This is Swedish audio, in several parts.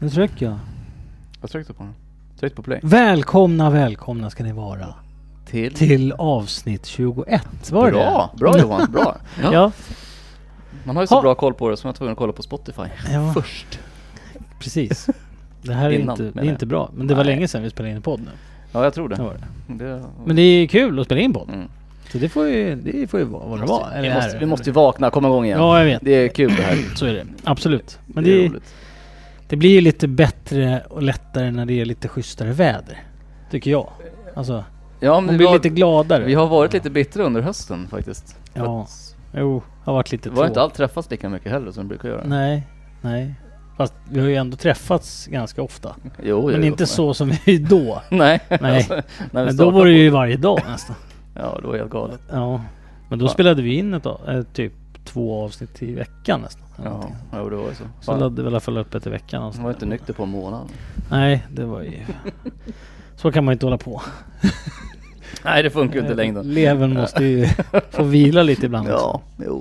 Nu trycker jag. Vad tryckte du på den? Tryck på play. Välkomna ska ni vara. Till avsnitt 21. Var bra, det? bra Johan, bra. Ja. Man har ju så bra koll på det som jag tvungen att kolla på Spotify först. Precis. Det här är inte bra. Men det var länge sedan vi spelade in en podd nu. Ja, jag tror det. Men det är kul att spela in podd. Så det får ju vara vad det var. Vi måste ju vakna, komma igång igen. Ja, jag vet. Det är kul det här. Så är det. Absolut. Men det är roligt. Det blir ju lite bättre och lättare när det är lite schysstare väder. Tycker jag. Alltså, ja, men man blir lite gladare. Vi har varit lite bittra under hösten faktiskt. Ja. Har varit lite var inte allt träffats lika mycket heller som vi brukar göra. Nej. Fast vi har ju ändå träffats ganska ofta. Men inte så som vi då. Nej. Men då var det ju varje dag nästan. Ja, det var helt galet. Ja. Men då spelade vi in typ 2 avsnitt i veckan nästan. Ja, det var ju så. Så laddade vi i alla fall upp ett i veckan. Man var inte nykter på en månad. Nej, det var ju... Så kan man inte hålla på. Nej, det funkar ju inte längre. Levern måste ju få vila lite ibland. Ja.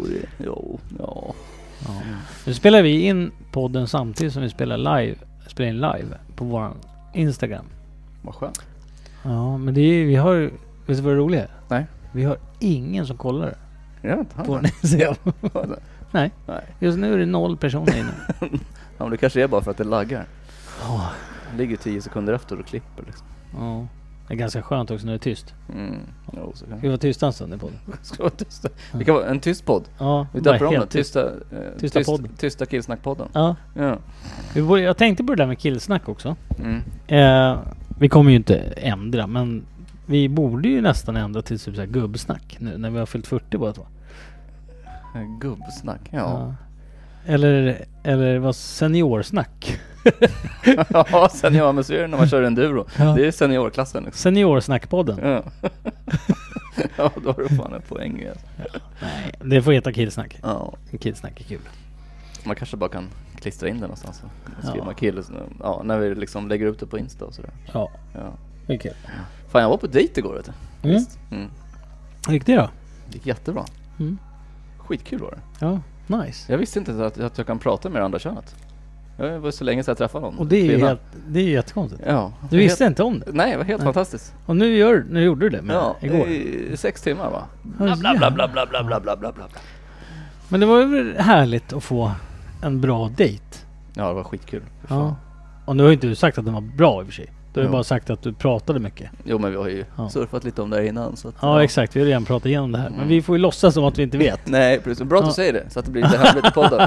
Nu spelar vi in podden samtidigt som vi spelar in live på våran Instagram. Vad skönt. Ja, men vi har... Vet du vad det roliga är? Nej. Vi har ingen som kollar det. Jag vet inte. På våran Instagram. Nej. Just nu är det 0 personer inne. Ja, men det kanske är bara för att det laggar. Det ligger 10 sekunder efter och klipper liksom. Ja. Det är ganska skönt också när det är tyst. Så vi var tysta en stund i podden. Ska vara tysta. Det kan vara en tyst podd. Ja, vi döper om det. Tysta Killsnack-podden. Ja. Jag tänkte på det där med killsnack också. Vi kommer ju inte ändra, men vi borde ju nästan ändra till typ så här gubbsnack nu när vi har fyllt 40 båda två. Gubbsnack, ja. Eller vad seniorsnack. Ja, senior med syr när man kör enduro. Ja. Det är seniorklassen liksom. Seniorsnackpodden. Ja. Ja, då har du fan en poäng. Alltså. Ja. Nej, det får heta killsnack. Ja. Killsnack är kul. Man kanske bara kan klistra in det någonstans. Skriva kills när vi liksom lägger upp det på Insta och sådär. Ja. Det är kul. Fan, jag var på dejt igår, vet du. Gick det då? Det gick jättebra. Skitkul var det. Ja, nice. Jag visste inte att jag kan prata med andra könet. Det var så länge sedan jag träffade någon. Och det är jättekonstigt. Ja. Du visste inte om det? Nej, det var helt fantastiskt. Och nu gjorde du det med igår? I 6 timmar va? Bla bla bla bla bla bla bla bla bla. Men det var ju härligt att få en bra dejt. Ja, det var skitkul. Ja. Och nu har ju inte du sagt att den var bra i och för sig. Du har ju bara sagt att du pratade mycket. Jo, men vi har ju surfat lite om det här innan. Så att, ja, exakt. Vi har redan pratat igenom det här. Men vi får ju låtsas som att vi inte vet. Nej, precis. Bra att du säger det. Så att det blir lite hemligt i podden.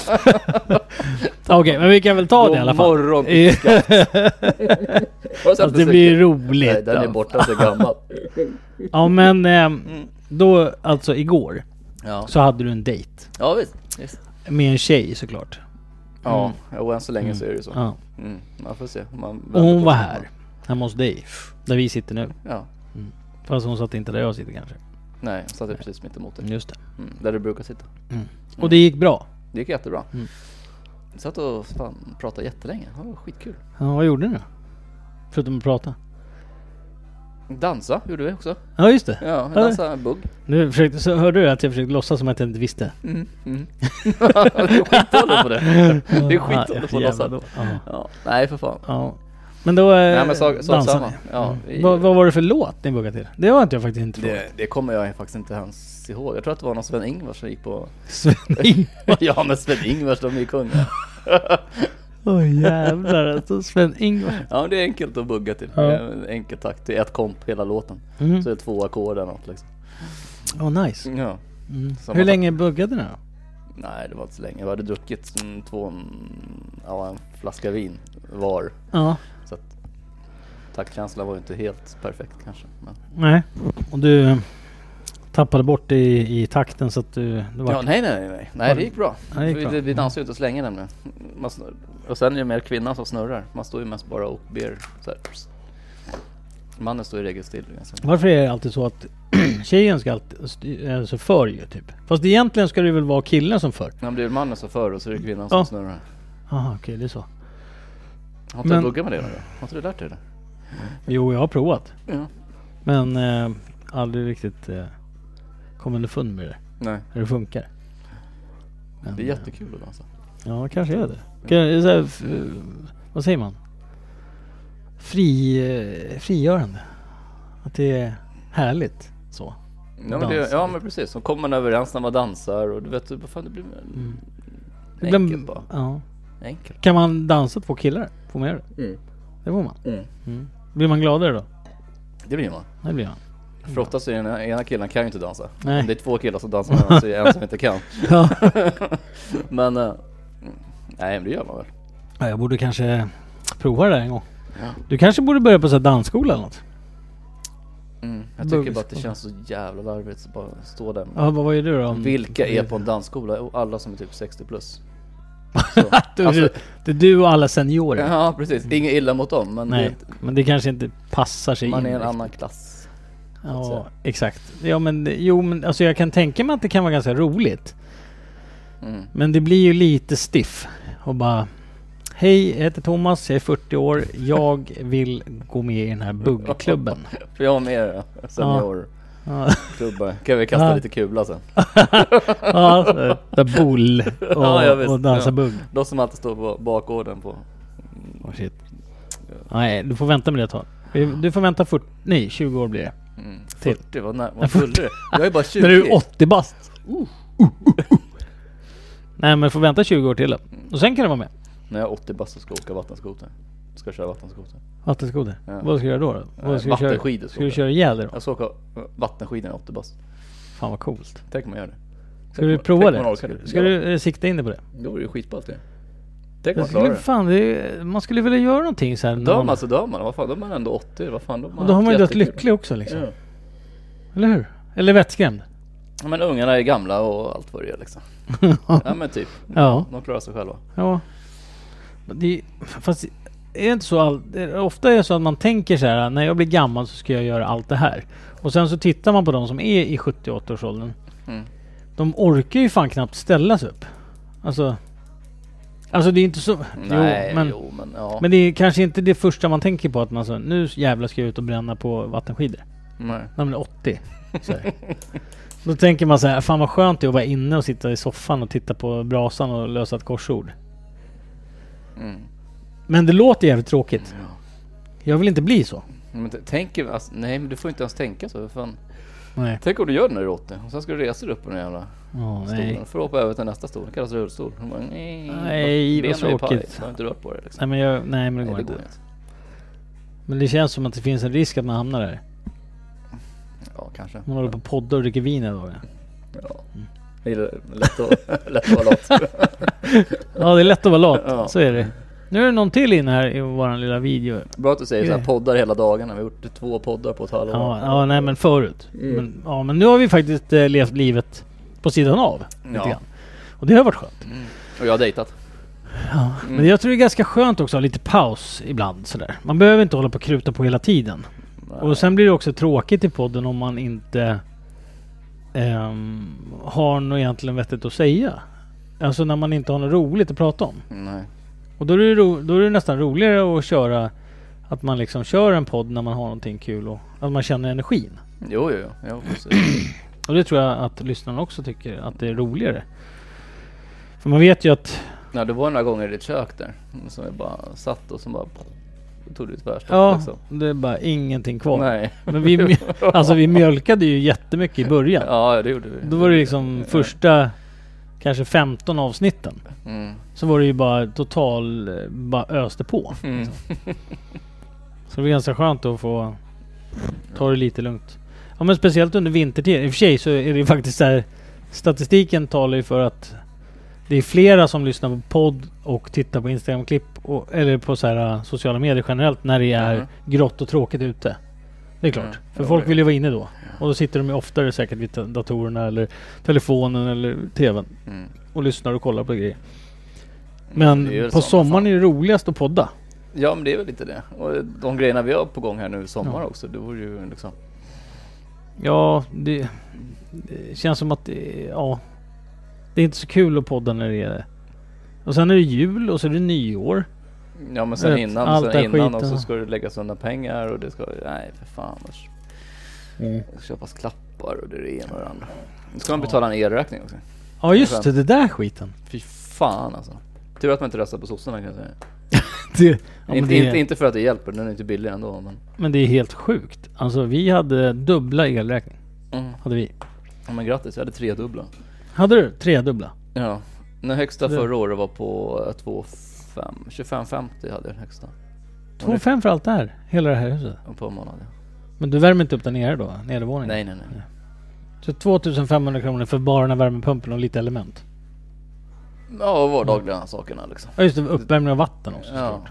Okej, men vi kan väl ta det i alla fall. Morgon. Alltså, det blir roligt. Nej, den är borta så gammal. Ja, men då, alltså igår, så hade du en dejt. Ja, visst. Med en tjej såklart. Ja, och än så länge så är det ju så. Ja. Man får se. Och hon var här hemma hos dig, där vi sitter nu. Ja. Fast hon satt inte där jag sitter kanske. Nej, hon satt precis mitt emot dig. Just det. Där du brukar sitta. Och det gick bra? Det gick jättebra. Jag satt och pratade jättelänge. Det var skitkul. Ja, vad gjorde ni då? Förutom att prata? Dansa gjorde vi också. Ja, just det. Ja, dansa bugg. Så hörde du att jag försökte låtsas som att jag inte visste? Det är skitdåligt på det. Det är skitdåligt på att låtsas. Ja. Nej, för fan. Ja. Men då dansade ni. Ja, vad var det för låt ni buggade till? Det har inte jag faktiskt inte frågat. Det kommer jag faktiskt inte ens ihåg. Jag tror att det var någon Sven-Ingvars som gick på... Sven-Ingvars? Ja, men Sven-Ingvars, de är ju kungar. Jävlar, alltså Sven-Ingvars. Ja, det är enkelt att bugga till. Det är en enkel takt. Det är ett komp hela låten. Så det är 2 ackord eller något liksom. Nice. Ja. Hur länge buggade ni då? Nej, det var inte så länge. Vi hade druckit en flaska vin var. Ja. Så att taktkänslan var ju inte helt perfekt kanske. Men. Nej, och du tappade bort i takten så att du var... Ja, nej, det gick bra. Vi dansar ju inte så länge nämligen. Och sen är det mer kvinnan som snurrar. Man står ju mest bara och ber så här. Mannen står i regel still. Varför är det alltid så att tjejen ska alltid så för ju typ? Fast egentligen ska det väl vara killen som för. Ja, det är mannen som för och så är det kvinnan som snurrar. Jaha, okej, det är så. Har inte du buggat med det då? Har inte du lärt dig det? Jo, jag har provat. Ja. Men aldrig riktigt kom underfund med det. Nej. Hur det funkar. Men, det är jättekul att dansa. Ja, kanske är det. vad säger man? Frigörande. Att det är härligt så. Ja men precis. Så kommer man överens när man dansar och du vet vad fan det blir enkelt bara. Ja. Enkelt. Kan man dansa 2 killar? Får man göra det? Det får man. Blir man gladare då? Det blir man. Det blir man. För oftast är den ena killen kan ju inte dansa. Nej. Om det är 2 killar som dansar så är det en som inte kan. Ja. Men nej, men det gör man väl. Ja, jag borde kanske prova det där en gång. Ja. Du kanske borde börja på så här dansskola eller något. Jag tycker bara att det känns så jävla larvigt att bara stå där. Ja, vad är du då? Vilka är på en dansskola? Och alla som är typ 60 plus. Det är du och alla seniorer. Ja, precis. Inget illa mot dem. Men nej, men det kanske inte passar sig man in. är en annan klass. Ja, exakt. Ja, men alltså jag kan tänka mig att det kan vara ganska roligt. Men det blir ju lite stiff. Och bara, hej, jag heter Thomas, jag är 40 år. Jag vill gå med i den här buggklubben. För jag har med senior. Klubbar. Kan vi kasta lite kula sen? Ja, där boll och dansa bugg. De som alltid står på bakgården på. Shit. Nej, du får vänta med det ett tag. Du får vänta 20 år blir det. 40, vad skulle det? Jag är bara 20. När du är 80 bast. Nej, men får vänta 20 år till. Och sen kan du vara med. När jag är 80 bast så ska jag åka vattenskoter. Ska köra vattenskoter. Vattenskoter? Ja. Vad ska du göra då? Vattenskidor. Ska du köra ihjäl det då? Jag ska åka vattenskidor 80 bast. Fan vad coolt. Tänk om man gör det. Ska du prova det? Ska du sikta in dig på det? Då är det skitballt det. Tänk om man klarar det. Fan, man skulle vilja göra någonting så här. Dör man. Vad fan, då är man ändå 80. Vad fan, och då har man ju dött lycklig också liksom. Ja. Eller hur? Eller vettskrämd. Ja, men ungarna är gamla och allt vad det är liksom. Ja men typ. Ja. De klarar sig själva. Ja. Fast är det inte så ofta är det så att man tänker så här: när jag blir gammal så ska jag göra allt det här. Och sen så tittar man på de som är i 78-årsåldern. De orkar ju fan knappt ställa sig upp. Alltså det är inte så. Nej, men det är kanske inte det första man tänker på, att man så, nu jävlar ska jag ut och bränna på vattenskidor. Nej. När man är 80. Så här. Då tänker man så här: fan vad skönt det är att vara inne och sitta i soffan och titta på brasan och lösa ett korsord. Men det låter jävligt tråkigt. Ja. Jag vill inte bli så. Men nej, men du får inte ens tänka så. Fan. Nej. Tänk om du gör det när du är 80 och sen ska du resa dig upp på den jävla stolen för att hoppa över till nästa stol. Det kallas rullstol. Nej, vad tråkigt. Jag har inte rört på det liksom. Nej, men det går inte. Men det känns som att det finns en risk att man hamnar där. Ja, kanske. Man håller på poddar och dricker vin idag. Ja. Det är lätt att vara lat. Ja, det är lätt att vara lat. Ja. Så är det. Nu är det någon till in här i våran lilla video. Bra att du säger så här, poddar hela dagarna. Vi har gjort 2 poddar på ett halvår. Ja, nej men förut. Men nu har vi faktiskt levt livet på sidan av. Lite grann. Och det har varit skönt. Och jag har dejtat. Ja, men jag tror det är ganska skönt också att ha lite paus ibland sådär. Man behöver inte hålla på och kruta på hela tiden. Nej. Och sen blir det också tråkigt i podden om man inte har något egentligen vettigt att säga. Alltså när man inte har något roligt att prata om. Nej. Och då är det nästan roligare att köra, att man liksom kör en podd när man har någonting kul och att man känner energin. Jo, precis. Och det tror jag att lyssnarna också tycker att det är roligare. För man vet ju att... Ja, det var några gånger i ditt kök där som jag bara satt och som bara tog det ut värsta. Ja, liksom. det är bara ingenting kvar. Nej. Men vi mjölkade ju jättemycket i början. Ja, det gjorde vi. Då var det liksom första kanske 15 avsnitten. Så var det ju bara bara öste på. Liksom. Så det var ganska skönt att få ta det lite lugnt. Ja, men speciellt under vintertid. I och för sig så är det ju faktiskt så här, statistiken talar ju för att det är flera som lyssnar på podd och tittar på Instagram-klipp eller på så här sociala medier generellt när det är grått och tråkigt ute. Det är klart. För folk vill ju vara inne då. Och då sitter de ju oftare säkert vid datorerna eller telefonen eller tvn och lyssnar och kollar på grejer. Men på sommaren är det roligast att podda. Ja, men det är väl lite det. Och de grejerna vi har på gång här nu i sommar också, det vore ju liksom... Ja, det känns som att det är inte så kul att podda när det är det. Och sen är det jul och så är det nyår. Ja, men sen innan och så ska det läggas undan pengar och det ska... Nej, för fan. Köpas klappar och det ena och det andra. Nu ska man betala en elräkning också. Ja, just det där skiten. Fy fan alltså. Tur att man inte röstar på sossarna kan jag säga. Inte för att det hjälper, den är inte billig ändå. Men det är helt sjukt. Alltså vi hade dubbla elräkning. Hade vi. Ja, men grattis, jag hade 3 dubbla. Hade du 3 dubbla? Ja. Den högsta förra året var på 25,50 hade jag den högsta. 2,5 för allt det här? Hela det här huset? På månad, ja. Men du värmer inte upp där nere då? Nedervåningen? Nej. Så 2,500 kronor för bara den här värmepumpen och lite element? Ja, vardagliga sakerna liksom. Ja just det, uppvärmning av vatten också. Ja.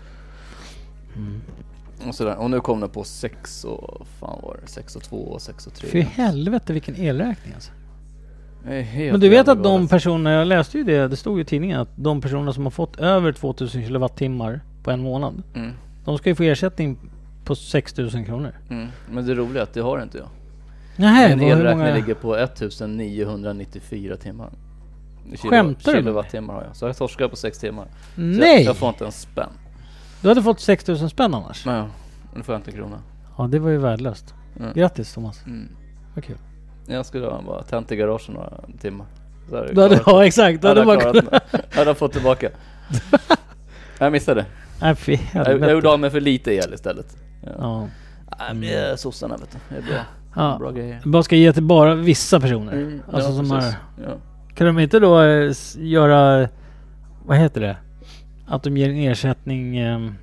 Och sådär. Och nu kom det på 6 och fan var det 6 och 2 och 6 och 3. För helvete vilken elräkning alltså. Men du vet att de personerna, jag läste ju det stod ju i tidningen att de personer som har fått över 2000 kilowattimmar på en månad, de ska ju få ersättning på 6,000 kronor. Men det roliga är att det har inte jag. Nej, min elräkning ligger på 1994 timmar. Skämtar du? Kilowattimmar har jag. Så jag torskar på 6 timmar. Nej! Jag får inte en spänn. Du hade fått 6,000 spänn annars? Nej, nu får jag inte krona. Ja, det var ju värdelöst. Grattis Thomas. Vad kul. Jag skulle bara tänt i garagen några timmar. Ja, exakt. Jag hade fått tillbaka. Jag missade. Nej, för helvete. Jag gjorde av mig för lite el istället. Ja. Det är sossarna, vet du. Det är bra. Ja. Bra grejer. Bara ska ge till bara vissa personer. Alltså ja, som har... Ja. Kan de inte då göra... Vad heter det? Att de ger en ersättning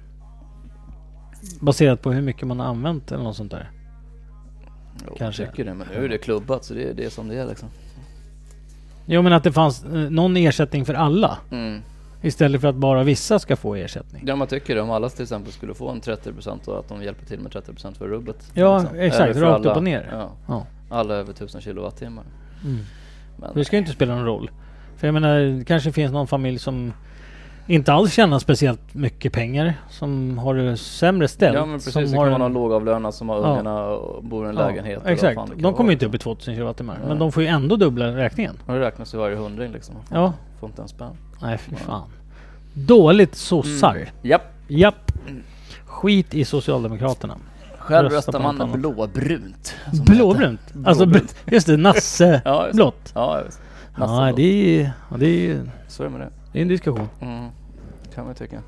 baserat på hur mycket man har använt eller något sånt där. Jo, kanske. Jag tycker det, men nu är det klubbat så det är det som det är liksom. Jo, men att det fanns någon ersättning för alla. Istället för att bara vissa ska få ersättning. Ja, man tycker det. Om alla till exempel skulle få en 30% och att de hjälper till med 30% för rubbet. Ja, liksom. exakt. Rakt upp och ner. Ja. Alla över 1000 kilowattimmar. Men det ska inte spela någon roll. För jag menar, det kanske finns någon familj som inte alls tjänar speciellt mycket pengar, som har det sämre ställt. Ja, men precis. Som det kan vara lågavlönad som har ungarna och bor i en lägenhet. Exakt. De kommer inte upp i 2000 kilowattimmar. Men de får ju ändå dubbla räkningen. Och det räknas ju varje 100 liksom. Får inte en spänn. Nej, för fan. Dåligt sossar. Japp. Skit i Socialdemokraterna. Själv röstar man blåbrunt. Blåbrunt? Alltså, just det, Nasse blått. Ja, just. Ja, det är så är det med det. Det är en diskussion. Kan man tycka.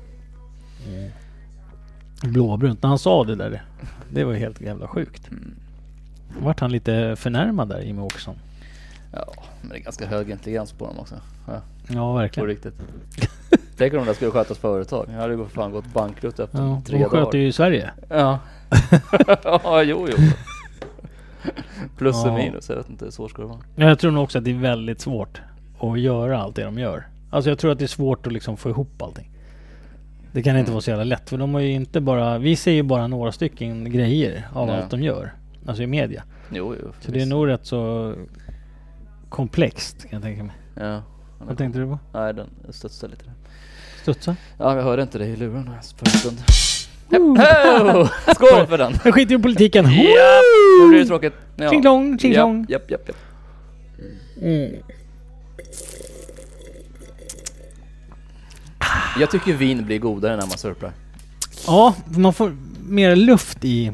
Blåbrunt, när han sa det där. Det var helt jävla sjukt. Vart han lite förnärmad där, Jimmie Åkesson? Ja, men det är ganska hög intelligens på dem också. Ja, verkligen. På riktigt. Tänk om det skulle skötas företag. Jag hade fan gått bankrutt efter 3 dagar. De sköter ju i Sverige. Ja. Ja, jo. Plus och minus, jag vet inte, så ska det vara. Jag tror nog också att det är väldigt svårt att göra allt det de gör. Alltså jag tror att det är svårt att liksom få ihop allting. Det kan inte vara så jävla lätt, för de har ju inte bara... Vi ser ju bara några stycken grejer av allt de gör. Alltså i media. Jo. Så det är nog rätt så komplext, kan jag tänka mig. Ja. Vad tänkte du på? Nej, den studsade lite där. Studsa? Ja, jag hörde inte det i luren för en stund. Skål för den! Jag skiter i politiken. Ja, nu blir det tråkigt. Ja. Tjing tjong. Japp. Jag tycker vin blir godare när man surplar. Ja, man får mer luft i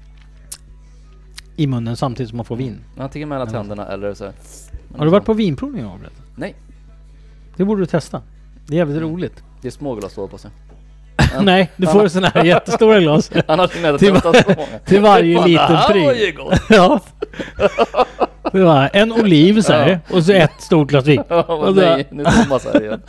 munnen samtidigt som man får vin. Antingen mellan tänderna eller så här. Har du varit på vinprovning av det? Nej. Det borde du testa. Det är jävligt roligt. Det är små glas då på sig. Nej, du får såna här jättestora glas. till varje liten pryl. Ja. Det var en oliv så här, och så ett stort glas vin. Och nej, nu Thomas här igen.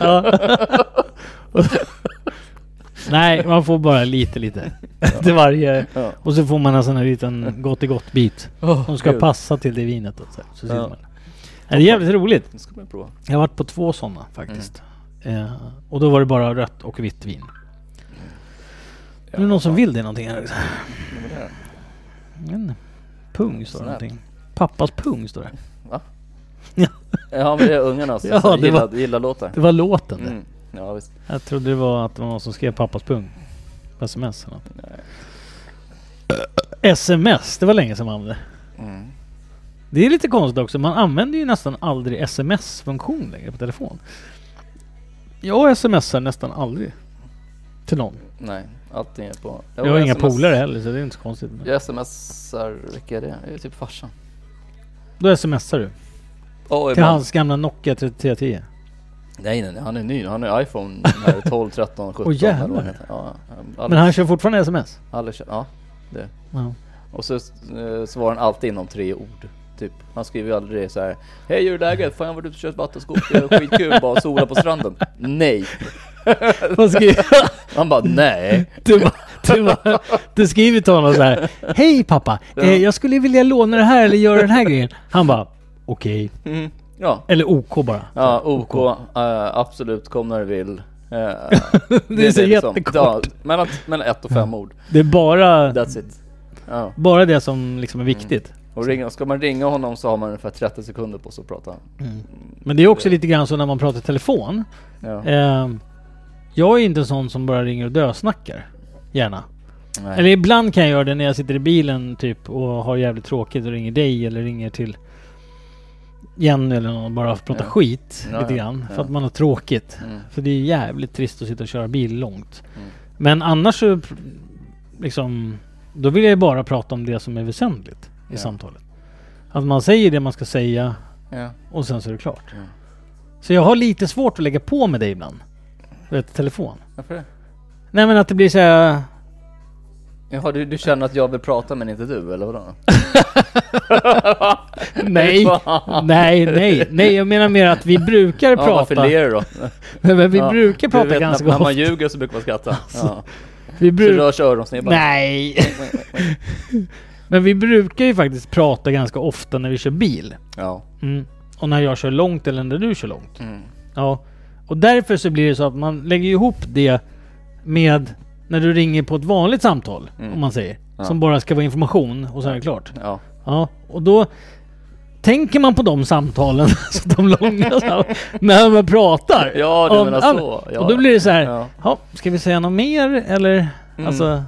Nej, man får bara lite till varje. Och så får man en sån här liten gott bit som ska passa till det vinet och så sitter man. Det är jävligt roligt. Det ska man prova. Jag har varit på 2 sådana faktiskt. Och då var det bara rött och vitt vin. Är det någon som vill det någonting här? En pung står det någonting. Pappas pung står det. Va? Ja, men det är ungarna som gillar låtar. Det var låten det. Ja, visst. Jag trodde det var någon som skrev pappas pung på sms eller något. Nej. SMS, det var länge sedan man använde. Det är lite konstigt också. Man använder ju nästan aldrig sms-funktion längre på telefon. Jag smsar nästan aldrig till någon. Nej, allting är på... Jag har inga polare heller, så det är inte så konstigt. Jag smsar, vilka är det? Det är typ farsan. Då smsar du? Till hans gamla Nokia 3310? Nej, han är ny. Han är iPhone 12, 13, 17. Jävlar. Ja, men han kör fortfarande sms? Ja, det. Ja. Och så svarar han alltid inom 3 ord. Typ. Han skriver ju aldrig så här: hej, hur är läget? Fan, jag var ute och kört vattenskoter. Det är skitkul, bara sola på stranden. Nej. Vad skriver han? Bara, nej. Du skriver till honom så här: hej pappa, jag skulle vilja låna det här eller göra den här grejen. Han bara, okej. Ja. Eller OK bara. Ja, OK. Absolut, kom när du vill. Det är så jättekort. Ja, mellan 1 och 5 ord. Det är bara... That's it. Ja. Bara det som liksom är viktigt. Och ska man ringa honom så har man ungefär 30 sekunder på sig att prata. Men det är också lite grann så när man pratar i telefon. Ja. Jag är inte en sån som bara ringer och dösnackar. Gärna. Nej. Eller ibland kan jag göra det när jag sitter i bilen typ och har jävligt tråkigt och ringer dig eller ringer till Jenny eller någon, bara prata skit lite grann för att man har tråkigt. För det är jävligt trist att sitta och köra bil långt. Men annars så liksom, då vill jag bara prata om det som är väsentligt i samtalet. Att man säger det man ska säga och sen så är det klart. Så jag har lite svårt att lägga på med dig ibland. Vet, telefon. Varför det? Nej, men att det blir så här... Jaha, du känner att jag vill prata men inte du, eller vadå? Nej, jag menar mer att vi brukar prata... varför ler du då? Men vi brukar prata ganska ofta. När man ljuger så brukar man skratta. Ja. Så rör sig öronsnibbar. Nej! Men vi brukar ju faktiskt prata ganska ofta när vi kör bil. Ja. Och när jag kör långt eller när du kör långt. Ja. Och därför så blir det så att man lägger ihop det med när du ringer på ett vanligt samtal, om man säger. Som bara ska vara information och så är det klart. Ja. Och då tänker man på de samtalen, så de långa när man pratar. Ja, du menar så. Ja. Och då blir det så här, ska vi säga något mer eller alltså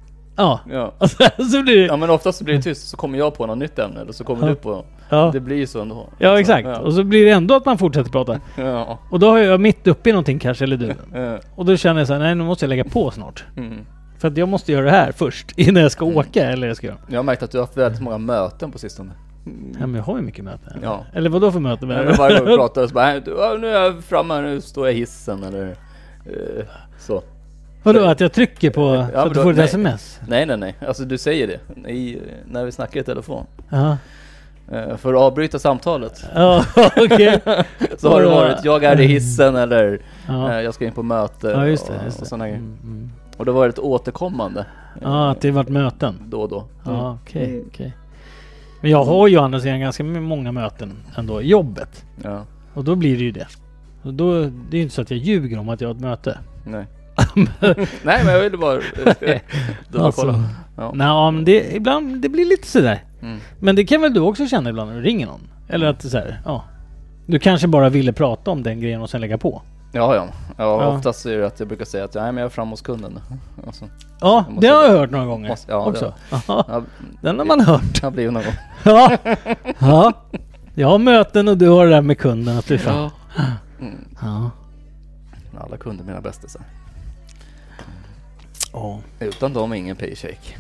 så blir det... Ja, men oftast så blir det tyst, så kommer jag på något nytt ämne eller så kommer du på. Det blir ju så ändå. Ja, exakt. Och så blir det ändå att man fortsätter prata. Ja. Och då har jag mitt uppe i någonting kanske, eller du. Och då känner jag så här, nej, nu måste jag lägga på snart. För att jag måste göra det här först innan jag ska åka eller jag ska göra. Jag har märkt att du har haft väldigt många möten på sistone. Ja, men jag har ju mycket möten. Ja. Eller vad då för möten? Varje gång vi pratar och så bara, nu är jag framme, nu står jag i hissen eller så. Vadå, att jag trycker på så att du får ett sms? Nej. Alltså du säger det när vi snackar i telefon. Ja. För att avbryta samtalet. Ja, okej. Så har det varit, jag är i hissen eller jag ska in på möte. Ja, just det. Och såna grejer. Och det var ett återkommande. Ja, att det varit möten. Då och då. Ja, okej. Men jag har ju andra sidan ganska många möten ändå i jobbet. Ja. Och då blir det ju det. Och då, det är ju inte så att jag ljuger om att jag har ett möte. Nej. Nej, men jag ville bara kolla. Ja. Nej, men ibland det blir lite sådär. Men det kan väl du också känna ibland när du ringer någon? Eller att det så här, du kanske bara ville prata om den grejen och sen lägga på. Ja. Oftast är det att jag brukar säga att men jag är fram hos kunden. Alltså, det har jag hört några gånger också. Den har man hört. Det blir någon gång. Ja. Jag har möten och du har det där med kunden att bli fram. Ja. Alla kunder är mina bästisar. Utan dem ingen paycheck.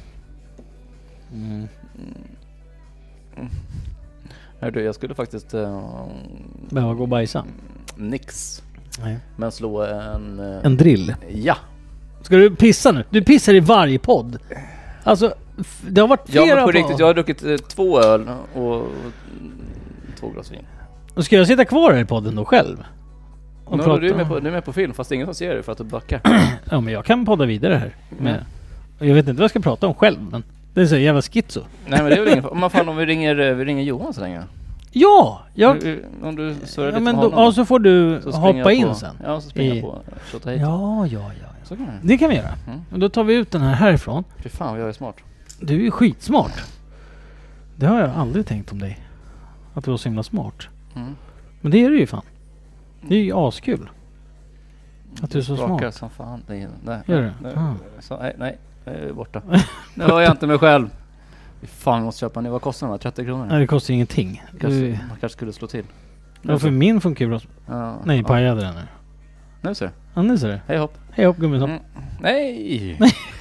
Hördu, jag skulle faktiskt behöva gå och bajsa. Nix. Nej. Men slå en drill. Ja. Ska du pissa nu? Du pissar i varje podd. Alltså, det har varit flera. Ja, men på riktigt, jag har druckit 2 öl och 2 glas vin. Och ska jag sitta kvar här i podden då själv? Du är med på film, fast ingen som ser det för att du backar. Ja, men jag kan podda vidare här. Och jag vet inte vad jag ska prata om själv, men det är så jävla schizo. Nej, men det är väl ingen om vi ringer Johan så länge. Ja! Om du surrar lite men med honom. Så får du hoppa in sen. Ja, så springer jag på. Ja. Så kan det kan vi göra. Och då tar vi ut den här härifrån. Fy fan, jag är smart. Du är ju skitsmart. Det har jag aldrig tänkt om dig. Att du var så himla smart. Men det är du ju fan. Det är ju askul. Att du är så smart. Som fan. Nej. Gör du? Nej, jag är borta. Nu har jag inte mig själv. Fan, jag måste köpa nu. Vad kostar de här? 30 kronor? Nej, det kostar ingenting. Man kanske skulle slå till. Ja, för min funkar bra. Nej, pajade den nu. Nu ser du. Ja, nu ser du. Hej hopp. Hej hopp, gummishopp. Nej!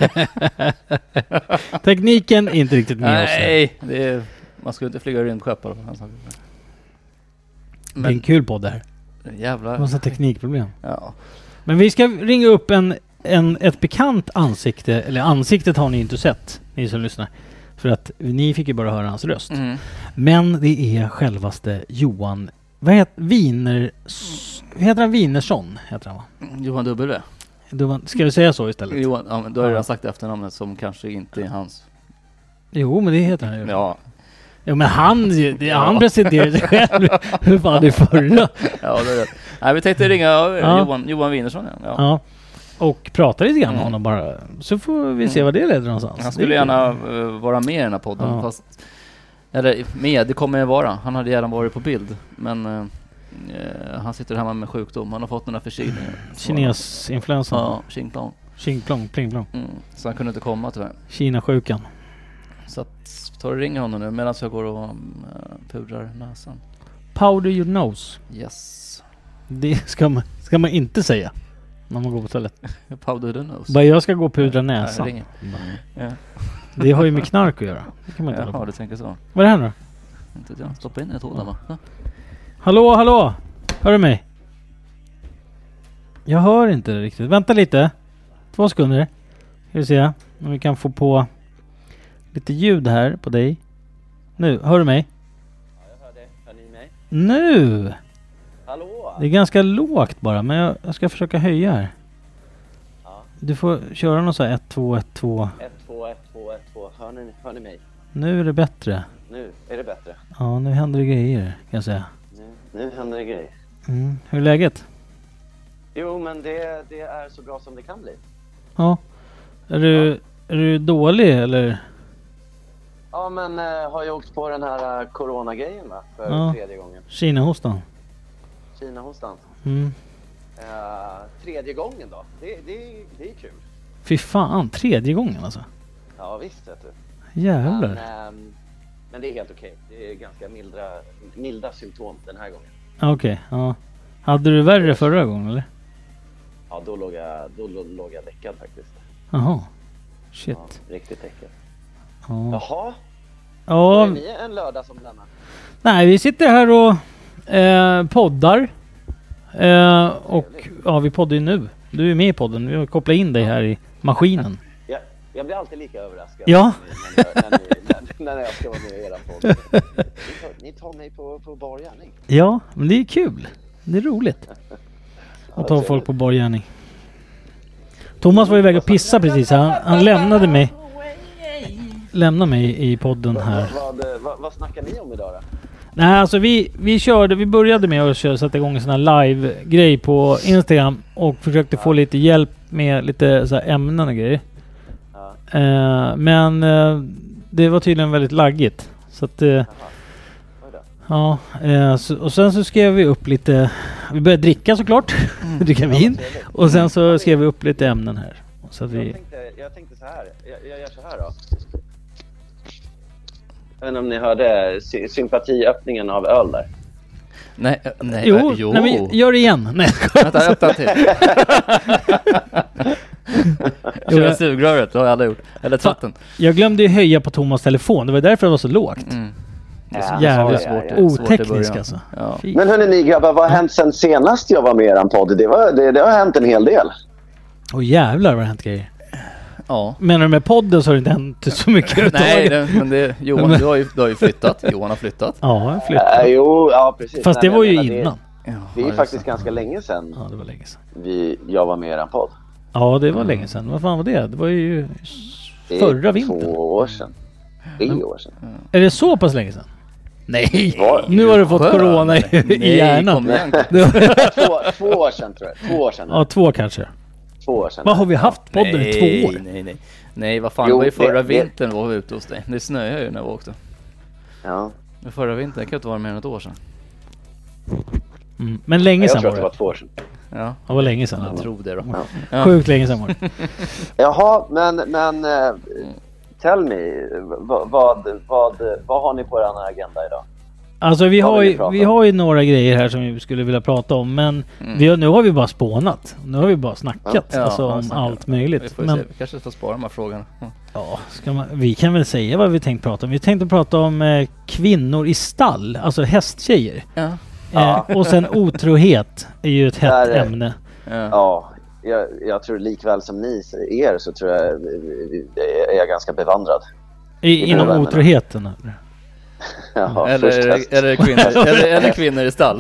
Tekniken är inte riktigt med oss. Nej, man skulle inte flyga rymdskepp eller något. Det är en kul podd där. Jävla... Massa teknikproblem. Ja. Men vi ska ringa upp ett bekant ansikte. Eller ansiktet har ni inte sett, ni som lyssnar. För att ni fick ju bara höra hans röst. Men det är självaste Johan... Vad heter han? Wienersson heter han, va? Johan W. Ska vi säga så istället? Johan, ja, men då har jag sagt efternamnet som kanske inte är hans. Jo, men det heter han ju. Ja. Ja, men han presenterar sig själv. Hur fan det förra? Ja, det är rätt. Nej, vi tänkte ringa Johan Wienersson. Ja. Och prata lite grann med honom bara. Så får vi se vad det leder någonstans. Han skulle gärna vara med i den här podden. Fast, det kommer jag vara. Han hade gärna varit på bild. Men han sitter hemma med sjukdom. Han har fått några förkylningar. Kines-influensan. Ja, Qingplong, plingplong. Så han kunde inte komma tyvärr. Kina-sjukan. Så att, ta och ringa honom nu medan jag går och pudrar näsan. Powder your nose. Yes. Det ska man inte säga när man går på toalett. Powder the nose. Bara jag ska gå och pudra näsan. Ja. Det har ju med knark att göra. Det kan man inte Jaha, du tänker så. Vad är det här nu? Inte jag. Stoppa in ett hål där, va? Hallå? Hör du mig? Jag hör inte det riktigt. Vänta lite. 2 sekunder. Ska vi se om vi kan få på lite ljud här på dig. Nu, hör du mig? Ja, jag hör det. Hör ni mig? Nu! Hallå? Det är ganska lågt bara, men jag ska försöka höja här. Ja. Du får köra något så här 1, 2, 1, 2. 1, 2, 1, 2, 1, 2. Hör ni mig? Nu är det bättre. Nu är det bättre. Ja, nu händer det grejer kan jag säga. Nu händer det grejer. Hur är läget? Jo, men det är så bra som det kan bli. Ja. Är du dålig eller? Ja, men har jag åkt på den här coronagrejen, va? För 3:e gången. Kina-hostan. Kina-hostan. 3:e gången då. Det är kul. Fy fan, 3:e gången alltså. Ja, visst vet du. Jävlar. Men det är helt okej. Det är ganska milda symptom den här gången. Okej, ja. Hade du värre förra gången eller? Ja, då låg jag däckad faktiskt. Jaha. Shit. Ja, riktigt däckad. Ja. Jaha. Ja. Är ni en lördag som denna? Nej, vi sitter här och poddar. Och ja, vi poddar ju nu. Du är med i podden. Vi har kopplat in dig här i maskinen. Jag blir alltid lika överraskad. Ja. När jag ska vara med i era podd. Ni tar mig på bar gärning. Ja, men det är kul. Det är roligt. Att ta folk på bar gärning. Thomas var iväg och pissa precis. Han lämnade mig i podden här. Vad snackar ni om idag då? Nej, alltså vi började med att sätta igång en sån här live-grej på Instagram och försökte få lite hjälp med lite så här ämnen och grejer. Men det var tydligen väldigt laggigt. Så att ja, och sen så skrev vi upp lite. Vi började dricka såklart. Dricka vin. Och sen så skrev vi upp lite ämnen här. Så att jag tänkte så här. Jag gör så här då. Jag vet inte om ni hörde sympatiöppningen av öl där. Nej. Jo. Nej, men gör det igen. Nej. Vänta, öppna till. Köra sugröret, det har alla gjort. Eller tvätten. Jag glömde ju höja på Thomas telefon. Det var därför det var så lågt. Det är så jävligt svårt. Otekniskt alltså. Ja. Men hörni ni grabbar, vad har hänt sen senast jag var med i eran podd? Det har hänt en hel del. Jävlar vad det har hänt grejer. Ja. Menar du med podden så har det inte hänt så mycket. Nej, men Johan, du har ju flyttat. Johan har flyttat. Ja, jag har flyttat. Jo, ja precis. Fast det var ju innan. Det är faktiskt ganska länge sedan. Ja, det var länge sedan. Jag var med i eran podd. Ja, det var länge sedan. Vad fan var det? Det var ju förra vintern. 2 år sedan. 3 år sedan. Är det så pass länge sedan? Nej, nu har du fått corona i hjärnan. 2 år sedan tror jag. 2 år sedan. Ja, 2 kanske. 2 år sedan. Vad har vi haft podden i 2 år? Nej, vad fan, det var ju förra vintern var vi ute hos dig. Det snöade ju när vi åkte. Ja. Förra vintern, det kan inte vara mer än ett år sedan. Men länge sedan var det. Jag tror att det var 2 år sedan. Ja. Det var länge sedan. Jag tror det då. Ja. Sjukt länge sedan var det. Jaha, men tell me, vad har ni på er agenda idag? Alltså vi har ju några grejer här som vi skulle vilja prata om, men nu har vi bara spånat. Nu har vi bara snackat om allt möjligt. Vi kanske ska spara de här frågorna. Ja, vi kan väl säga vad vi tänkt prata om. Vi tänkte prata om kvinnor i stall, alltså hästtjejer. Ja. Och sen otrohet är ju ett hett ämne. Ja, jag tror likväl som ni så tror jag är ganska bevandrad. Inom otroheten? Ja, eller kvinnor i stall.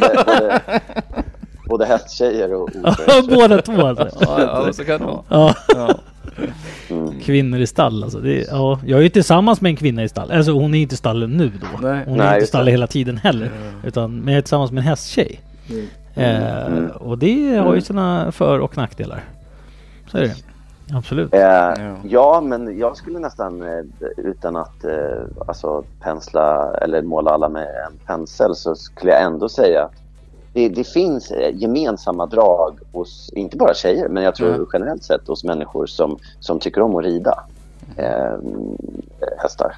Både hästtjejer och båda två alltså. Ja, så kan det vara. Ja. Kvinnor i stall alltså. Jag är ju tillsammans med en kvinna i stall. Alltså hon är inte i stallen nu då. Hon är inte i stallen hela tiden heller. Men jag är tillsammans med en hästtjej. Och det har ju sina för- och nackdelar. Så är det. Absolut. Ja, men jag skulle nästan utan att pensla eller måla alla med en pensel, så skulle jag ändå säga att det finns gemensamma drag hos, inte bara tjejer, men jag tror generellt sett hos människor som tycker om att rida hästar.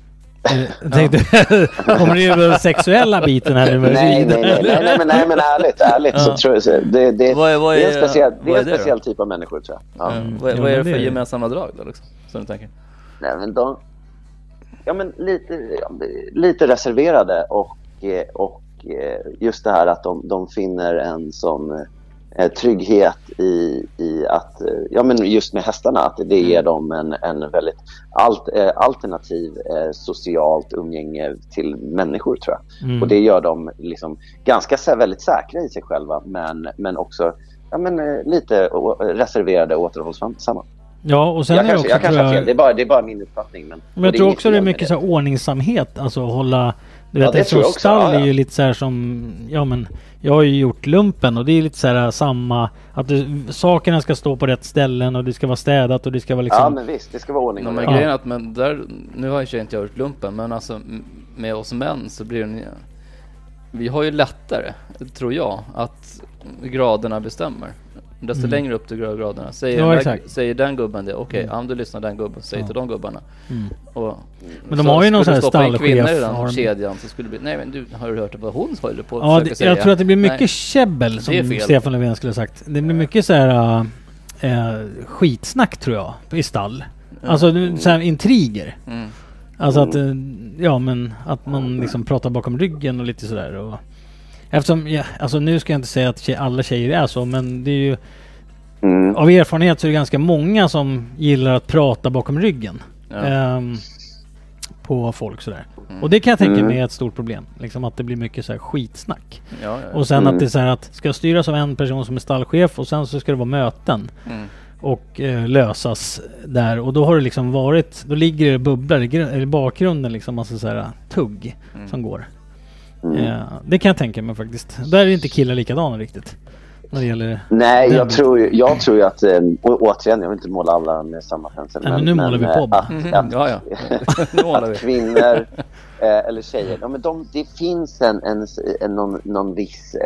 Kommer det ju den sexuella biten här nu med nej, men ärligt så tror jag det är en speciell typ av människor, tror jag. Vad är det för gemensamma drag då liksom, som du tänker? Nej, men lite reserverade och just det här att de finner en sån trygghet i att, men just med hästarna, att det ger dem en väldigt alternativ socialt umgänge till människor, tror jag. Och det gör dem liksom ganska väldigt säkra i sig själva, men också lite reserverade och återhållsamma. Ja, och sen jag kanske har fel. Det är bara min uppfattning, men jag tror också det är mycket så här ordningsamhet, alltså hålla, du vet, det stall är ju lite så här som, jag har ju gjort lumpen och det är lite så här samma, att sakerna ska stå på rätt ställen och det ska vara städat och det ska vara liksom... Ja, men visst, det ska vara ordning. Men grejen är att, nu har jag inte gjort lumpen, men alltså med oss män så blir det, vi har ju lättare, tror jag, att graderna bestämmer. Desto längre upp till graderna säger den gubben det. Okej, om du lyssnar den gubben, säg till de gubbarna. Men de har ju någon sån här stallchef i den kedjan, så skulle det bli, nej men du har hört vad hon håller på att säga. Jag tror att det blir mycket käbbel, som Stefan Löfven skulle ha sagt. Det blir mycket så här skitsnack, tror jag, i stall. Alltså så här intriger. Alltså att man liksom pratar bakom ryggen och lite sådär. Och eftersom, alltså nu ska jag inte säga att alla tjejer är så, men det är ju av erfarenhet så är det ganska många som gillar att prata bakom ryggen på folk sådär. Och det kan jag tänka mig är ett stort problem, liksom att det blir mycket så här skitsnack. Och sen att det är så här att ska styras av en person som är stallchef, och sen så ska det vara möten och lösas där, och då har det liksom varit, då ligger det bubblar i bakgrunden liksom, massa så här tugg som går. Det kan jag tänka mig faktiskt. Där är inte killar likadana riktigt när det gäller. Nej, jag tror ju att återigen, jag vill inte måla alla med samma pensel. Men nu målar vi på. Nu målar vi. Kvinnor eller tjejer, men det finns någon viss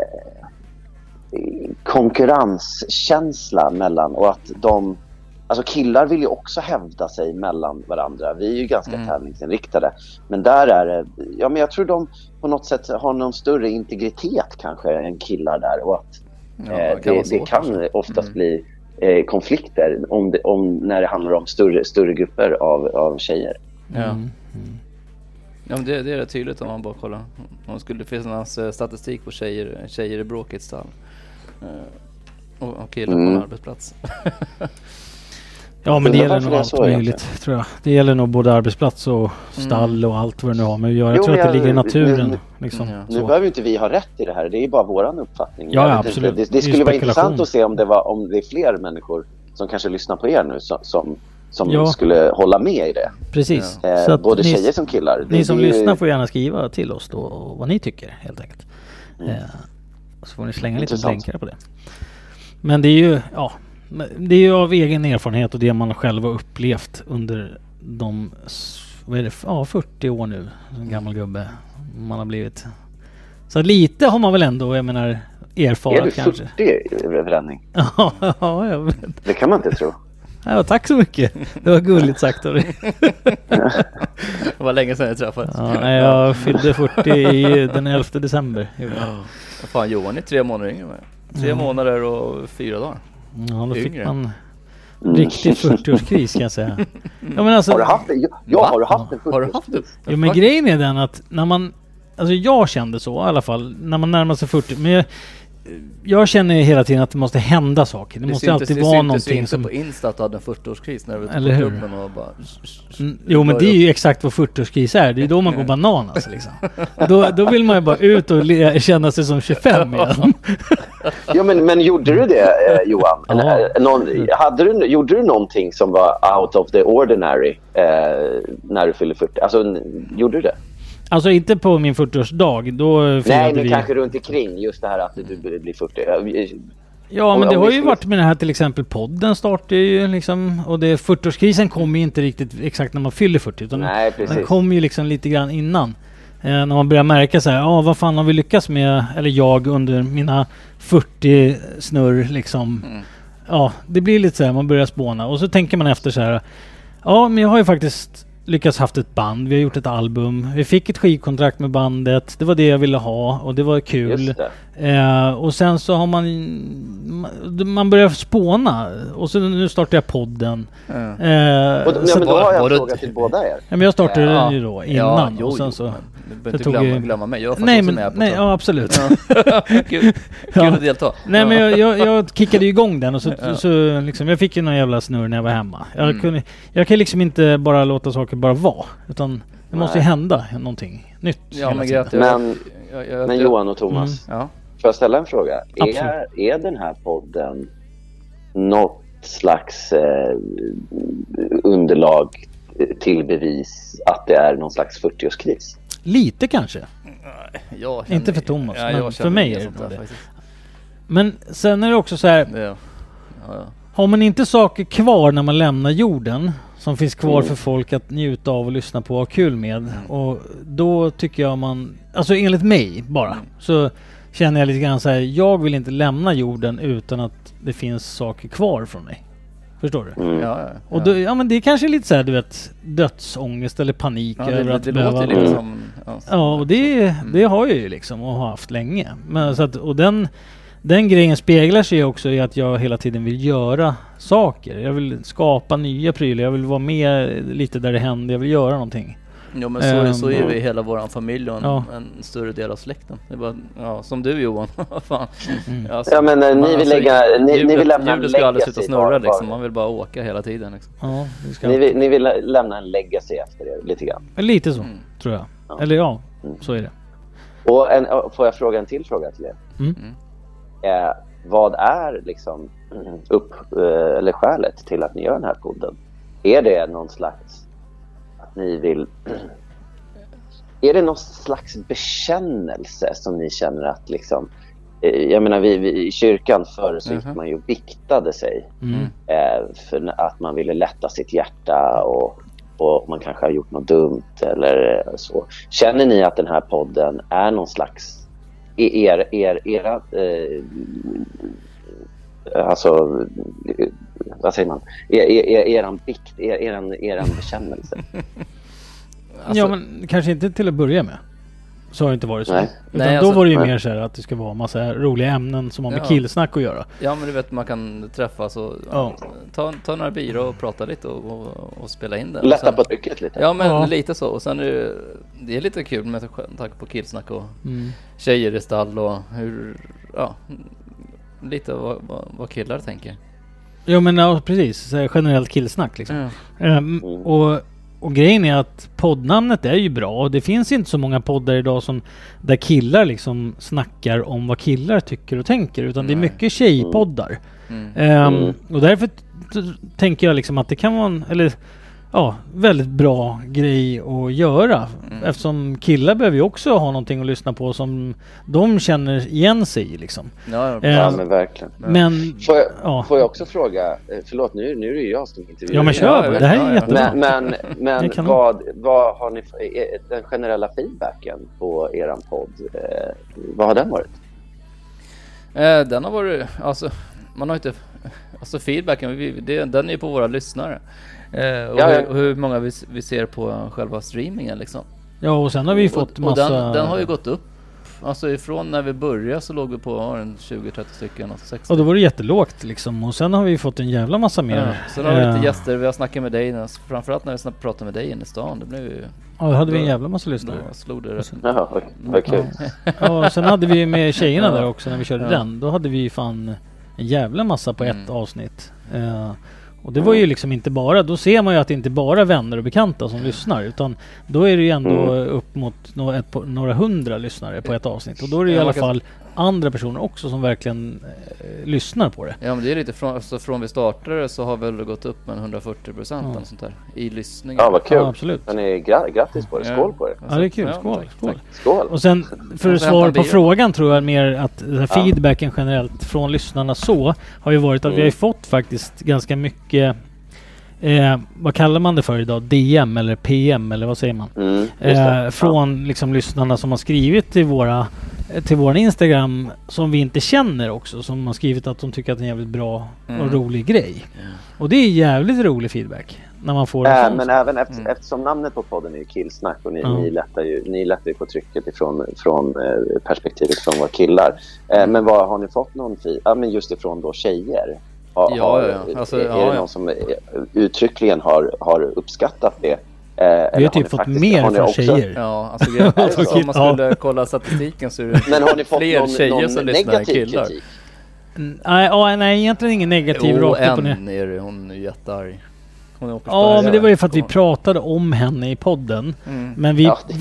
konkurrenskänsla mellan, och att alltså killar vill ju också hävda sig mellan varandra. Vi är ju ganska tävlingsinriktade. Men där är det, men jag tror de på något sätt har någon större integritet kanske än killar där. Och att det kan oftast bli konflikter när det handlar om större grupper av tjejer. Ja, men det är rätt tydligt om man bara kollar. Om skulle finnas statistik på tjejer i bråkigt stall. Och killar på en arbetsplats. Ja, men det gäller nog allt möjligt, tror jag. Det gäller nog både arbetsplats och stall och allt vad det nu har med att göra. Jag tror att det ligger i naturen. Nu behöver inte vi ha rätt i det här. Det är bara våran uppfattning. Ja, absolut. Det skulle vara intressant att se om det är fler människor som kanske lyssnar på er nu som skulle hålla med i det. Precis. Så både tjejer som killar. Ni som lyssnar får gärna skriva till oss då vad ni tycker, helt enkelt. Så får ni slänga lite blänkare på det. Men det är ju av egen erfarenhet och det man själv har upplevt under de 40 år nu som gammal gubbe man har blivit. Så lite har man väl ändå, jag menar, erfarat kanske. Är du 40 överbränning? Ja, jag vet. Det kan man inte tro. Ja, tack så mycket. Det var gulligt sagt av dig. Det var länge sedan jag träffades. Ja, jag fyllde 40 den 11 december. Fan, Johan är 3 månader yngre med. 3 månader och 4 dagar. Ja, då fick man riktig 40-årskris, kan jag säga. Ja, men alltså, har du haft det? Ja, har du haft en 40-årskris? Ja, men grejen är den att när man alltså jag kände så i alla fall när man närmar sig 40. Men jag känner hela tiden att det måste hända saker. Det måste alltid vara någonting som... på Insta att du hade en 40-årskris när du var eller på hur? klubben och bara... Jo, men det är ju exakt vad 40-årskris är. Det är då man går bananas liksom. Då vill man ju bara ut och känna sig som 25 igen. Ja, men gjorde du det, Johan? Gjorde du någonting som var out of the ordinary när du fyllde 40? Alltså, gjorde du det? Alltså inte på min 40-årsdag. Då nej, men kanske runt omkring just det här att du blir 40. Ja, men det har ju varit med det här till exempel podden startade ju liksom, och det 40-årskrisen kommer ju inte riktigt exakt när man fyller 40 utan den kommer ju liksom lite grann innan. När man börjar märka så här, vad fan har vi lyckats med, eller jag under mina 40 snurr liksom. Ja, det blir lite så här, man börjar spåna och så tänker man efter så här, ja, men jag har ju faktiskt lyckats haft ett band, vi har gjort ett album, vi fick ett skivkontrakt med bandet, det var det jag ville ha och det var kul. Och sen så har man börjar spåna och så nu startar jag podden. Men då har jag en fråga till båda er. Ja, men jag startade den ju då innan och sen så du behöver inte glömma mig. Jag nej, men nej, ja, absolut. Kul att delta. Nej, men jag kickade igång den och så liksom, jag fick ju någon jävla snurr när jag var hemma. Jag kan liksom inte bara låta saker bara vara, utan det måste ju hända någonting nytt. Ja, men Johan och Thomas, får jag ställa en fråga? Är den här podden något slags underlag till bevis att det är någon slags 40-årskris? Lite kanske. Inte för Thomas, men för mig är det. Men sen är det också så här, har man inte saker kvar när man lämnar jorden som finns kvar för folk att njuta av och lyssna på och ha kul med, och då tycker jag alltså enligt mig bara, så känner jag lite grann så här, jag vill inte lämna jorden utan att det finns saker kvar från mig. Förstår du? Och då, men det är kanske lite så här, du vet, dödsångest eller panik över att behöva... Liksom, och det har jag ju liksom och har haft länge. Men så att, och den grejen speglar sig också i att jag hela tiden vill göra saker. Jag vill skapa nya prylar. Jag vill vara med lite där det händer. Jag vill göra någonting. Ja, men så är vi hela våran familj och en större del av släkten. Det är bara, som du, Johan. Fan. Ja, men ni vill lägga... Ni vill lämna en legacy. Ska aldrig sluta snurra liksom. Man vill bara åka hela tiden liksom. Ni vill lämna en legacy efter er lite grann. Lite så, tror jag. Eller så är det. Och får jag fråga en till fråga till er? Vad är liksom eller skälet till att ni gör den här podden? Är det någon slags att ni vill... Är det någon slags bekännelse som ni känner att liksom... Jag menar, vi i kyrkan förr så gick man ju viktade sig för att man ville lätta sitt hjärta och man kanske har gjort något dumt eller så. Känner ni att den här podden är någon slags alltså, vad säger man? Eran bikt, eran bekännelse. Ja, men kanske inte till att börja med. Så har det inte varit så. Nej, då var det ju mer så här att det ska vara massa roliga ämnen som har med killsnack att göra. Ja, men du vet, man kan träffas och ta några bira och prata lite och spela in det. Lätta på trycket lite. Ja, men lite så. Och sen är det är lite kul med tanke på killsnack och tjejer i stall och hur, lite vad killar tänker. Ja, men precis. Så generellt killsnack liksom. Och grejen är att poddnamnet är ju bra och det finns inte så många poddar idag där killar liksom snackar om vad killar tycker och tänker, utan det är mycket tjejpoddar. Och därför tänker jag liksom att det kan vara väldigt bra grej att göra, eftersom killar behöver ju också ha någonting att lyssna på som de känner igen sig i liksom. Ja, men verkligen. Men får jag också fråga, förlåt, nu är det ju jag som intervjuar. Ja, men kör, det här är jättebra. Men vad har ni den generella feedbacken på eran podd? Vad har den varit? Den har varit, alltså man har inte, alltså feedbacken den är ju på våra lyssnare. Och hur många vi ser på själva streamingen liksom. Ja, och sen har vi fått massa... Den har ju gått upp alltså ifrån när vi började så låg vi på 20-30 stycken, alltså 60. Och då var det jättelågt liksom. Och sen har vi fått en jävla massa mer. Ja, sen har vi lite gäster, vi har snackat med dig, framförallt när vi pratade med dig inne i stan. Det blev ju... Ja, då hade vi en jävla massa lyssnare. Då slog det rätt. Ja, vad kul. Ja, och sen hade vi med tjejerna där också när vi körde den. Då hade vi fan en jävla massa på ett avsnitt. Och det var ju liksom inte bara, då ser man ju att det inte bara är vänner och bekanta som lyssnar, utan då är det ju ändå upp mot några hundra lyssnare på ett avsnitt. Och då är det i alla fall andra personer också som verkligen lyssnar på det. Ja, men det är lite från vi startade så har väl gått upp med 140% eller sånt där i lyssningen. Ja, vad kul. Ja, absolut. Men grattis på det. Skål på det. Ja, det är kul. Skål. Och sen för att svara på frågan tror jag mer att den här feedbacken generellt från lyssnarna så har ju varit att vi har fått faktiskt ganska mycket vad kallar man det för idag? DM eller PM eller vad säger man? Från liksom lyssnarna som har skrivit till våran Instagram som vi inte känner också, som har skrivit att de tycker att det är en jävligt bra och rolig grej. Och det är jävligt rolig feedback när man får det. Men även eftersom namnet på podden är ju Killsnack och ni lättar ju på trycket från perspektivet från våra killar. Men vad har ni fått någon men just ifrån då tjejer? Är det någon som uttryckligen har uppskattat det? Vi har typ fått mer från tjejer. Ja, alltså om man skulle kolla statistiken så är det men har ni fått fler tjejer som lyssnar än killar. Nej, egentligen ingen negativ rakt upp och ner. Hon är jättearg. Men det var ju för att vi pratade om henne i podden. Men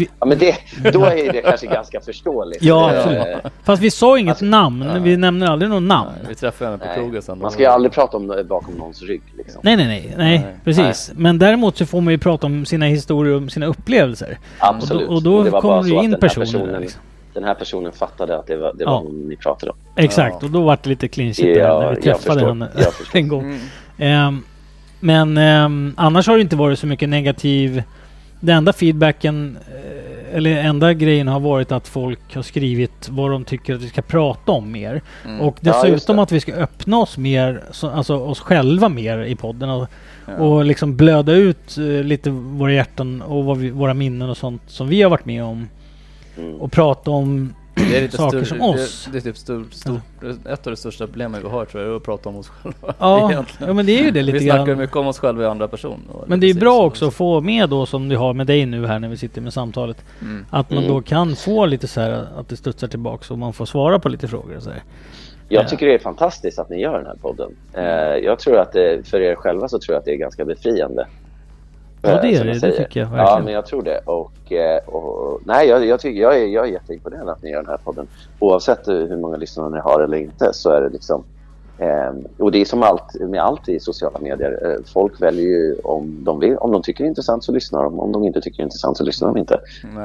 då är det kanske ganska förståeligt. Ja, absolut. Fast vi sa inget namn. Vi nämner aldrig någon namn. Vi träffade henne på krogen sen. Man ska ju aldrig prata om bakom någons rygg liksom. Nej, precis. Men däremot så får man ju prata om sina historier och sina upplevelser. Absolut. Och då kommer det in personer liksom. Den här personen fattade att det var ni pratade om. Exakt, och då var det lite clinchigt när vi träffade henne en gång. Men annars har det inte varit så mycket negativ. Den enda feedbacken eller enda grejen har varit att folk har skrivit vad de tycker att vi ska prata om mer. Och dessutom att vi ska öppna oss mer, alltså oss själva mer i podden och liksom blöda ut lite våra hjärtan och våra minnen och sånt som vi har varit med om och prata om det är lite saker som oss. Det är typ ett av de största problemen vi har tror jag är att prata om oss själva. Ja, men det är ju det lite grann. Vi snackar mycket om oss själva i andra personer. Men det är bra också att få med då som vi har med dig nu här när vi sitter med samtalet. Att man då kan få lite så här att det studsar tillbaka och man får svara på lite frågor och så här. Jag tycker det är fantastiskt att ni gör den här podden. Jag tror att för er själva så tror jag att det är ganska befriande. Ja, det är det tycker jag verkligen. Ja, men jag tror det. Nej, jag är jätteimponerad att ni gör den här podden. Oavsett hur många lyssnare ni har eller inte så är det liksom och det är som med allt i sociala medier. Folk väljer ju om de tycker det är intressant så lyssnar de. Om de inte tycker det är intressant så lyssnar de inte.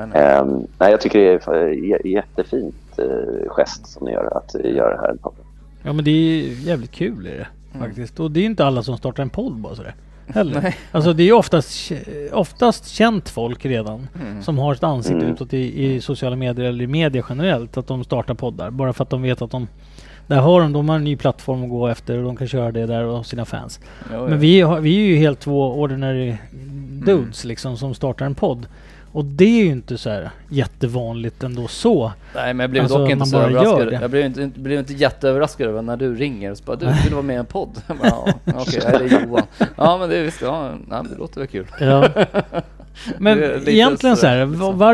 Nej, jag tycker det är jättefint gest som ni gör att göra det här podden. Ja, men det är jävligt kul är det faktiskt. Och det är inte alla som startar en podd bara sådär. Heller. Alltså det är ju oftast känt folk redan som har ett ansikte utåt i sociala medier eller i media generellt att de startar poddar bara för att de vet att de har en ny plattform att gå efter och de kan köra det där och sina fans. Men vi är ju helt två ordinary dudes liksom som startar en podd. Och det är ju inte så här jättevanligt ändå så. Nej, men jag blev dock inte så överraskad. Jag blev inte jätteöverraskad över när du ringer och så bara, du vill vara med i en podd. Okej, det är Johan. Ja, men det är visst, det låter väl kul. Ja. Men egentligen så här,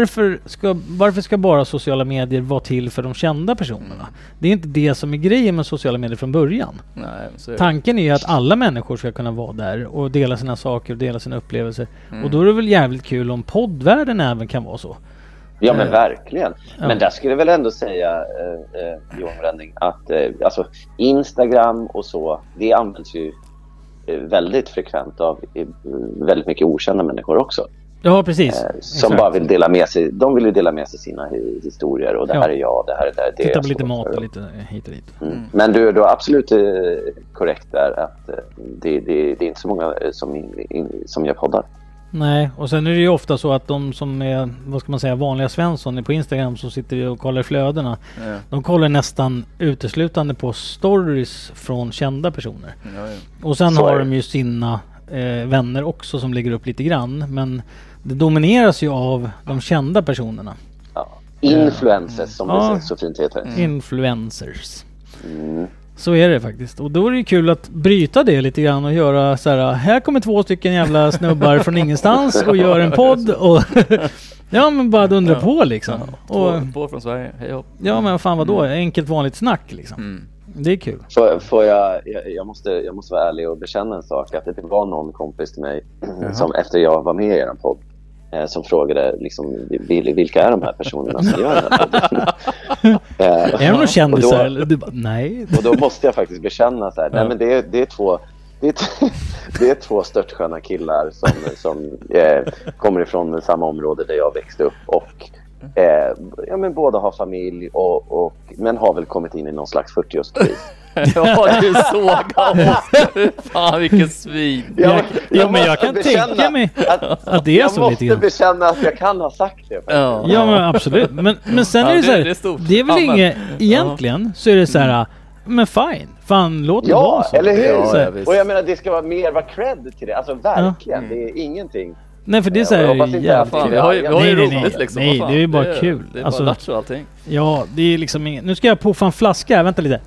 varför ska bara sociala medier vara till för de kända personerna? Det är inte det som är grejen med sociala medier från början. Nej, tanken är ju att alla människor ska kunna vara där och dela sina saker och dela sina upplevelser. Och då är det väl jävligt kul om poddvärlden även kan vara så. Ja, men verkligen. Men där skulle jag väl ändå säga, Johan Ränning, att alltså Instagram och så, det används ju väldigt frekvent av väldigt mycket okända människor också. Ja, precis. Som bara vill dela med sig. De vill ju dela med sig sina historier. Och det här är jag, det här är det. Titta på lite mat och lite hit och dit. Men du är då absolut korrekt där. Att det är inte så många som gör poddar. Nej, och sen är det ju ofta så att de som är, vad ska man säga, vanliga Svensson på Instagram som sitter och kollar flödena. De kollar nästan uteslutande på stories från kända personer. Och sen har de ju sina vänner också som lägger upp lite grann. Men det domineras ju av de kända personerna. influencers som det så fint heter. Influencers. Så är det faktiskt. Och då är det kul att bryta det lite grann och göra så här kommer 2 stycken jävla snubbar från ingenstans och gör en podd och ja, men bara dundra på liksom. Två från Sverige, hej hopp. Ja, men fan vadå? Enkelt vanligt snack liksom. Det är kul. Får jag måste vara ärlig och bekänna en sak, att det var någon kompis till mig som efter jag var med i er podd som frågade liksom, vilka är de här personerna som gör den här podden? Är de någon kändisar? Eller du bara, nej. Och då måste jag faktiskt bekänna så här, nej men det är två störtsköna killar som kommer ifrån samma område där jag växte upp och ja, men båda har familj men har väl kommit in i någon slags 40-årskris. Ja, du såg fan vilken svin. Men jag kan tänka mig att det är så lite grann. Jag måste bekänna att jag kan ha sagt det. Ja, men absolut. Men sen är det så här, det är väl inget egentligen så är det så här, men fine. Fan, låt det vara så. Eller hur? Ja, och jag menar, det ska vara mer cred till det. Alltså verkligen, det är ingenting. Nej, för det är så här jävla... Vi har ju roligt liksom. Nej, det är ju bara kul. Det är bara lattjo och allting. Ja, det är liksom inget... Nu ska jag puffa en flaska. Vänta lite.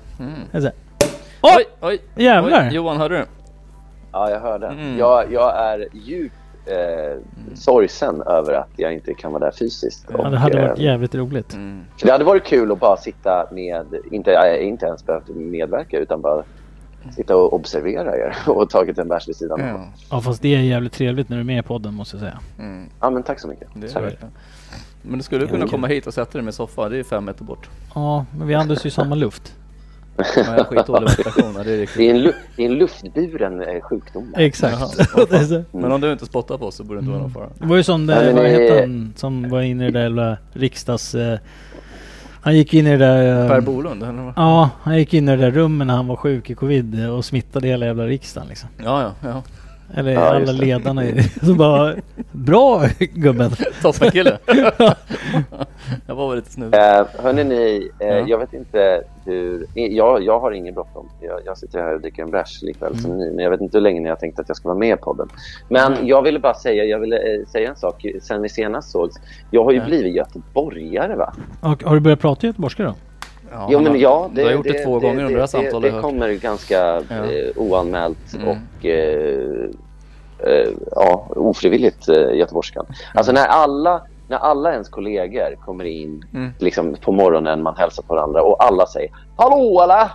Oj! Jävlar! Oj, Johan, hörde du? Ja, jag hörde. Jag är djupt sorgsen över att jag inte kan vara där fysiskt. Ja, det hade varit jävligt roligt. För det hade varit kul att bara sitta med... Inte ens behövt medverka, utan bara... sitta och observera er och tagit en bärs vid sidan. Ja, fast det är jävligt trevligt när du är med i podden, måste jag säga. Ja, men tack så mycket. Men du skulle kunna komma hit och sätta dig med soffa. Det är 5 meter bort. Ja, men vi andas ju samma luft. Ja, jag skitdålig meditation. Det är en luftburen sjukdom. Exakt. Men om du inte spottar på så borde det inte vara någon fara. Det var ju som det, vad heter han som var inne i det där jävla riksdags... Han gick in i det där... Per Bolund, eller? Ja, han gick in i det där rummen när han var sjuk i covid och smittade hela jävla riksdagen liksom. Ja. Eller alla ledarna så bara, bra gubben. Toppenkille. Jag var lite snuvig. Hörrni ni, jag vet inte hur... Jag har ingen bråttom. Jag sitter här och dricker en bärs likväl som ni. Men jag vet inte hur länge ni har tänkt att jag ska vara med på den. Men jag ville bara säga, säga en sak. Sen vi senast sågs, jag har ju blivit göteborgare, va? Och, har du börjat prata göteborgska då? Ja, du har gjort det 2 gånger under det här samtalet. Det kommer ganska oanmält och ofrivilligt göteborgskan. Alltså när alla ens kollegor kommer in liksom på morgonen, man hälsar på varandra och alla säger hallå alla!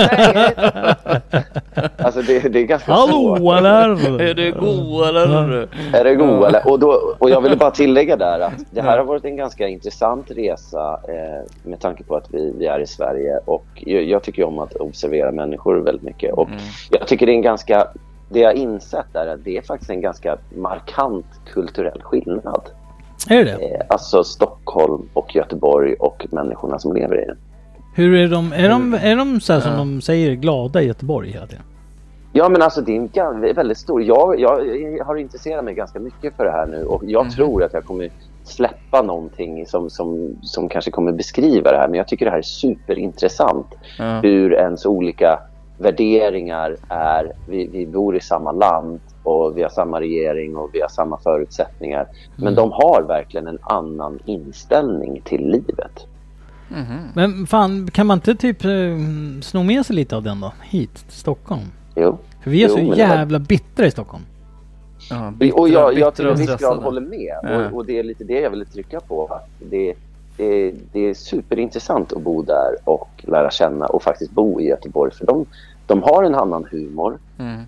Alltså det är ganska hallå eller? Är det god eller? Är det god eller? Och jag ville bara tillägga där att det här har varit en ganska intressant resa med tanke på att vi är i Sverige och jag tycker om att observera människor väldigt mycket och jag tycker det är en ganska... Det jag insett är att det är faktiskt en ganska markant kulturell skillnad. Är det? Alltså Stockholm och Göteborg och människorna som lever i det. Hur är de? Är de så här som de säger glada i Göteborg hela tiden? Ja, men alltså det är väldigt stor. Jag har intresserat mig ganska mycket för det här nu och jag tror att jag kommer släppa någonting som kanske kommer beskriva det här. Men jag tycker det här är superintressant. Hur ens olika värderingar är. Vi bor i samma land och vi har samma regering och vi har samma förutsättningar. Men de har verkligen en annan inställning till livet. Men fan, kan man inte typ sno med sig lite av den då? Hit till Stockholm? Jo. För vi är så jävla bittra i Stockholm. Ja, och jag till en viss grad håller med. Och det är lite det jag vill trycka på. Att det är superintressant att bo där och lära känna och faktiskt bo i Göteborg. För de har en annan humor.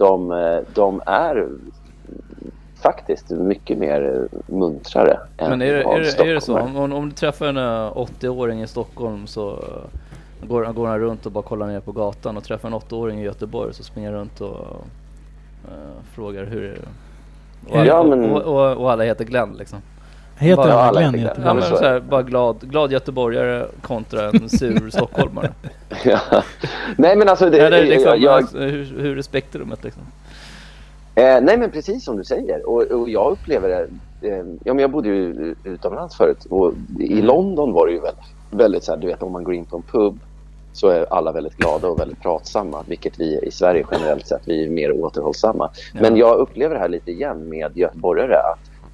De är faktiskt mycket mer muntrare än Men är det så? Om du träffar en 80-åring i Stockholm så går han runt och bara kollar ner på gatan och träffar en 80-åring i Göteborg så springer runt och frågar hur är det? Och alla heter Glenn liksom. Heter alla Glenn? Ja, men så här, bara glad göteborgare kontra en sur stockholmare. Ja. Nej, men alltså hur respektrummet liksom. Nej, men precis som du säger. Och jag upplever det. Men jag bodde ju utomlands förut och i London var det ju väldigt så här, du vet, om man går in på en pub så är alla väldigt glada och väldigt pratsamma, vilket vi i Sverige generellt sett, vi är mer återhållsamma. Men jag upplever det här lite igen med göteborgare att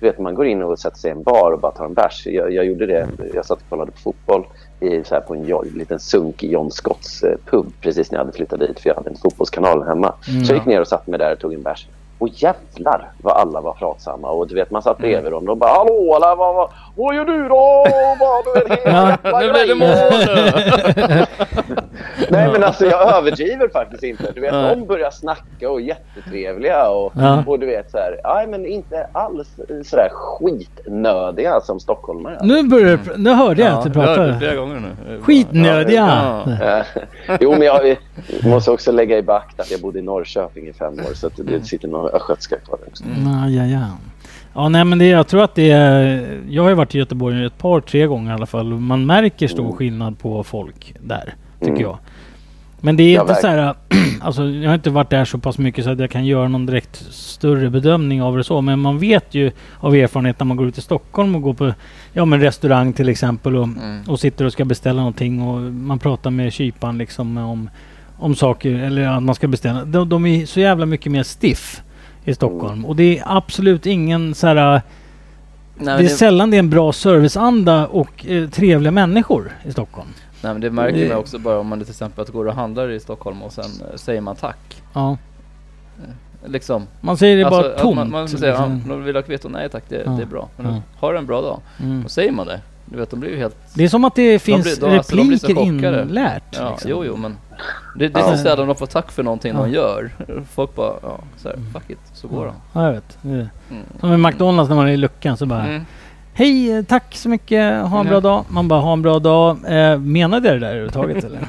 Du vet, man går in och sätter sig i en bar och bara tar en bärs. Jag gjorde det. Jag satt och kollade på fotboll så här på en liten sunkig John Scotts pub precis när jag hade flyttat dit, för jag hade en fotbollskanal hemma. Så jag gick ner och satt mig där och tog en bärs. Och jävlar vad alla var pratsamma. Och du vet, man satt bredvid dem och bara, hallå, eller vad gör du då? Nu blir det mål. Nej, men alltså jag överdriver faktiskt inte. Du vet, de börjar snacka och är jättetrevliga och du vet så här, nej, men inte alls så där skitnödiga som stockholmare. Nu hörde jag att du pratade flera gånger nu. Skitnödiga. Jo, men jag måste också lägga i beakt att jag bodde i Norrköping i 5 år, så att det sitter några östgötska kvar också. Ja, nej, men jag tror att det är... Jag har ju varit i Göteborg ett par, 3 gånger i alla fall. Man märker stor skillnad på folk där, tycker jag. Men det är inte så här... Alltså, jag har inte varit där så pass mycket så att jag kan göra någon direkt större bedömning av det så. Men man vet ju av erfarenhet när man går ut i Stockholm och går på restaurang till exempel och sitter och ska beställa någonting och man pratar med kypan liksom om saker eller att man ska beställa. De är så jävla mycket mer stiff i Stockholm. Och det är absolut ingen så här... Nej, det är sällan det är en bra serviceanda och trevliga människor i Stockholm. Nej, men det märker man också bara om man till exempel går och handlar i Stockholm och sen säger man tack. Ja. Liksom. Man säger det bara tomt. Man säger, de vill ha kvitto. Nej tack, det är bra. Men har en bra dag. Då säger man det. Du vet, de blir ju helt... Det är som att det finns repliker inlärt. Ja, liksom. Jo, men det är så sällan de får tack för någonting de gör. Folk bara, så här, fuck it, så går de. Ja, jag vet. Som i McDonalds när man är i luckan så bara... Hej, tack så mycket, ha en bra dag. Man bara, ha en bra dag. Menar det där överhuvudtaget eller?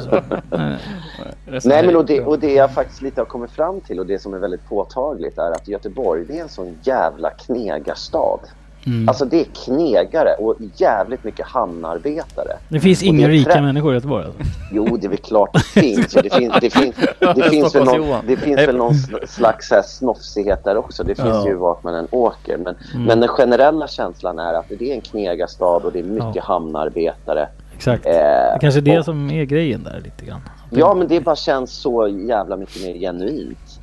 Nej, men och det jag faktiskt lite har kommit fram till och det som är väldigt påtagligt är att Göteborg, det är en sån jävla knegarstad. Alltså det är knegare och jävligt mycket hamnarbetare. Det finns inga rika människor i Göteborg alltså. Jo, det är väl klart det finns. Det finns väl någon slags snofsighet där också. Det finns ju vart man än åker. Men den generella känslan är att det är en knegarstad och det är mycket hamnarbetare. Exakt. Det kanske är det som är grejen där lite grann. Ja, men det bara känns så jävla mycket mer genuint.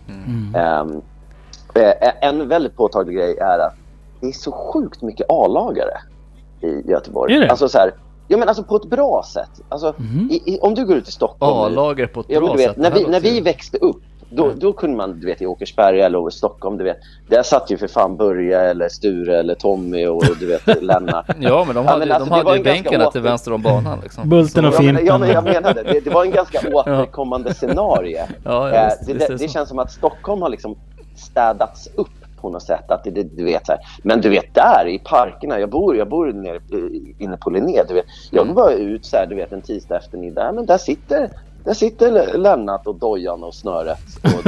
En väldigt påtaglig grej är att det är så sjukt mycket A-lagare i Göteborg. Är det? Alltså så här, ja, men alltså på ett bra sätt. Alltså om du går ut i Stockholm. A-lager på ett bra vet, sätt. När vi växte upp, då kunde man, du vet, i Åkersberg eller i Stockholm, du vet, där satt ju för fan Börje eller Sture eller Tommy och du vet Lennart. Ja, men de hade ju bänkarna till vänster om banan liksom. Bulten och Fimpen. Ja, men jag menade det var en ganska återkommande scenario. Det känns som att Stockholm har liksom städats upp på något sätt, att du vet så här. Men du vet, där i parkerna, jag bor nere inne på Linné, du vet, jag går bara ut så här, du vet, en tisdag eftermiddag, men där sitter Lennart och Dojan och Snöret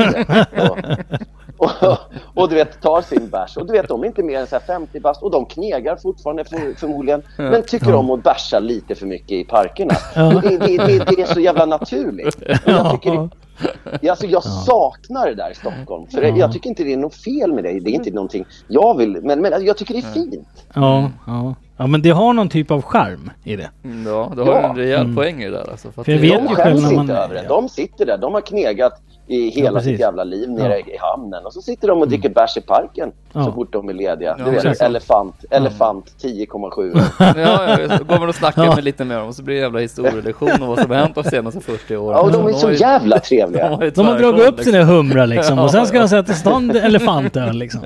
och du vet, tar sin bärs och du vet, de är inte mer än så här 50 bast och de knegar fortfarande förmodligen, men tycker om att bärsa lite för mycket i parkerna. Det är så jävla naturligt. Jag tycker jag saknar det där i Stockholm. För jag tycker inte det är något fel med det. Det är inte någonting jag vill, men jag tycker det är fint. Ja, men det har någon typ av charm i det. Ja, det har en rejäl poäng i det där alltså, för jag vet ju själv när man över det. De sitter där, de har knegat i hela sitt jävla liv nere i hamnen och så sitter de och dricker bärs i parken så fort de är lediga. Du vet, elefant 10,7. Ja, går man och snackar med lite mer om, och så blir det jävla historielektion om vad som har hänt de senaste 40 åren. Ja, och de är så jävla trevliga. De har dragit upp sina humrar liksom och sen ska de sätta stånd elefantöl liksom.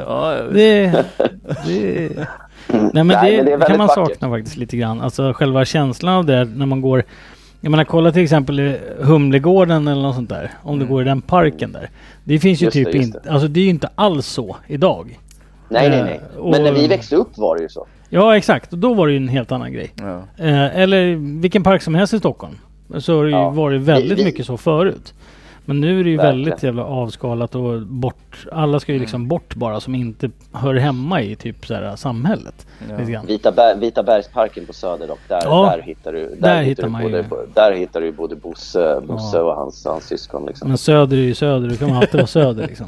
Nej, men det kan man sakna faktiskt lite grann. Alltså själva känslan av det när man går... Jag menar, kolla till exempel i Humlegården eller något sånt där. Om du går i den parken där. Det finns ju typ inte... Alltså det är ju inte alls så idag. Nej. Men när vi växte upp var det ju så. Ja, exakt. Och då var det ju en helt annan grej. Eller vilken park som helst i Stockholm. Så var det väldigt mycket så förut. Men nu är det ju väldigt jävla avskalat och bort. Alla ska ju liksom bort bara som inte hör hemma i typ så här samhället. Vita bergsparken på Söder och där hittar du både Bosse och hans syskon liksom. Men Söder är ju Söder, du kan man alltid vara Söder liksom.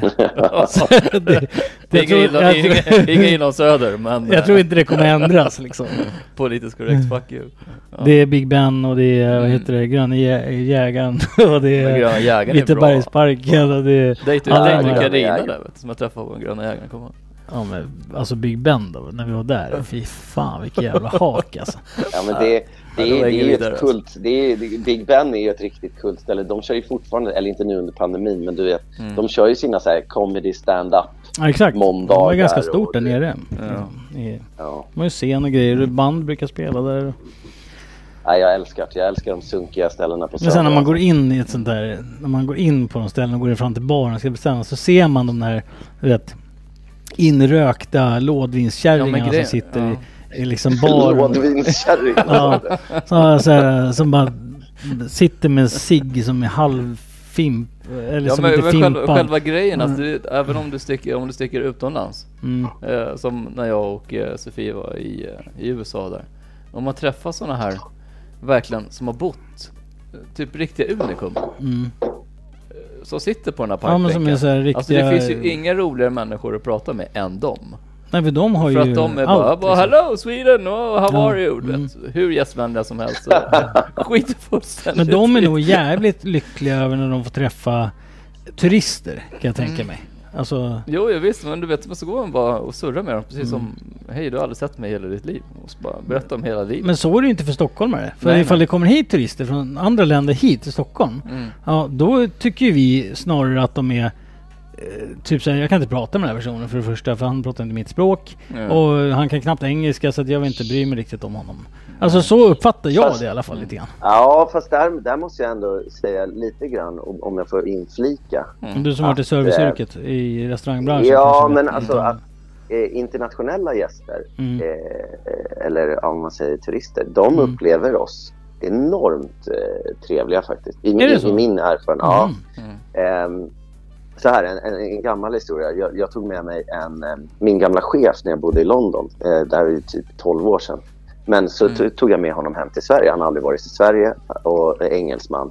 Inga inom Söder, men jag tror inte det kommer ändras liksom. Politiskt korrekt, fuck you. Det är Big Ben och det är vad heter det, Gröna jägaren och det är Vita bergsparken och det är Carina där, vet du, som jag träffade på en Gröna jägaren. Ja, men, alltså Big Ben då, när vi var där. Fy fan, vilken jävla hak alltså. Ja, men det är ju ett kult. Big Ben är ju ett riktigt kultställe. De kör ju fortfarande, eller inte nu under pandemin, men du vet, de kör ju sina så här comedy stand-up. Ja, exakt. Måndagar. Det var ganska stort där nere. Ja. Man ju scen och grejer. Band brukar spela där. Ja, jag älskar de sunkiga ställena på Men sen när man går in i ett sånt där, när man går in på de ställen och går fram till baren och ska bestämma, så ser man de där, vet, inrökta lådvinskärringarna som sitter i liksom baren. Lådvinskärringarna. Ja, som bara sitter med en cigg som är halvfimp eller som inte fimpad. Själva grejen, alltså, även om du sticker utomlands, som när jag och Sofie var i USA där. Om man träffar såna här verkligen som har bott typ riktiga unikum som sitter på den här parkbänken. Alltså det finns ju inga roligare människor att prata med än dem. Nej, för de har för ju att de är allt, bara hello Sweden, how are you? Hur gästvänliga som helst. Skit fullständigt. Men de är nog jävligt lyckliga över när de får träffa turister, kan jag tänka mig. Alltså... Jo, visst, men du vet, så går man bara och surrar med dem, precis som hej, du har aldrig sett mig hela ditt liv, och så bara berätta om hela livet. Men så är det ju inte för stockholmare. För ifall det kommer hit turister från andra länder hit till Stockholm, då tycker vi snarare att de är typ såhär, jag kan inte prata med den här personen för det första, för han pratar inte mitt språk och han kan knappt engelska, så att jag vill inte bry mig riktigt om honom. Alltså så uppfattar jag det i alla fall lite grann. Ja, fast där måste jag ändå säga lite grann om jag får inflika. Du som har varit i serviceyrket i restaurangbranschen. Ja, men alltså att internationella gäster eller om man säger turister, de upplever oss enormt trevliga faktiskt. I min erfarenhet. Så här, en gammal historia. Jag tog med mig min gamla chef när jag bodde i London. Där är typ 12 år sedan. Men så tog jag med honom hem till Sverige. Han har aldrig varit i Sverige och är engelsman.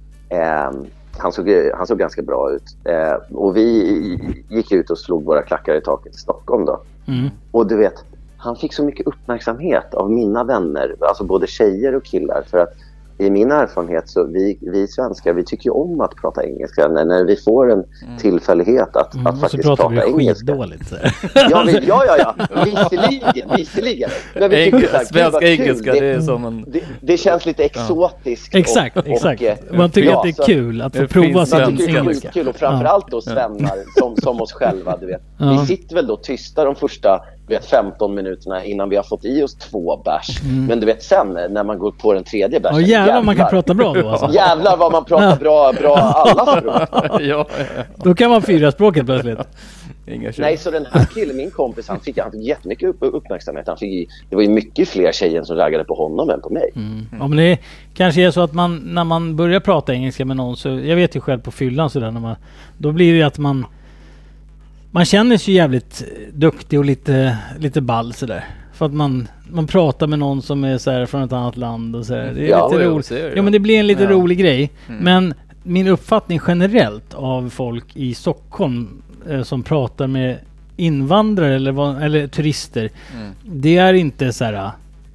Han såg ganska bra ut. Och vi gick ut och slog våra klackar i taket i Stockholm då. Och du vet, han fick så mycket uppmärksamhet av mina vänner. Alltså både tjejer och killar. För att i min erfarenhet så vi svenskar, vi tycker ju om att prata engelska när vi får en tillfällighet att faktiskt prata engelska. Dåligt, ja. Visserligen. Men vi tycker så här, svenska engelska, det är som en... Det känns lite exotiskt. Exakt. Man tycker att det är kul att få prova sin engelska. Det är kul, och framförallt då svennar som oss själva, du vet. Vi sitter väl då tysta de första 15 minuterna innan vi har fått i oss 2 bärs. Men du vet, sen när man går på den 3:e bärsen, jävlar man kan prata bra då alltså. Jävlar vad man pratar bra alla språk. Då kan man 4 språket plötsligt. Nej, så den här killen, min kompis, han fick jättemycket uppmärksamhet. Det var ju mycket fler tjejer som raggade på honom än på mig. Ja, men det kanske är så att när man börjar prata engelska med någon, så jag vet ju själv på fyllan så där, då blir det ju att man känner sig jävligt duktig och lite ball så där. För att man pratar med någon som är så här från ett annat land och så här. Det är lite roligt. Ja, men det blir en lite rolig grej. Men min uppfattning generellt av folk i Stockholm som pratar med invandrare eller turister, det är inte så här.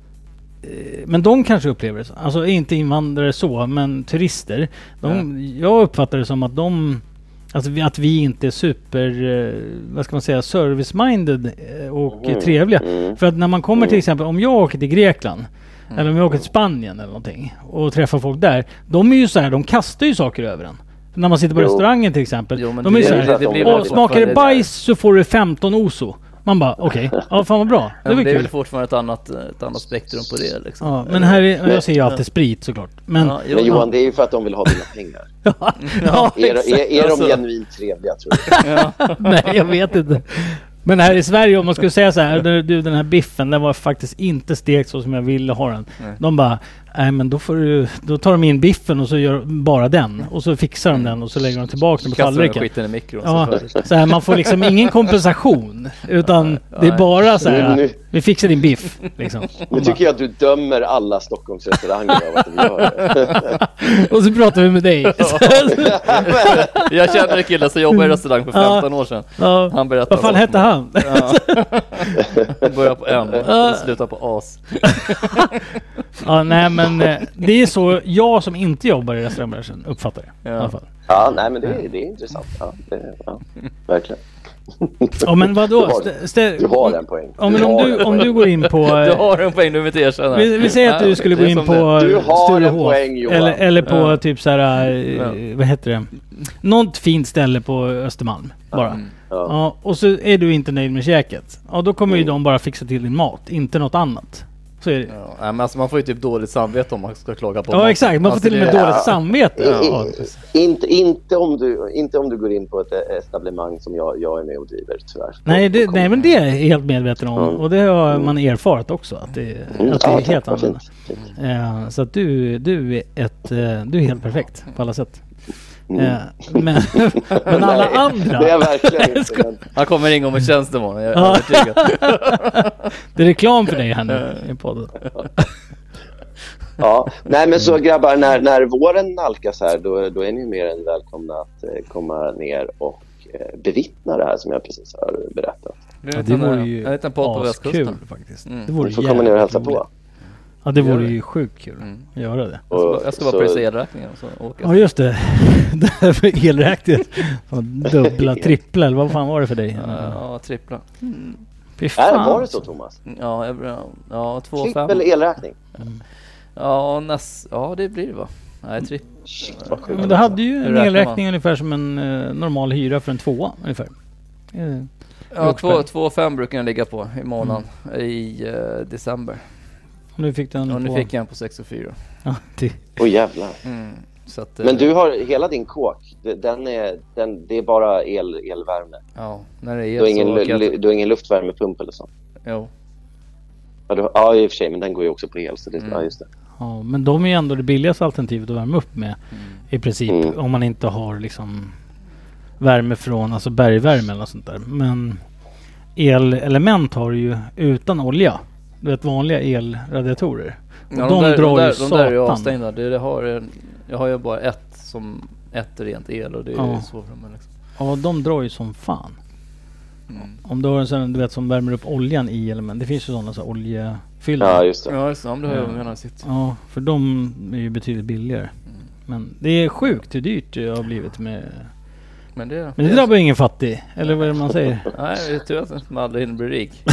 Men de kanske upplever det så. Alltså inte invandrare så, men turister. Jag uppfattar det som att att vi inte är super, vad ska man säga, service-minded och trevliga. För att när man kommer till exempel, om jag åker till Grekland eller om jag åker till Spanien eller någonting och träffar folk där, de är ju så här, de kastar ju saker över en. När man sitter på restaurangen till exempel, de är ju så här, smakar det bajs så får du 15 oso. Man bara, okej, ja fan vad bra. Det är väl fortfarande ett annat spektrum på det liksom. Ja, men här jag ser ju alltid sprit såklart. Men Johan, det är ju för att de vill ha dina pengar. Är de genuint trevliga, tror du? Nej, jag vet inte. Men här i Sverige, om man skulle säga så här, den här biffen, den var faktiskt inte stekt så som jag ville ha den. De bara, nej men då tar de in biffen och så gör bara den. Och så fixar de den och så lägger de tillbaka den på tallriken. Skiten i mikron. Ja, så här, man får liksom ingen kompensation. Utan det är bara så här, vi fixar din biff. Liksom. Nu tycker jag att du dömer alla Stockholms restauranger av att de gör det. Och så pratar vi med dig. Jag känner en kille som jobbar i restaurang för 15 år sedan. Han berättade. Vad fan hette han? Han börjar på M och slutar på as. Ja, nej men det är så jag som inte jobbar i restaurangbranschen uppfattar det i alla fall. Ja, nej men det är intressant. Ja, verkligen. Ja, men vadå? Du har en poäng. Ja, men om du går in på... Du har en poäng, du vill inte erkänna. Vi säger att du skulle gå in på du har Sturehof, en poäng, Johan. eller på typ så här, vad heter det? Något fint ställe på Östermalm bara. Ja, och så är du inte nöjd med käket. Ja, då kommer ju de bara fixa till din mat, inte något annat. Så är det. Ja, men alltså man får ju typ dåligt samvete om man ska klaga på mat. Exakt, man får till och med dåligt samvete. Inte om du går in på ett etablissemang som jag är med och driver, tyvärr. Nej, men det är jag helt medveten om. Och det har man erfarit också, att det är helt annorlunda. Så att du är helt perfekt på alla sätt. Men alla andra... Det är verkligen inte. Han kommer ringa om en tjänstemån, jag är övertygad. Det är reklam för dig här nu i podden. Ja, nej men så grabbar, när våren nalkas här, då är ni mer än välkomna att komma ner och bevittna det här som jag precis har berättat. Det vore ju askul faktiskt. Du får komma ner och hälsa på. Ja, det vore ju sjukt kul att göra det. Jag ska bara pröjsa elräkningen och så åka. Ja, just det. Det här för elräkningen. Dubbla, trippla, eller vad fan var det för dig? Ja, trippla. Var det så, Thomas? Ja, 2,5. Trippel elräkning? Ja, det blir det va? Nej, men du hade ju en elräkning ungefär som en normal hyra för en 2 ungefär. Ja, 2,5 brukar jag ligga på i månaden i december. Och nu fick den nu fick jag en på 6,4. Ja, jävlar. Så att, men du har hela din kåk, det är bara elvärme. Ja, när det är du har ingen luftvärmepump eller så. Jo. Ja, i och för sig, men den går ju också på el, så det, ja, just det. Ja, men de är ju ändå det billigaste alternativet att värma upp med i princip, om man inte har liksom värme från, alltså bergvärme eller något sånt där. Men elelement har ju utan olja. Du vet, vanliga elradiatorer. Ja, de där är ju avstängda. Jag har ju bara ett rent el och det är ju så för mig liksom. Ja, de drar ju som fan. Om du har en sån, du vet, som värmer upp oljan i element. Det finns ju sådana så oljefyllda. Ja, just det. Ja, just det. Det har jag menar sitt. Ja, för de är ju betydligt billigare. Men det är sjukt hur dyrt det har blivit med... Men det drabbar ingen fattig, eller vad är det man säger? Nej, det är tur att man aldrig hinner bli rik.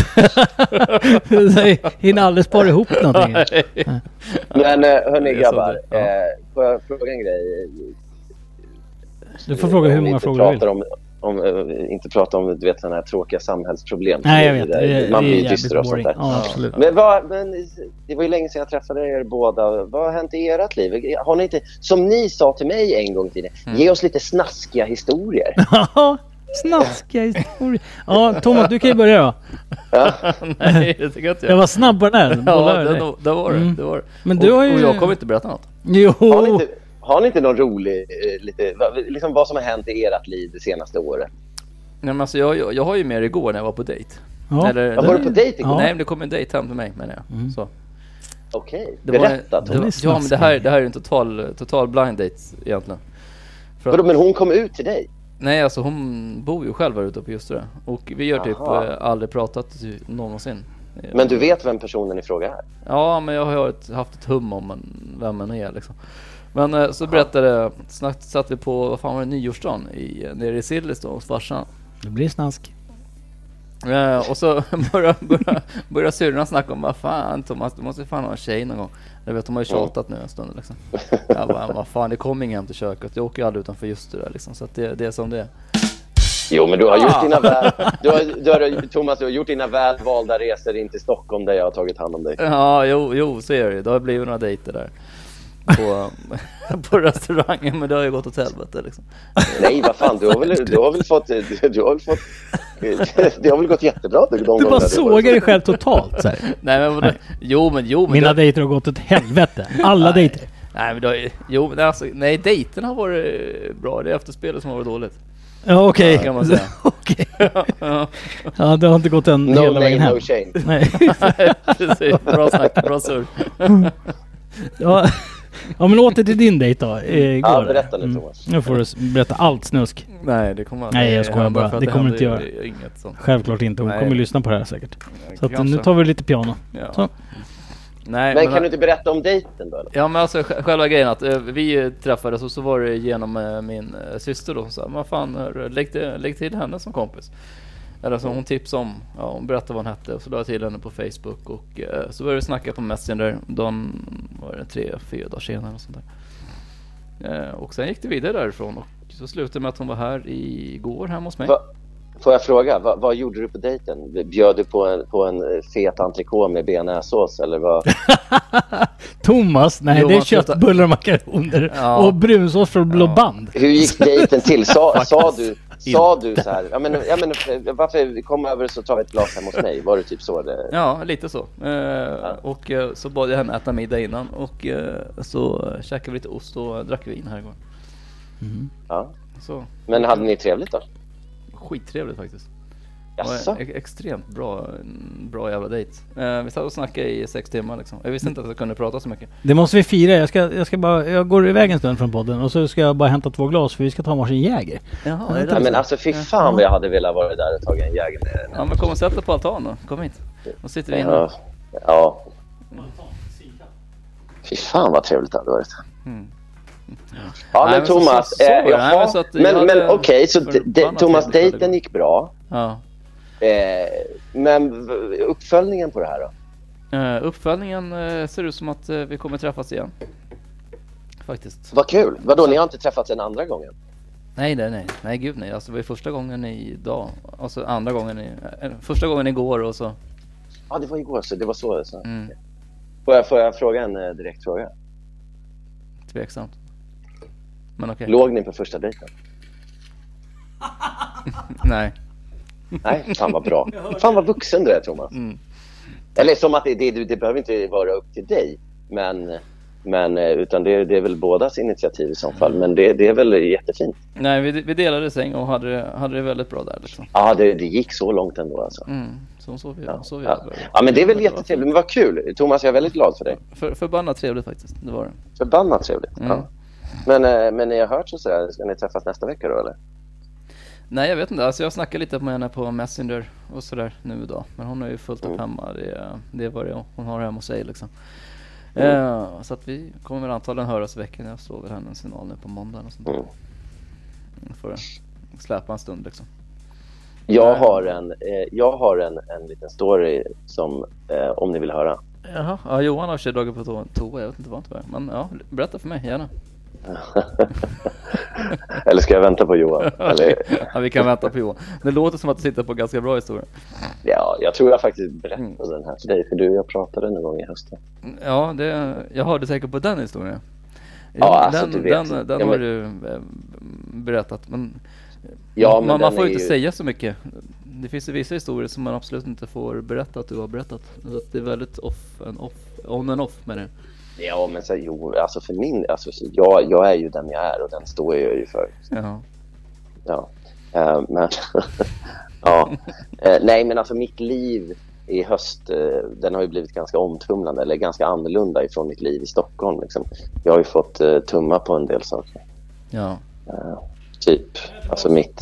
Hinner aldrig spara ihop någonting. Men hörni grabbar, får jag fråga en grej? Du får fråga hur många frågor du vill. Inte prata om, du vet, sådana här tråkiga samhällsproblem. Nej, jag vet. Man blir dyster och sånt där. Ja, absolut. Men det var ju länge sedan jag träffade er båda. Vad har hänt i ert liv? Har ni inte, som ni sa till mig en gång till ge oss lite snaskiga historier. Ja, snaskiga historier. Ja, Thomas, du kan ju börja då. Nej, det tycker jag inte. Jag var snabb på den här. Ja, det var det. Men du har ju... Och jag kommer inte berätta något. Jo. Har ni inte någon rolig, liksom vad som har hänt i ert liv det senaste året? Nej, men alltså jag har ju med igår när jag var på dejt. Ja. Var du på dejt igår? Nej, men det kom en dejt hem till mig, menar jag. Så. Okej, berätta. Ja, men det här är en total blind date egentligen. Men hon kom ut till dig? Nej, alltså hon bor ju själv här ute på just det. Och vi har typ aldrig pratat någonsin. Men du vet vem personen i fråga är? Ja, men jag har haft ett hum om vem man är liksom. Men så berättade snabbt, satt vi på, vad fan var det, nyårsdagen nere i Sillis då hos farsan. Det blir snask. Och så börjar syrran snacka om, vad fan Thomas, du måste fan ha en tjej någon gång. Jag vet, de har ju tjatat nu en stund liksom. Jag bara, vad fan, det kommer ingen hem till köket. Jag åker aldrig utanför just det där liksom. Så att det är som det är. Jo, men du har gjort Thomas, du har gjort dina välvalda resor in till Stockholm där jag har tagit hand om dig. Ja, jo, så är det. Det har blivit några dejter där på restaurangen, men det har ju gått åt helvete liksom. Nej, vad fan, du har väl fått det har väl gått jättebra. Du bara sågar dig själv totalt så här. Nej, men jo, mina dejter har gått åt helvete. Alla dejter. Nej, men alltså, dejten har varit bra. Det är efterspelet som har varit dåligt. Ja, okej. Kan man säga. Okej. Ja, det har inte gått en hela vägen hem. No shame. Nej. Precis. Bra snack, bra surr. Ja, men åter till din dejt då. Igår. Ja, berätta nu, Thomas. Nu får du berätta allt snusk. Nej, det kommer Nej, jag skojar bara. Det kommer inte göra. Inget sånt. Självklart inte. Hon kommer lyssna på det här säkert. Så att, nu tar vi lite piano. Ja. Så. Nej, men kan du inte berätta om dejten då? Eller? Ja, men alltså själva grejen att vi träffades och så var det genom min syster då. Så vad fan, lägg till henne som kompis. Eller så hon tipsade om, hon berättade vad hon hette och så la jag till henne på Facebook och så började vi snacka på Messenger. Dagen var det 3-4 dagar senare och sånt där. Och sen gick det vidare därifrån och så slutade med att hon var här igår hemma hos mig. Får jag fråga, vad gjorde du på dejten? Bjöd du på en fet entrecote med bearnaisesås eller vad? Thomas, nej det är köttbullar och makaroner och brunsås från Blå Band. Hur gick dejten till? Sa du så här, ja men varför kom över så tar vi ett glas hem hos mig? Var det typ så? Ja, lite så. Och så bad jag henne äta middag innan och så käkade vi lite ost och drack vin här igår. Mm. Ja. Så. Men hade ni trevligt då? Skittrevligt faktiskt. Jaså? Extremt bra jävla dejt. Vi satt och snackade i 6 timmar liksom. Jag visste inte att jag kunde prata så mycket. Det måste vi fira. Jag går iväg en stund från podden och så ska jag bara hämta 2 glas för vi ska ta varsin Jäger. Jaha, ja, men alltså fy fan vad jag hade velat vara där och tagit en Jäger med. Ja, men kom och sätt dig på altan då. Kom hit. Och sitter vi inne. Ja. Fy fan vad trevligt det hade varit. Ja, men Thomas, men okej, så Thomas, dejten gick bra. Ja. Men uppföljningen på det här då? Uppföljningen ser ut som att vi kommer träffas igen. Faktiskt. Vad kul. Vadå, ni har inte träffats en andra gången? Nej, gud nej. Alltså det var första gången idag. Alltså andra gången första gången igår och så. Ja, det var igår så det var så. Mm. Får jag fråga en direkt fråga? Tveksamt. Men okej. Låg ni på första dejten? Nej. Nej, fan vad bra. Fan vad vuxen du är, Thomas. Eller som att det behöver inte vara upp till dig. Men utan det är väl bådas initiativ i så fall. Men det är väl jättefint. Nej, vi delade säng och hade det väldigt bra där liksom. Ja, det gick så långt ändå alltså. Så vi ja, men det är väl jättetrevligt. Men vad kul. Thomas, jag är väldigt glad för dig. Förbannat trevligt faktiskt, det var det. Förbannat trevligt, ja. Men ni har hört så sådär, ska ni träffas nästa vecka då eller? Nej, jag vet inte. Alltså jag snackar lite med henne på Messenger och sådär nu idag. Men hon är ju fullt upp hemma. Det är vad det är. Hon har hemma hos sig liksom. Så att vi kommer väl antagligen höras i veckan. Jag slår väl henne en signal nu på måndagen och sånt där. Får släppa en stund liksom. Jag har en liten story som om ni vill höra. Jaha, ja, Johan har dragit på toa. Jag vet inte vad det var. Men ja, berätta för mig, gärna. Eller ska jag vänta på Johan? Eller? Ja, vi kan vänta på Johan. Det låter som att du sitter på ganska bra historia. Ja, jag tror jag faktiskt berättade den här för dig. För jag pratade en gång i hösten. Ja, jag hörde säkert på den historien. Ja, alltså du vet. Den har du berättat. Men, man får ju inte säga så mycket. Det finns ju vissa historier som man absolut inte får berätta att du har berättat. Så det är väldigt on and off med det. Ja, men så, alltså för min, alltså, jag är ju den jag är och den står jag ju för. Ja. Men ja. Nej, men alltså mitt liv i höst, den har ju blivit ganska omtumlande eller ganska annorlunda ifrån mitt liv i Stockholm liksom. Jag har ju fått tumma på en del saker. Ja. Typ, alltså mitt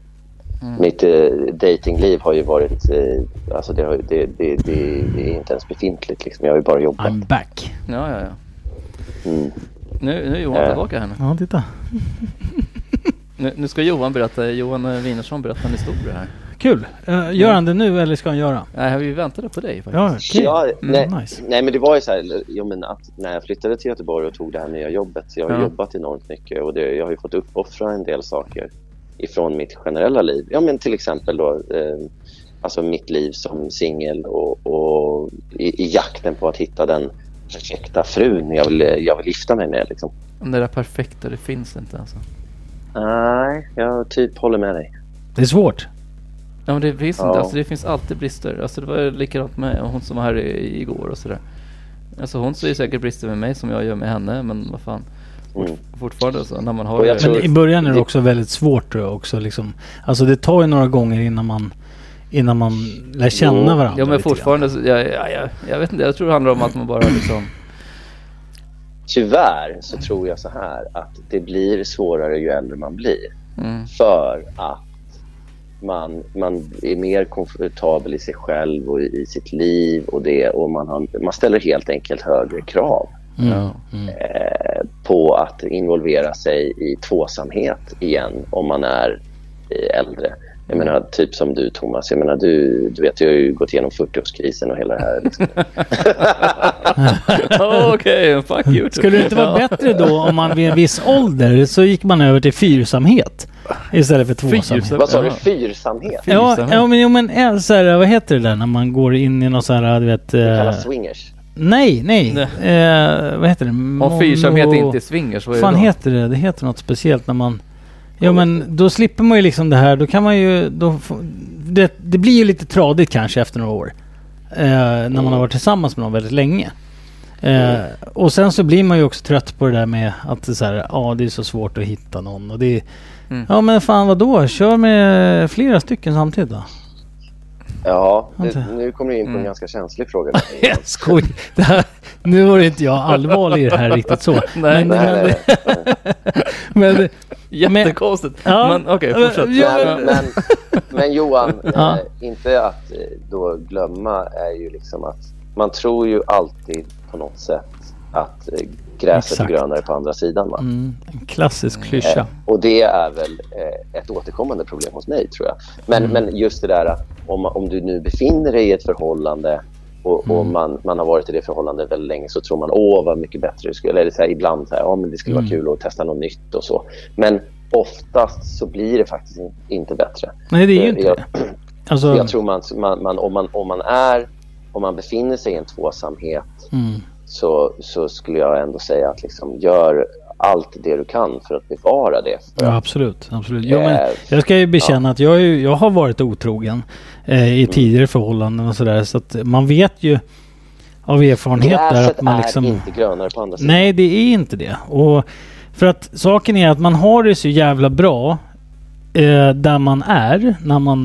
datingliv har ju varit alltså det är inte ens befintligt liksom. Jag har ju bara jobbat. I'm back. Ja. Nu är Johan tillbaka här nu. Ja, titta. Nu ska Johan Wienersson berätta en historia här. Kul. Gör han det nu eller ska han göra? Nej, vi väntade på dig faktiskt. Ja, okay. Nice. Nej, men det var ju så här, att när jag flyttade till Göteborg och tog det här nya jobbet, så jag har jobbat enormt mycket och jag har ju fått uppoffra en del saker ifrån mitt generella liv. Ja, men till exempel då alltså mitt liv som singel och i jakten på att hitta den perfekta frun jag vill gifta mig med liksom. Det där perfekta, det finns inte alltså. Nej, jag typ håller med dig. Det är svårt. Ja, men det finns inte. Alltså det finns alltid brister. Alltså det var likadant med hon som var här igår och sådär. Alltså hon ser ju säkert brister med mig som jag gör med henne, men vad fan. Fortfarande så när man har det. Men i början är det också väldigt svårt tror jag också liksom. Alltså det tar ju några gånger innan man lär känna varandra. Ja, men fortfarande så, jag vet inte, jag tror det handlar om att man bara liksom. Tyvärr så tror jag så här att det blir svårare ju äldre man blir. För att man är mer komfortabel i sig själv och i sitt liv och man ställer helt enkelt högre krav på att involvera sig i tvåsamhet igen om man är äldre. Jag menar, typ som du, Thomas. Jag menar, du vet, jag har ju gått igenom 40-årskrisen och hela det här. Liksom. Okej, fuck you. Skulle det inte vara bättre då om man vid en viss ålder så gick man över till fyrsamhet istället för tvåsamhet? Vad sa du? Fyrsamhet? Ja, men så här, vad heter det där när man går in i något så här, du vet... Det kallas swingers. Nej. Vad heter det? Om fyrsamhet inte är swingers, vad är det då? heter det? Det heter något speciellt när man... Ja, men då slipper man ju liksom det här. Då kan man ju... Det blir ju lite tradigt kanske efter några år. När man har varit tillsammans med någon väldigt länge. Och sen så blir man ju också trött på det där med att det, så här, det är så svårt att hitta någon. Och det är, ja, men fan vadå? Kör med flera stycken samtidigt då. Ja, nu kommer du in på en ganska känslig fråga. Skoj. Nu var det inte jag allvarlig i det här riktigt så. Nej. Jättekonstigt. Men okej, fortsätt. Men Johan, inte att då glömma är ju liksom att man tror ju alltid på något sätt att gräset är grönare på andra sidan. Va? En klassisk klyscha. Och det är väl ett återkommande problem hos mig, tror jag. Men just det där, om du nu befinner dig i ett förhållande och man har varit i det förhållandet väldigt länge, så tror man, vad mycket bättre det skulle, eller så här, ibland så här, men det skulle vara kul att testa något nytt och så. Men oftast så blir det faktiskt inte bättre. Nej, det är ju inte det. Alltså... Jag tror om man befinner sig i en tvåsamhet så skulle jag ändå säga att liksom, gör allt det du kan för att bevara det. Ja, absolut. Jo, men jag ska ju bekänna att jag har varit otrogen i tidigare förhållanden och sådär, så att man vet ju av erfarenhet där att man liksom... är inte grönare på andra sidan. Nej, det är inte det. Och för att saken är att man har det så jävla bra där man är,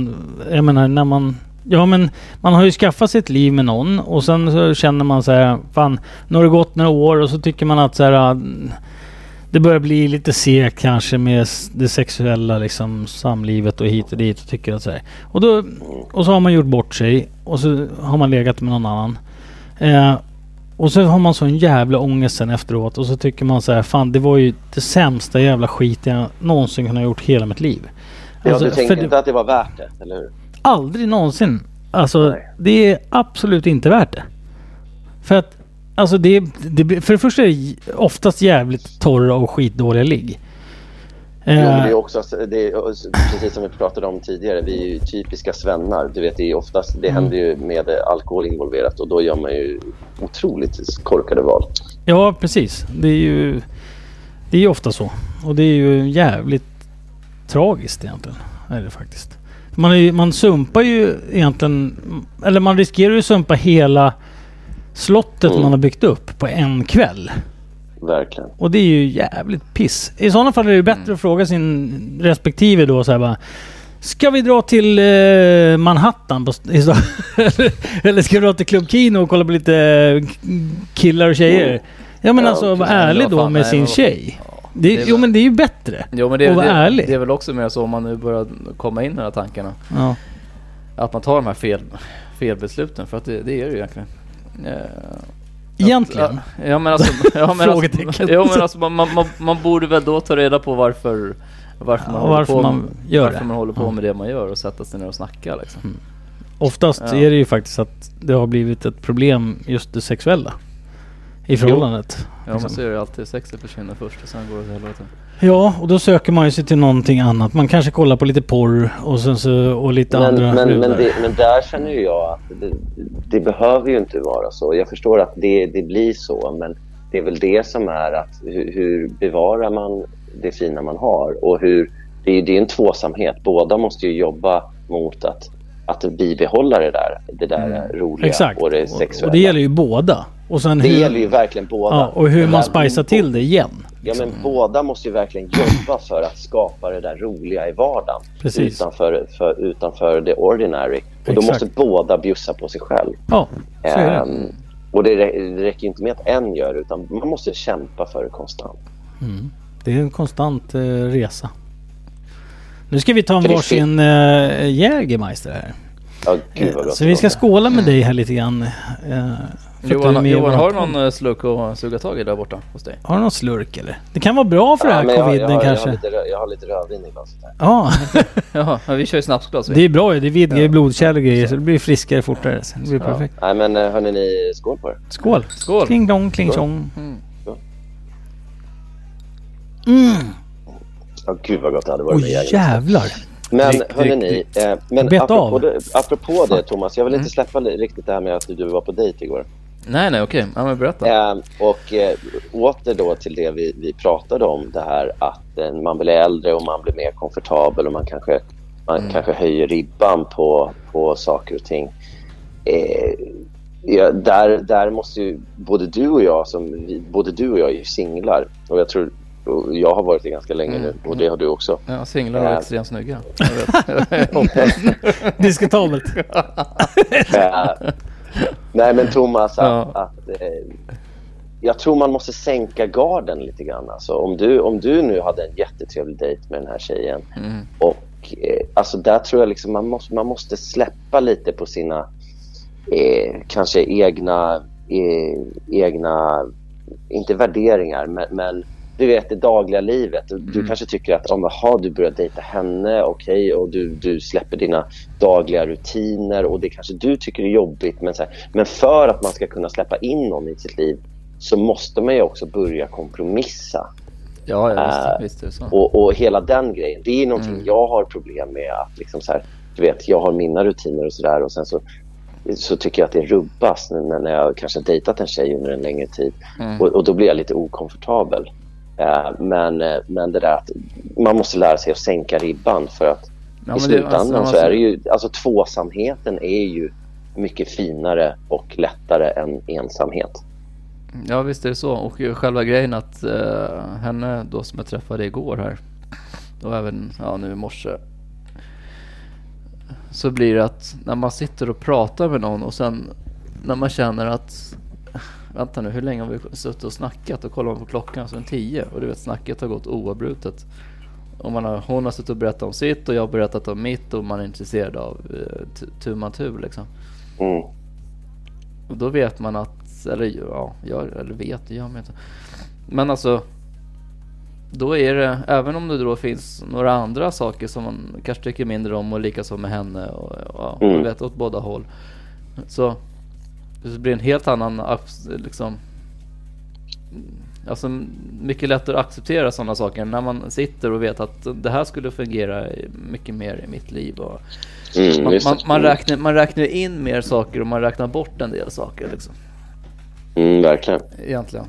man har ju skaffat sitt liv med någon och sen så känner man så här, fan, nu har det gått några år och så tycker man att så här, det börjar bli lite segt kanske med det sexuella liksom, samlivet och hit och dit och tycker att så här. Och så har man gjort bort sig och så har man legat med någon annan. Och så har man så en jävla ångest sen efteråt och så tycker man så här, fan, det var ju det sämsta jävla skit jag någonsin kunnat gjort hela mitt liv. Alltså, du tänkte inte att det var värt det, eller hur? Aldrig någonsin. Alltså, det är absolut inte värt det. För att, alltså för det första är det oftast jävligt torra och skitdåliga ligg. Jo, men det är också, precis som vi pratade om tidigare, vi är ju typiska svennar. Du vet, det är oftast, det händer ju med alkohol involverat och då gör man ju otroligt korkade val. Ja, precis. Det är ju ofta så. Och det är ju jävligt tragiskt egentligen, är det faktiskt. Man sumpar ju egentligen, eller man riskerar ju att sumpa hela slottet man har byggt upp på en kväll. Verkligen. Och det är ju jävligt piss. I sådana fall är det ju bättre att fråga sin respektive då så här bara, ska vi dra till Manhattan eller ska vi dra till Club Kino och kolla på lite killar och tjejer? Ja, men alltså var ärlig då med sin tjej. Men det är ju bättre. Jo, men det är väl också mer så om man nu börjar komma in i de här tankarna. Ja. Att man tar de här felbesluten, för att det är det ju egentligen. Egentligen? Ja, men alltså, man borde väl då ta reda på varför man håller på med det man gör och sätta sig ner och snacka liksom. Oftast är det ju faktiskt att det har blivit ett problem, just det sexuella i förhållandet. Ja, man ser ju alltid sexet försvinner först och sen går det till helvete. Ja, och då söker man ju sig till någonting annat. Man kanske kollar på lite porr och sen så, och lite andra. Men där känner ju jag att det behöver ju inte vara så. Jag förstår att det blir så, men det är väl det som är att hur bevarar man det fina man har, och det är en tvåsamhet. Båda måste ju jobba mot att bibehålla det där roliga. Exakt. Och det sexuella. Och det gäller ju båda. Och sen gäller ju verkligen båda. Ja, och hur man spicar till det igen. Ja, men båda måste ju verkligen jobba för att skapa det där roliga i vardagen. Precis. Utanför det ordinary. Och då måste båda bjussa på sig själv. Ja, så är det. Och det räcker inte med att en gör, utan man måste kämpa för det konstant. Det är en konstant resa. Nu ska vi ta en varsin Jägermeister här. Ja, gud vad gott. Så vi ska skåla med dig här lite grann. Johan, har du någon slurk att suga tag i där borta hos dig? Har du någon slurk eller? Det kan vara bra för det här coviden kanske. Jag har lite rödvin i glaset här. Ja. Ja, vi kör ju snapsglas. Det är bra, det vidgar ju blodkärl och grejer så det blir friskare fortare. Det blir perfekt. Nej men hörni, ni, skål på er. Skål. Skål. Kling dong, kling tjong. Ja, gud vad gott det hade varit med Jäger. Jävlar. Men hörni, men apropå det Thomas, jag vill inte släppa riktigt det här med att du var på dejt igår. Nej, okej. Ja, men berätta. Åter då till det vi pratade om, det här att man blir äldre och man blir mer komfortabel och man kanske höjer ribban på saker och ting. Där måste ju både du och jag är ju singlar, och jag tror jag har varit det ganska länge nu, och det har du också. Ja, singlar är extremt snygga. Diskutabelt. Nej men Thomas, jag tror man måste sänka garden lite grann. Alltså, om du nu hade en jättetrevlig dejt med den här tjejen och alltså där tror jag liksom man måste släppa lite på sina kanske egna inte värderingar, men du vet det dagliga livet. Du kanske tycker att du börjar dejta henne, okej, och du släpper dina dagliga rutiner och det kanske du tycker är jobbigt, men för att man ska kunna släppa in någon i sitt liv så måste man ju också börja kompromissa. Ja, visst är det så. Och hela den grejen, det är någonting jag har problem med, att liksom så här, du vet, jag har mina rutiner och sådär, och sen så tycker jag att det rubbas när jag kanske dejtat en tjej under en längre tid och då blir jag lite okomfortabel. Men det där att man måste lära sig att sänka ribban, för att i slutändan så är det ju, alltså tvåsamheten är ju mycket finare och lättare än ensamhet. Ja, visst är det så. Och själva grejen att henne då som jag träffade igår här, och även nu i morse, så blir det att när man sitter och pratar med någon och sen när man känner att vänta nu, hur länge har vi suttit och snackat, och kollar man på klockan så är det 10 och du vet, snacket har gått oavbrutet. Och hon har suttit och berättat om sitt och jag har berättat om mitt, och man är intresserad av tur man tur liksom. Och då vet man att, men alltså då är det, även om det då finns några andra saker som man kanske tycker mindre om, och lika som med henne och vet åt båda håll, så det blir en helt annan liksom, alltså mycket lättare att acceptera sådana saker när man sitter och vet att det här skulle fungera mycket mer i mitt liv, och man räknar in mer saker och man räknar bort en del saker liksom. Verkligen. Egentligen.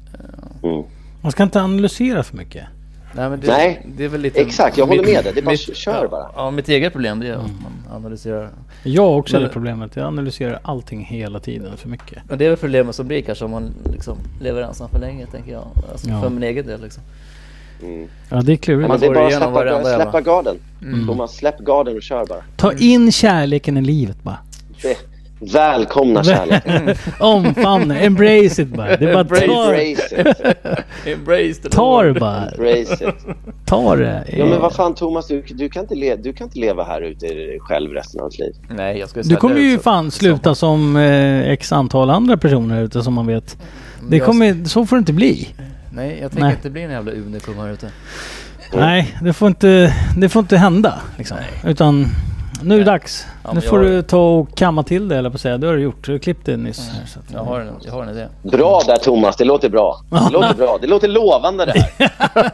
Man ska inte analysera för mycket. Nej, men det är väl lite... Exakt, jag håller med dig. Det är bara kör bara. Ja, mitt eget problem det är att man analyserar. Jag har också det problemet. Jag analyserar allting hela tiden för mycket. Och det är väl problemet som blir kanske om man liksom lever ensam för länge, tänker jag. Alltså för min egen del liksom. Ja, det är klurigt. Men det är bara släppa garden. Thomas, släpp garden och kör bara. Ta in kärleken i livet bara. Välkomna kärleken. Omfamna, embrace it bara. Det är bara embrace it. Ta det bara. Embrace it. Ta det. Ja, men vad fan Thomas, du kan inte leva här ute själv resten av ditt liv. Nej, jag ska du kommer ju fan sluta som x antal andra personer ute som man vet. Så får det inte bli. Nej, jag tänker inte bli en jävla unikum här ute. Nej, det får inte hända liksom. Utan nu är det dags. Nu får du ta och kamma till det, eller på att säga. Det har du gjort. Du klippte det nyss. Så att, jag har en idé. Bra där Thomas, det låter bra. Det låter bra. Det låter lovande det här.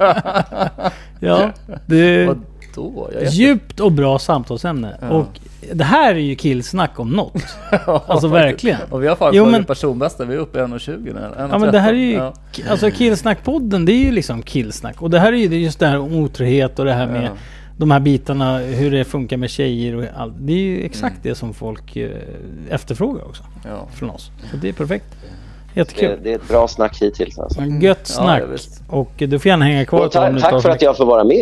Ja, det är då? djupt och bra samtalsämne. Ja. Och det här är ju killsnack om något. Alltså verkligen. Och vi har faktiskt personbästa, vi är uppe i 1,20 nu. Ja, men det här är ju alltså killsnackpodden, det är ju liksom killsnack. Och det här är ju just det här om otrohet och det här med de här bitarna, hur det funkar med tjejer och allt. Det är ju exakt det som folk efterfrågar också från oss. Så det är perfekt. Jättekul. Det är ett bra snack hittills alltså. Gött snack. Och du får gärna hänga kvar. Tack för att jag får vara med.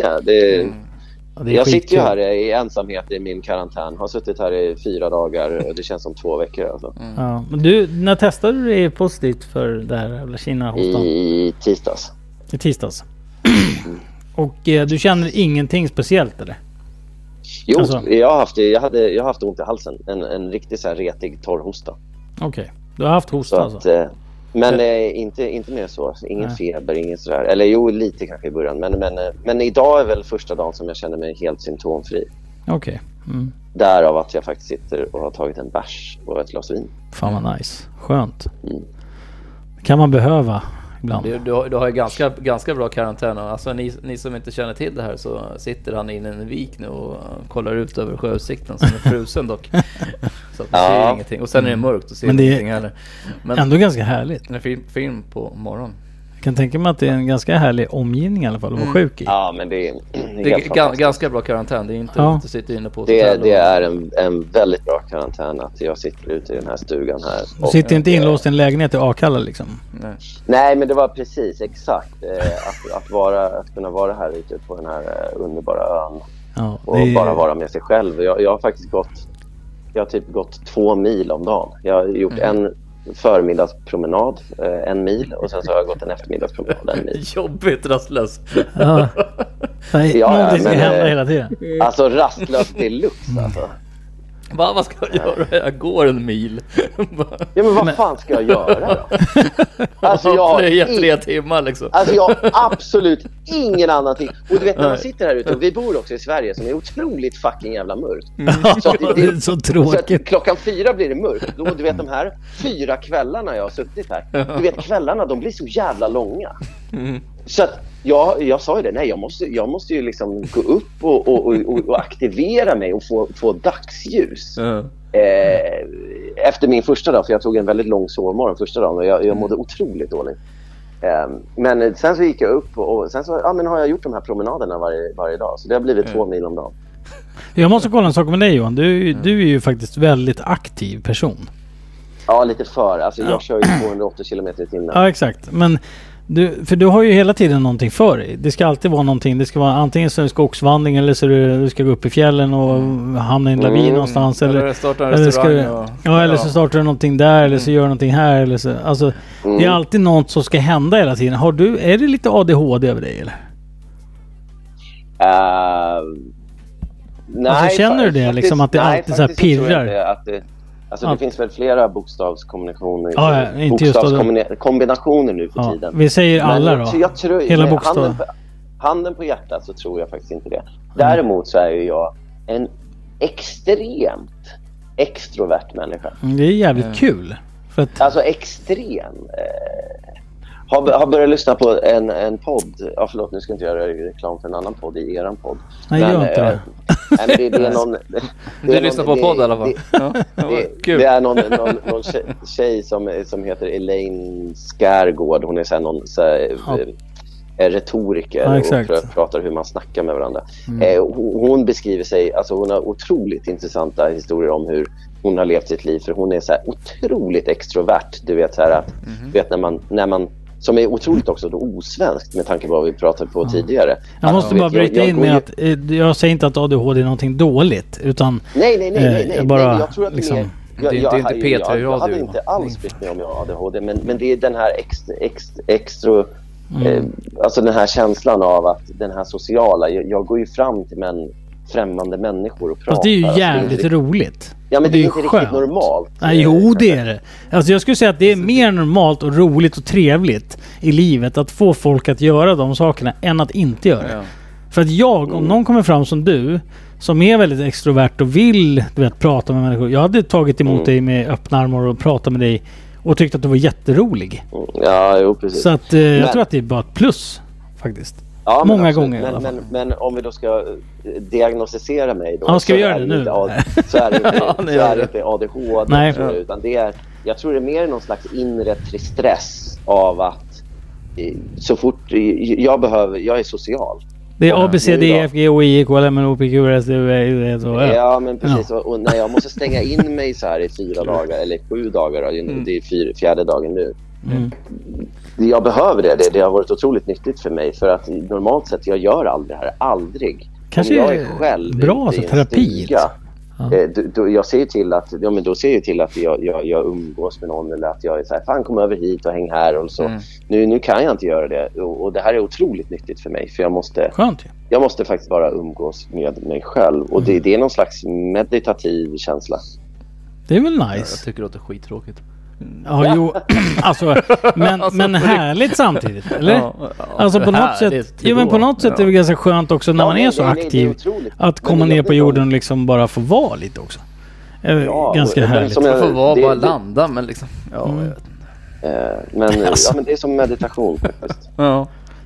Jag sitter ju här i ensamhet i min karantän. Har suttit här i 4 dagar och det känns som 2 veckor alltså. Ja, men du, när testade du det positivt för det här Kina-hostan? I tisdags. I tisdags. Och du känner ingenting speciellt eller? Jo, Alltså. jag har haft ont i halsen. En riktigt så här retig torrhosta. Okej. Du har haft hosta Så alltså? att, men inte mer så. Ingen feber, inget sådär. Eller jo, lite kanske i början. Men idag är väl första dagen som jag känner mig helt symptomfri. Okej. Därav att jag faktiskt sitter och har tagit en bärs och ett glas vin. Fan vad nice. Skönt. Kan man behöva ibland. Du har ju ganska bra karantän. Alltså ni som inte känner till det här, så sitter han inne i en vik nu och kollar ut över sjöutsikten som är frusen dock. Så att man ser ingenting. Och sen är det mörkt och ser ingenting heller. Men ändå ganska härligt. det är film på morgonen. Jag kan tänka mig att det är en ganska härlig omgivning i alla fall att vara sjuk i. Ja, men det är ganska bra karantän. Det är inte att du sitter inne på det är en väldigt bra karantän att jag sitter ute i den här stugan här. Du sitter inte inlåst i en lägenhet i Akalla liksom? Nej, men det var precis exakt att kunna vara här ute på den här underbara ön. Ja, och bara vara med sig själv. Jag har faktiskt gått 2 mil om dagen. Jag har gjort en förmiddagspromenad 1 mil och sen så har jag gått en eftermiddagspromenad 1 mil. Jobbigt rastlös. Ja. Någonting ska hända hela tiden. Alltså rastlös deluxe alltså. Vad ska jag göra? Jag går 1 mil. Ja, men vad fan ska jag göra då? Alltså jag har 3 timmar liksom. Alltså jag har absolut ingen annan tid. Och du vet när man sitter här ute, och vi bor också i Sverige som är otroligt fucking jävla mörkt. Så det är så tråkigt. Så att 4:00 blir det mörkt. Och du vet de här 4 kvällarna jag har suttit här. Du vet kvällarna, de blir så jävla långa. Så att jag sa ju det, nej jag måste ju liksom gå upp och aktivera mig och få dagsljus. Efter min första dag, för jag tog en väldigt lång sovmorgon första dagen och jag mådde otroligt dåligt. Men sen så gick jag upp och sen så har jag gjort de här promenaderna varje dag, så det har blivit 2 mil om dagen. Jag måste kolla en sak med dig, Johan. Du är ju faktiskt väldigt aktiv person. Ja, lite för. Alltså jag kör ju 280 km i timmen. Ja, exakt. Men du har ju hela tiden någonting för dig. Det ska alltid vara någonting. Det ska vara antingen så en skogsvandring eller så du ska gå upp i fjällen och hamna i en lavin någonstans. Eller starta en restaurang. Eller så startar du någonting där eller så gör du någonting här. Eller så. Alltså, det är alltid något som ska hända hela tiden. Är det lite ADHD över dig eller? Nej. Alltså, känner du det liksom att det alltid så här pirrar? Alltså det finns väl flera bokstavskombinationer. Kombinationer nu för tiden. Vi säger alla då. Jag tror, hela bokstaven. Handen på hjärtat så tror jag faktiskt inte det. Däremot så är ju jag en extremt extrovert människa. Det är jävligt kul. För att... Alltså extrem. Har börjat lyssna på en podd. Ja, förlåt, nu ska jag inte göra reklam för en annan podd i eran podd. Nej, gör inte det. Det är någon... Du lyssnar på podd i alla fall. Det är någon tjej som heter Elaine Skärgård. Hon är så här någon retoriker och pratar hur man snackar med varandra. Hon beskriver sig, alltså hon har otroligt intressanta historier om hur hon har levt sitt liv, för hon är så här otroligt extrovert. Du vet så här att du vet när man som är otroligt också då osvenskt med tanke på vad vi pratade på tidigare. Jag måste bara bryta in med att jag säger inte att ADHD är någonting dåligt, utan nej. Bara, jag tror att liksom, det är inte P3-radio. Jag hade inte alls brytt mig om jag har ADHD, men det är den här extra alltså den här känslan av att den här sociala, jag går ju fram till främmande människor och pratar. Fast det är ju jävligt roligt. Ja, men det är inte riktigt normalt. Nej, jo, det är det. Alltså jag skulle säga att det är mer normalt och roligt och trevligt i livet att få folk att göra de sakerna än att inte göra det. Ja. För att om någon kommer fram som du, som är väldigt extrovert och vill, du vet, prata med människor. Jag hade tagit emot dig med öppna armar och pratat med dig och tyckte att du var jätterolig. Ja, jo, precis. Så att jag tror att det är bara ett plus faktiskt. Ja, många gånger i alla fall. Men om vi då ska diagnostisera mig då. Ja, ska vi göra det nu? Så är det inte ADHD. Nej. Utan jag tror det är mer någon slags inre stress av att så fort jag är social. Det är A, B, C, D, F, G, O, I, K, L, M, N, O, P, Q, R, S, T, U, V, så. Ja, men precis. Ja. Och när jag måste stänga in mig så här i 4 dagar eller 7 dagar, det är 4:e dagen nu. Jag behöver det. Det har varit otroligt nyttigt för mig, för att normalt sett jag gör aldrig det här. Aldrig. Kanske jag är själv bra så terapi. Jag ser ju till att då ser jag till att jag umgås med någon, eller att jag är så här, fan kom över hit och häng här och så. Nu kan jag inte göra det, och det här är otroligt nyttigt för mig, för jag måste faktiskt bara umgås med mig själv, och det är någon slags meditativ känsla. Det är väl nice. Jag tycker det låter skittråkigt. Ja, jo, alltså, men härligt samtidigt, eller? Alltså på något sätt, men på något sätt är det ganska skönt också när man är så aktiv att komma ner på jorden och liksom bara få vara lite också. Ganska härligt. Som jag får vara, bara landa, men liksom, jag vet inte. Men det är som meditation faktiskt. Ja.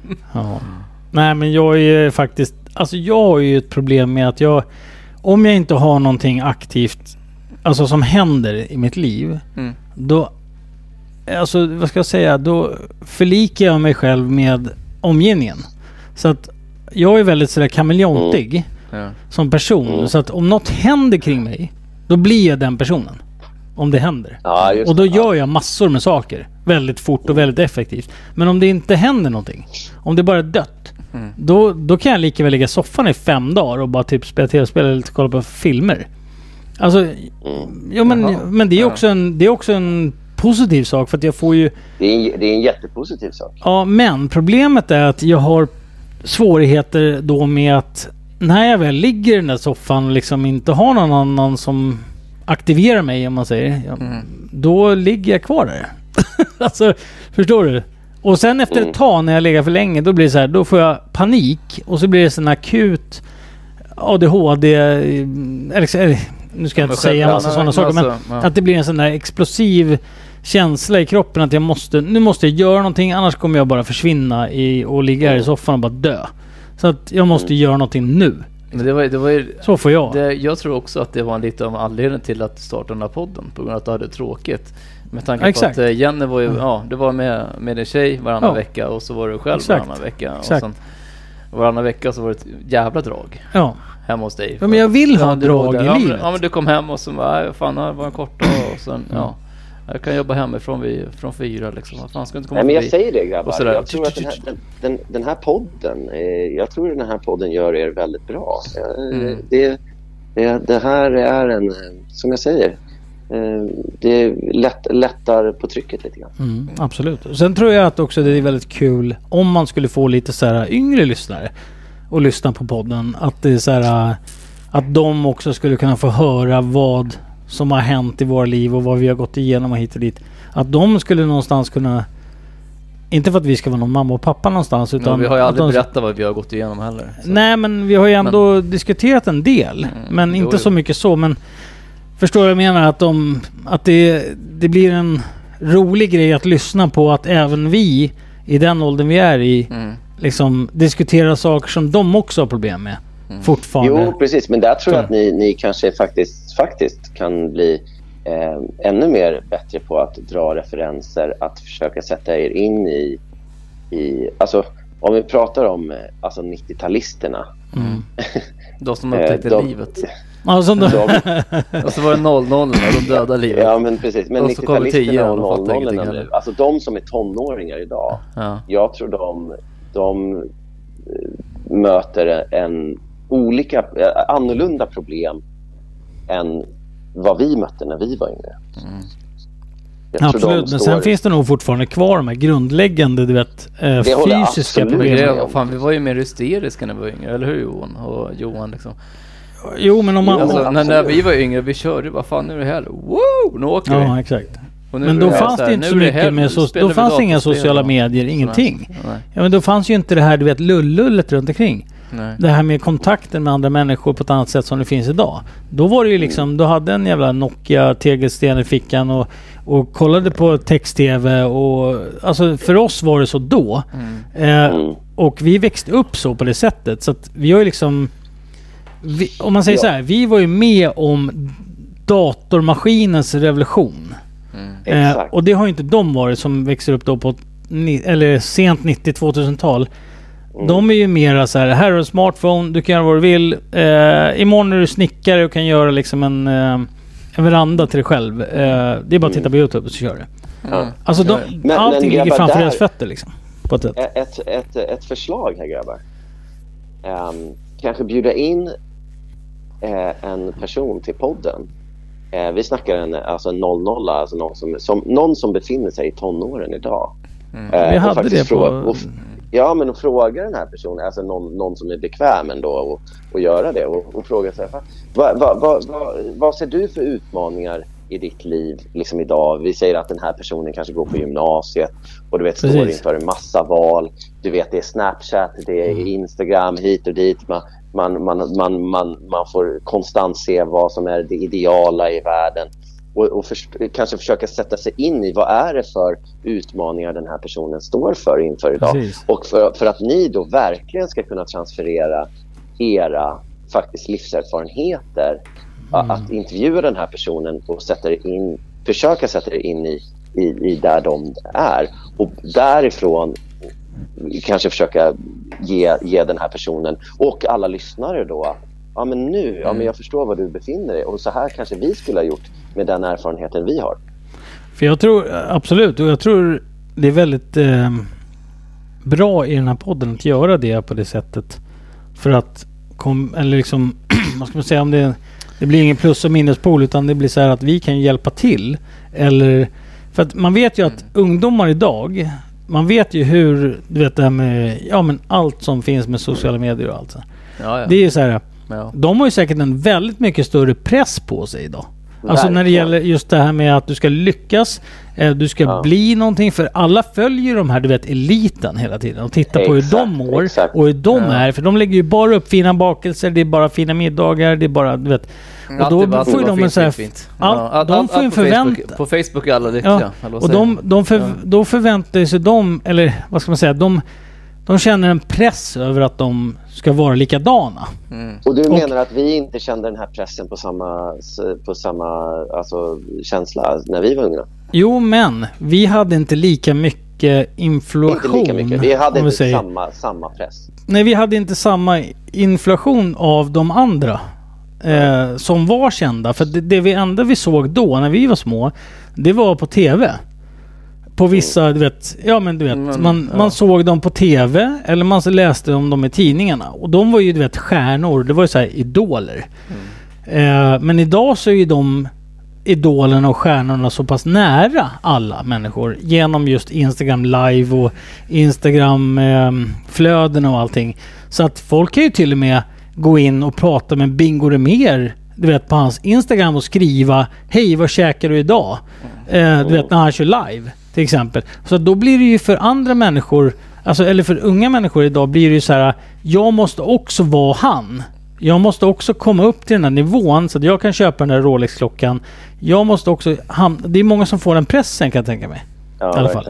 Nej, men jag är faktiskt, alltså jag har ju ett problem med att om jag inte har någonting aktivt, alltså som händer i mitt liv, då, alltså vad ska jag säga, då förlikar jag mig själv med omgivningen. Så att jag är väldigt sådär kameleontig som person. Så att om något händer kring mig, då blir jag den personen. Om det händer. Och då gör jag massor med saker väldigt fort och väldigt effektivt. Men om det inte händer någonting, om det bara är dött, då kan jag lika väl ligga i soffan i 5 dagar och bara typ spela tv-spel eller kolla på filmer. Alltså, men det är också en positiv sak, för att jag får ju... Det är en jättepositiv sak. Ja, men problemet är att jag har svårigheter då med att när jag väl ligger i den där soffan och liksom inte har någon annan som aktiverar mig, om man säger, då ligger jag kvar där. Alltså, förstår du? Och sen efter ett tag när jag lägger för länge, då blir det så här, då får jag panik och så blir det sån akut ADHD, eller nu ska jag inte säga en massa sådana saker, men att det blir en sån där explosiv känsla i kroppen att nu måste jag göra någonting, annars kommer jag bara försvinna och ligga här i soffan och bara dö. Så att jag måste göra någonting nu. Men det var ju, så får jag. Jag tror också att det var lite av anledningen till att starta den här podden, på grund av att du hade tråkigt. Med tanke på att Jenny var ju, du var med en tjej varannan vecka, och så var du själv varannan vecka. Och sen varannan vecka så var det ett jävla drag. Ja. Hemma hos dig. Ja, men jag vill ha drag i livet. Ja, men du kom hem och så fan, det var en kort dag, och sen, jag kan jobba hemifrån från 4 liksom. Fan, ska inte komma men jag säger det, grabbar. Jag tror att den här podden gör er väldigt bra. Det här är en, som jag säger, det lättar på trycket lite grann. Absolut. Sen tror jag att också det är väldigt kul om man skulle få lite så här yngre lyssnare och lyssna på podden, att det är så här, att de också skulle kunna få höra vad som har hänt i våra liv och vad vi har gått igenom och hit och dit. Att de skulle någonstans kunna, inte för att vi ska vara någon mamma och pappa någonstans, utan vi har ju aldrig berättat vad vi har gått igenom heller. Så. Nej, men vi har ju ändå diskuterat en del, men inte så mycket så, men förstår jag menar, att det blir en rolig grej att lyssna på, att även vi i den åldern vi är i liksom diskutera saker som de också har problem med fortfarande. Jo, precis, men där tror jag att ni kanske faktiskt kan bli ännu mer bättre på att dra referenser, att försöka sätta er in i alltså om vi pratar om alltså 90-talisterna. De som upptäckte livet. Alltså och så var det 00 och de döda livet. Ja, men precis. Men 90-talisterna och 00 nu, alltså de som är tonåringar idag, jag tror de möter annorlunda problem än vad vi mötte när vi var yngre. Absolut, men sen finns det nog fortfarande kvar de här grundläggande, du vet, fysiska problemen. Fan, vi var ju mer hysteriska när vi var yngre, eller hur Johan liksom. Jo, men om man... Alltså, när vi var yngre, vi körde vad fan, nu är det här. Wow, nu åker vi. Ja, exakt. Men då fanns det inte så mycket med då fanns inga sociala medier, ingenting. Ja, men då fanns ju inte det här, du vet, lullullet runt omkring. Nej. Det här med kontakten med andra människor på ett annat sätt som det finns idag. Då var det ju liksom, du hade en jävla Nokia tegelsten i fickan och kollade på text-tv, och alltså för oss var det så då. Och vi växte upp så på det sättet, så att vi har ju liksom, om man säger så här, vi var ju med om datormaskinens revolution. Och det har ju inte de varit som växer upp då på sent 90-2000-tal. De är ju mera så här har du en smartphone, du kan göra vad du vill. Imorgon är du snickare och kan göra liksom en veranda till dig själv. Det är bara att titta på YouTube och så kör det. Alltså allting ligger framför deras fötter liksom, på ett sätt. Ett förslag här, grabbar. Kanske bjuda in en person till podden. Vi snackar en 00, alltså någon som befinner sig i tonåren idag. Vi hade det på... Ja, men att fråga den här personen, alltså någon som är bekväm ändå och göra det och fråga sig, vad ser du för utmaningar i ditt liv liksom idag? Vi säger att den här personen kanske går på gymnasiet och du vet står inför en massa val. Du vet, det är Snapchat, det är Instagram, hit och dit. Man får konstant se vad som är det ideala i världen. Och kanske försöka sätta sig in i vad är det för utmaningar den här personen står för inför idag. Precis. Och för att ni då verkligen ska kunna transferera era faktiskt livserfarenheter, att intervjua den här personen och försöka sätta er in i där de är, och därifrån kanske försöka ge den här personen och alla lyssnare då men jag förstår vad du befinner dig och så här kanske vi skulle ha gjort med den erfarenheten vi har. För jag tror absolut, och jag tror det är väldigt bra i den här podden att göra det på det sättet, för att eller liksom vad ska man säga, om det blir ingen plus- och minuspool, utan det blir så här att vi kan hjälpa till, eller för att man vet ju att ungdomar idag, man vet ju hur, du vet det här med allt som finns med sociala medier och allt. Ja. Det är ju så här, de har ju säkert en väldigt mycket större press på sig idag. Alltså när det gäller just det här med att du ska lyckas, du ska bli någonting, för alla följer de här, du vet, eliten hela tiden och tittar på hur de mår och hur de är, för de lägger ju bara upp fina bakelser, det är bara fina middagar, det är bara, du vet, och då får ju de en så här de får en förväntan på Facebook alla lyckliga. Och då förväntar sig de, eller vad ska man säga, de känner en press över att de ska vara likadana. Och du menar att vi inte kände den här pressen på samma alltså, känsla när vi var unga? Jo, men vi hade inte lika mycket inflation. Inte lika mycket. Vi hade inte samma press. Nej, vi hade inte samma inflation av de andra som var kända. För det enda vi såg då när vi var små, det var på tv. På vissa, man såg dem på tv eller man läste om dem i tidningarna. Och de var ju, stjärnor. Det var ju så här idoler. Men idag så är ju de idolerna och stjärnorna så pass nära alla människor genom just Instagram live och Instagram flöden och allting. Så att folk kan ju till och med gå in och prata med Bingo Rimér, du vet, på hans Instagram och skriva: hej, vad käkar du idag? Du vet, när han kör live till exempel. Så då blir det ju för andra människor, alltså, eller för unga människor idag, blir det ju så här: jag måste också vara han. Jag måste också komma upp till den här nivån så att jag kan köpa den där Rolex-klockan. Jag måste också det är många som får den pressen, kan jag tänka mig. I alla fall.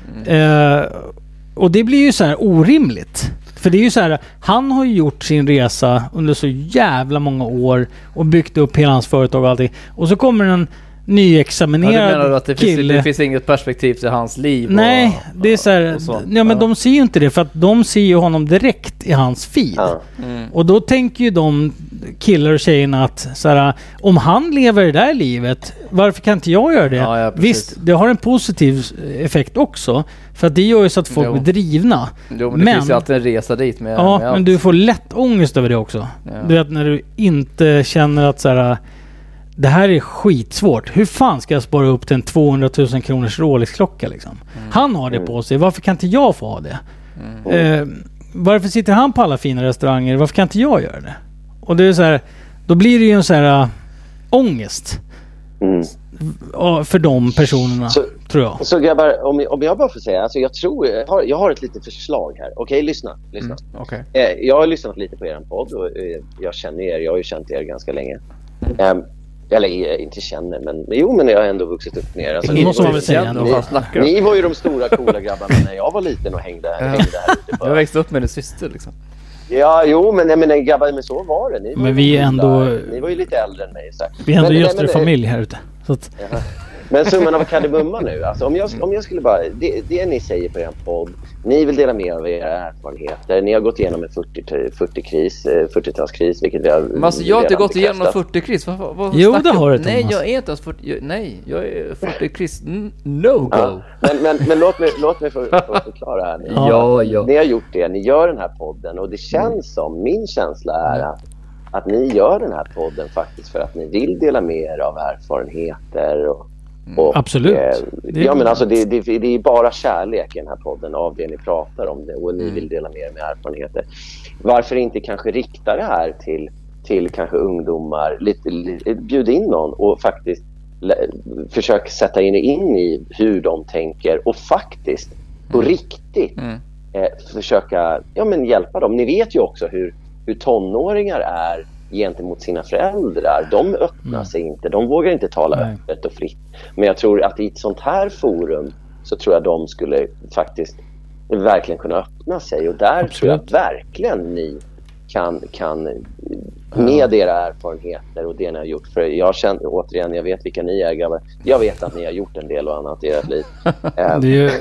Och det blir ju så här orimligt. För det är ju så här, han har ju gjort sin resa under så jävla många år och byggt upp hela hans företag och allting. Och så kommer en nyexaminerad du menar att kille. Det finns inget perspektiv till hans liv? Nej, det är så här, men de ser ju inte det, för att de ser ju honom direkt i hans feed. Och då tänker ju de killar och tjejerna att så här, om han lever det där livet, varför kan inte jag göra det? Visst, det har en positiv effekt också, för att det gör ju så att folk blir drivna. Jo, men det finns ju alltid en resa dit med men allt. du får lätt ångest över det också. Du vet, när du inte känner att så här, det här är skitsvårt. Hur fan ska jag spara upp till en 200 000 kronors Rolex-klocka liksom? Han har det på sig. Varför kan inte jag få ha det? Varför sitter han på alla fina restauranger? Varför kan inte jag göra det? Och det är så här, då blir det ju en så här ångest för de personerna, tror jag. Så grabbar, om jag bara får säga, alltså jag har ett litet förslag här. Okej, lyssna. Okay. Jag har lyssnat lite på er podd och jag känner er. Jag har ju känt er ganska länge. Eller inte känner, men jag har ändå vuxit upp med er. Alltså, ni var ju de stora coola grabbarna när jag var liten och hängde här ute. Jag växte upp med din syster liksom. Ja, jo, men grabbar, men så var det. Men vi är ändå... Ni var ju lite äldre än mig. Så här. Vi är ändå just en familj här ute. Så att... Men summan av kardemumma nu. Alltså, om jag skulle bara... Det ni säger på er podd, ni vill dela med av era erfarenheter. Ni har gått igenom en 40-talskris, vilket vi har... Men alltså, jag har inte gått igenom en 40-kris. Jo, det har du, Thomas. Nej, jag är inte ens 40... Nej, jag är 40-kris. No go. Ja. Men låt mig få förklara här nu. Ja. Ni har gjort det. Ni gör den här podden och det känns som... Min känsla är att ni gör den här podden faktiskt för att ni vill dela med er av erfarenheter och absolut. Ja, men alltså det är bara kärlek i den här podden av det ni pratar om det, och ni vill dela med er med erfarenheter. Varför inte kanske rikta det här till kanske ungdomar, lite bjud in någon och faktiskt försök sätta in i hur de tänker och faktiskt på riktigt försöka hjälpa dem. Ni vet ju också hur tonåringar är gentemot sina föräldrar. De öppnar sig inte, de vågar inte tala öppet och fritt. Men jag tror att i ett sånt här forum så tror jag de skulle faktiskt verkligen kunna öppna sig, och där tror jag verkligen ni kan med era erfarenheter och det ni har gjort, för jag känner återigen, jag vet vilka ni är grabbar. Jag vet att ni har gjort en del och annat i ert liv. Det är ju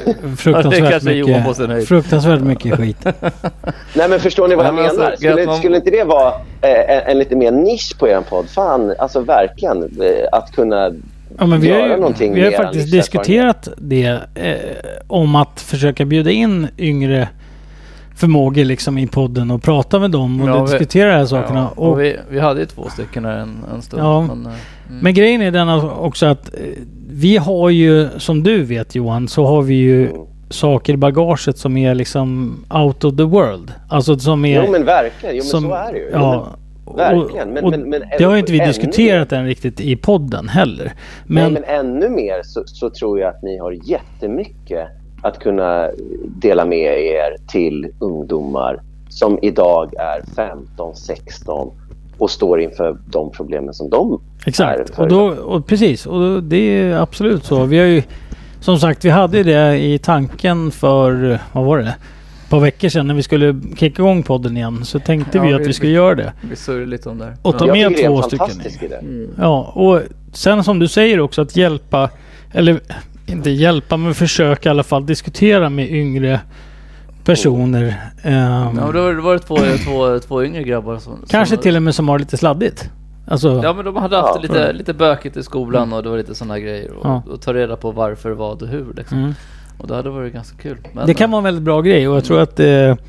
fruktansvärt mycket skit. Nej, men förstår ni vad jag menar? Skulle inte det vara en lite mer nisch på er podd? Fan, alltså verkligen att kunna göra någonting. Vi har faktiskt diskuterat det om att försöka bjuda in yngre förmågor liksom i podden och prata med dem och diskutera de här sakerna. Ja, och vi hade ju 2 stycken här en stund. Ja, men grejen är den också att vi har ju, som du vet Johan, så har vi ju saker i bagaget som är liksom out of the world. Alltså som är... Jo men verkligen, men så är det ju. Ja, verkligen. Men det har inte vi diskuterat än riktigt i podden heller. Men ännu mer så tror jag att ni har jättemycket att kunna dela med er till ungdomar som idag är 15-16 och står inför de problemen som de exakt. Precis. Och det är absolut så. Vi har ju, som sagt, vi hade det i tanken för, vad var det? Ett par veckor sedan när vi skulle kicka igång podden igen, så tänkte vi att vi skulle göra det. Vi surrade lite om det. Och ta med 2 stycken. Ja, och sen som du säger också att hjälpa, eller inte hjälpa, men försöka i alla fall diskutera med yngre personer. Ja, då var det två yngre grabbar kanske till och med som har lite sladdigt. Alltså, ja, men de hade haft lite bökigt i skolan och det var lite sådana grejer och ta reda på varför, vad och hur liksom. Och det hade varit ganska kul. Men det kan vara en väldigt bra grej, och jag tror att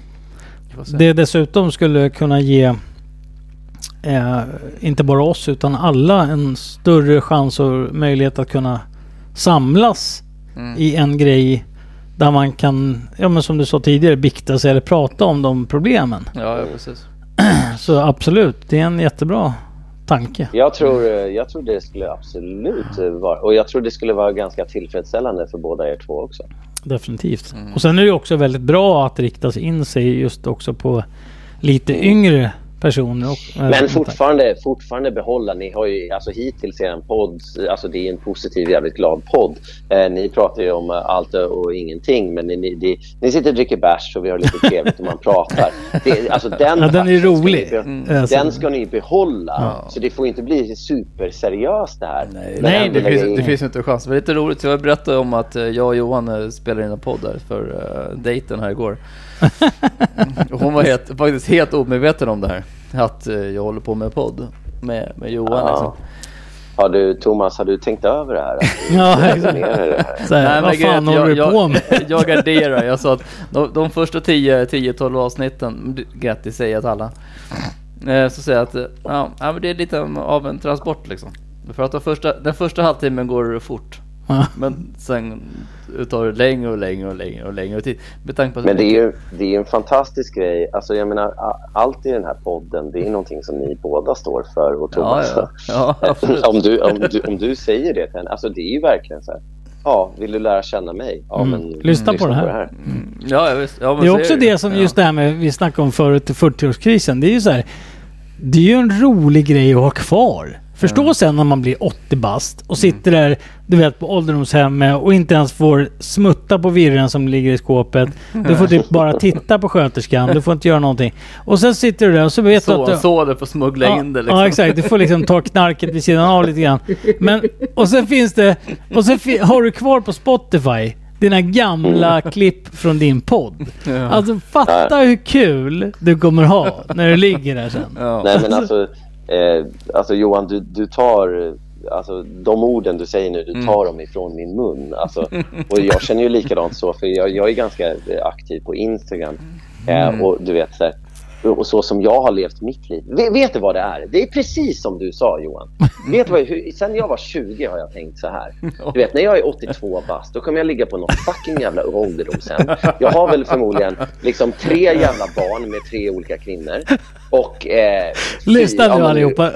det dessutom skulle kunna ge inte bara oss utan alla en större chans och möjlighet att kunna samlas i en grej där man kan, men som du sa tidigare, bikta sig eller prata om de problemen. Ja, precis. Så absolut, det är en jättebra tanke. Jag tror det skulle absolut vara, och jag tror det skulle vara ganska tillfredsställande för båda er två också. Definitivt. Och sen är det också väldigt bra att rikta in sig just också på lite yngre personer. Men fortfarande behålla, ni har ju, alltså hittills är en podd, alltså det är en positiv, jävligt glad podd. Ni pratar ju om allt och ingenting, men ni sitter och dricker bärs och vi har lite trevligt och man pratar. Alltså den är rolig. Den ska ni behålla, så det får inte bli superseriöst det här. Nej, det finns inte en chans. Det var lite roligt, jag berättade om att jag och Johan spelade in en podd där för dejten här igår. Och hon var faktiskt helt omedveten om det här, att jag håller på med podd med Johan liksom. Thomas, har du tänkt över det här? Ja, exakt. Vad fan håller du på med? Jag garderar. Jag sa att de första 10-12 avsnitten, grattis säger jag till alla, så säger jag att men det är lite av en transport liksom. För att den första halvtimmen går fort. Men sen tar det längre tid. Men det är ju en fantastisk grej. Alltså jag menar, allt i den här podden, det är någonting som ni båda står för. Och Thomas, om du säger det till henne, alltså det är ju verkligen så här. Vill du lära känna mig? Men lyssna på det här. Ja, visst. Ja, det är också det som just det här med, vi snackade om förut, 40-årskrisen. Det är ju så här, det är ju en rolig grej att ha kvar. Förstå sen när man blir 80 bast och sitter där, du vet, på ålderdomshemmet och inte ens får smutta på virren som ligger i skåpet. Du får typ bara titta på sköterskan. Du får inte göra någonting. Och sen sitter du där och så vet du att du får smuggla in det liksom. Ja, exakt. Du får liksom ta knarket vid sidan av lite grann. Men, och sen finns det, och sen har du kvar på Spotify dina gamla klipp från din podd. Ja. Alltså fatta hur kul du kommer ha när du ligger där sen. Ja. Nej men alltså Johan, du tar, alltså de orden du säger nu, du tar dem ifrån min mun. Alltså, och jag känner ju likadant så, för jag är ganska aktiv på Instagram. Och du vet så här, och så som jag har levt mitt liv. Vet du vad det är? Det är precis som du sa, Johan. Vet du vad, sen jag var 20 har jag tänkt så här. Du vet, när jag är 82 bast, då kommer jag ligga på något fucking jävla ålderdomshem. Jag har väl förmodligen liksom 3 jävla barn med 3 olika kvinnor. Och lyssna nu allihopa.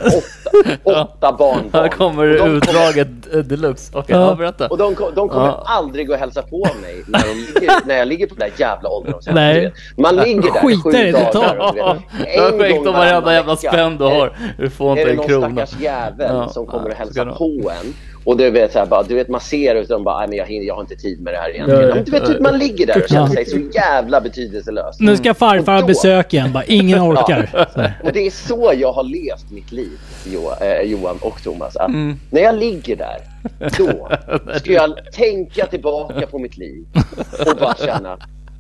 8 barnbarn. Här kommer utdraget deluxe. Okej, berätta. Och de kommer aldrig att hälsa på mig när jag ligger på det där jävla ålderdomshemmet. Nej. Man ligger där i 7 dagar. En gång om varenda jävla spänn du har. Du får inte en krona. Är det någon stackars jävel som kommer att hälsa på en? Och du vet, så här, bara, du vet, man ser ut och de bara, men jag har inte tid med det här egentligen. Men du vet, man ligger där och känner sig så jävla betydelselös. Nu ska farfar besöka igen, bara ingen orkar. Ja. Och det är så jag har levt mitt liv, Johan och Thomas. Att när jag ligger där, då ska jag tänka tillbaka på mitt liv och bara känna,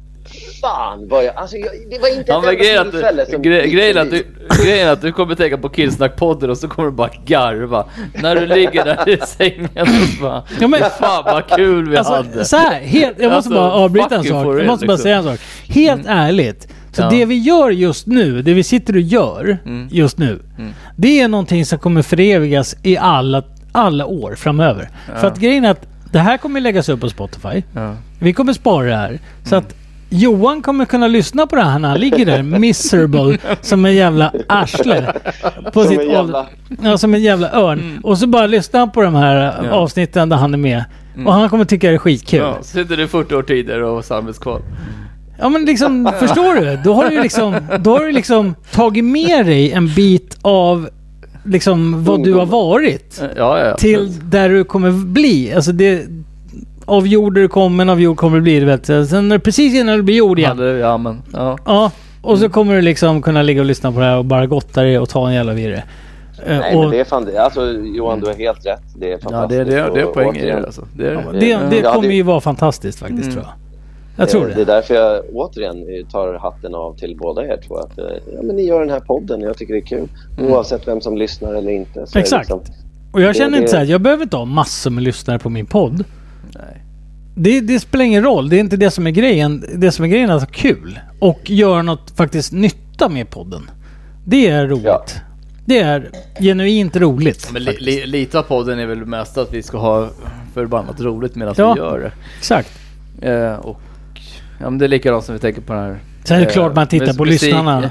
fan vad jag, alltså det var inte ett tillfälle som grejen att du kommer tänka på Killsnack-podden och så kommer du bara garva när du ligger där i sängen och bara, fan vad kul vi hade. Så här, jag måste bara avbryta en sak. Jag måste bara säga en sak. Helt ärligt. Så det vi gör just nu, det vi sitter och gör just nu, det är någonting som kommer förevigas i alla år framöver. För att grejen är att det här kommer läggas upp på Spotify. Vi kommer spara det här. Så att Johan kommer kunna lyssna på det här när han ligger där miserable som en jävla arsle på sitt som en jävla örn. Och så bara lyssna på de här avsnitten där han är med. Och han kommer tycka det är skitkul. Ja, så sitter du 40 år tidigare och samvetskval. Ja, men liksom, förstår du? Då har du liksom tagit med dig en bit av liksom vad du har varit till där du kommer bli. Alltså det av jord du kommer, av jord kommer det bli, vet du. Sen när precis innan det blir jord igen. Ja, och så kommer du liksom kunna ligga och lyssna på det här och bara gotta dig och ta en jävla virre. Nej, men det är fan det. Alltså, Johan, du har helt rätt. Det är fantastiskt. Ja, det är poäng i det alltså. Det kommer ju vara fantastiskt faktiskt, tror jag. Jag tror det. Det är därför jag återigen tar hatten av till båda er två. Att, men ni gör den här podden, jag tycker det är kul. Oavsett vem som lyssnar eller inte. Så exakt. Liksom, och jag känner inte så här, jag behöver inte ha massor med lyssnare på min podd. Nej. Det spelar ingen roll. Det är inte det som är grejen. Det som är grejen är alltså kul. Och göra något faktiskt nytta med podden. Det är roligt. Ja. Det är genuint roligt. Men lite av podden är väl mest att vi ska ha förbannat roligt medan vi gör det. Exakt. Och men det är likadant som vi tänker på den här. Så är det klart man tittar på lyssnarna.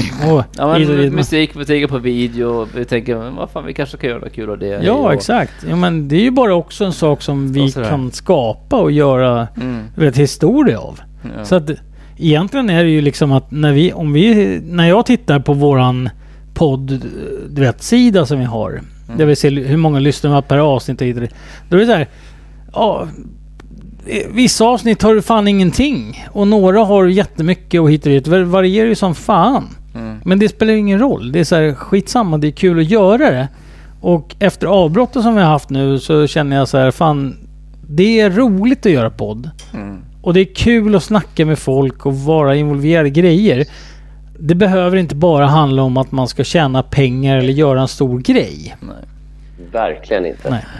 Musik, vi tänker på video. Vi tänker, vad fan, vi kanske kan göra kul av det. Ja, exakt. Ja, men det är ju bara också en sak som vi kan skapa och göra historia av. Ja. Så att egentligen är det ju liksom att när jag tittar på våran podd, du vet, sida som vi har, där vi ser hur många lyssnar vi har per avsnitt och hit. Då är det så här, vissa avsnitt har du fan ingenting och några har jättemycket och hit och dit. Det varierar ju som fan. Men det spelar ingen roll. Det är så här, skitsamma, det är kul att göra det. Och efter avbrottet som vi har haft nu så känner jag så här, fan, det är roligt att göra podd. Och det är kul att snacka med folk och vara involverad i grejer. Det behöver inte bara handla om att man ska tjäna pengar eller göra en stor grej. Nej. Verkligen inte. Nej.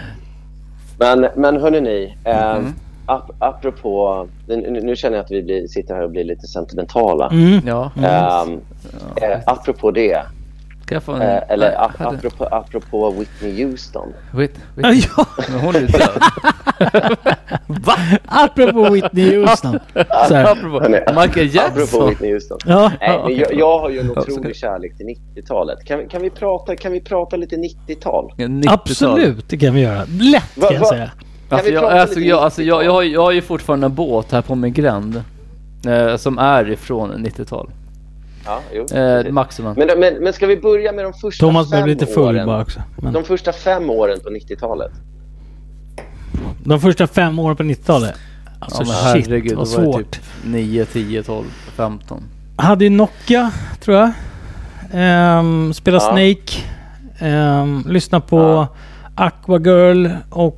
Men hörni ni, apropå, nu känner jag att vi sitter här och blir lite sentimentala. Apropå det. Apropå Whitney Houston. Ja. Men hon är död. Va? Apropå Whitney Houston. Apropå Michael Jackson. Apropå Whitney Houston. Ja. Nej, jag har ju en otrolig kärlek till 90-talet. Kan vi prata lite 90-tal? Absolut, det kan vi göra. Lätt kan jag säga. Jag har ju fortfarande en båt här på min gränd som är ifrån 90-tal. Ja, maximum. Men ska vi börja med de första Thomas 5 blev lite full åren? bara också. De första 5 åren på 90-talet. De första 5 åren på 90-talet. Alltså shit, herregud, vad svårt. svårt. Typ 9, 10, 12, 15. Hade ju Nokia, tror jag. Spela Snake. Lyssna på Aqua Girl och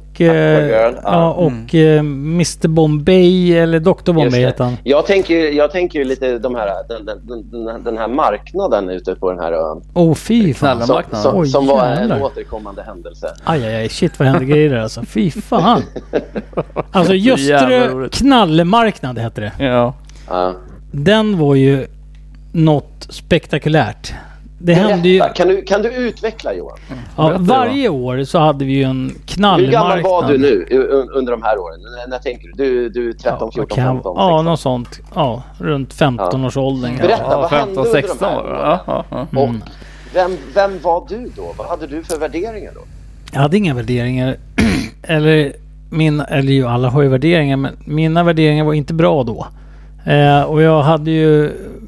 Mr. Bombay eller Dr. Bombay heter han. Jag tänker ju lite den här marknaden ute på den här ön. Fy fan. Som var en återkommande händelse. Aj, shit vad hände grejer där alltså. Fy fan. Alltså Göströ knallmarknad heter det. Ja. Den var ju något spektakulärt. Det hände ju... Kan du utveckla, Johan? Ja, varje år så hade vi ju en knallmarknad. Hur gammal var du nu under de här åren? När tänker du? Du är 13, 14, 15, 16? Ja, något sånt. Ja, runt 15-årsåldern. Berätta, vad hände 15, 16 under de här åren? Och Och vem var du då? Vad hade du för värderingar då? Jag hade inga värderingar. eller ju alla har ju värderingar, men mina värderingar var inte bra då. Och jag hade ju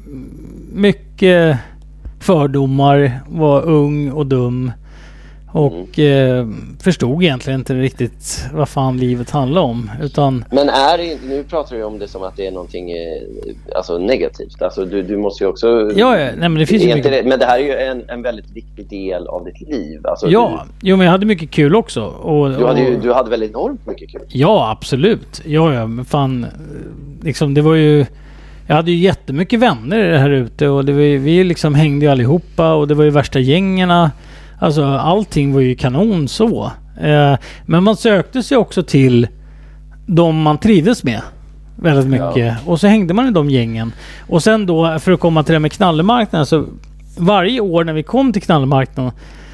mycket fördomar, var ung och dum och förstod egentligen inte riktigt vad fan livet handlar om, utan... Men nu pratar du om det som att det är någonting alltså negativt, alltså du måste ju också... Nej, men det finns ju mycket... Men det här är ju en väldigt viktig del av ditt liv, alltså men jag hade mycket kul också och du hade väl enormt mycket kul? Ja, absolut. Ja, men fan liksom det var ju... Jag hade ju jättemycket vänner här ute och vi liksom hängde ju allihopa och det var ju värsta gängerna. Alltså allting var ju kanon så. Men man sökte sig också till de man trivdes med väldigt mycket. Ja. Och så hängde man i de gängen. Och sen då för att komma till det med knallemarknaden, så varje år när vi kom till knallemarknaden...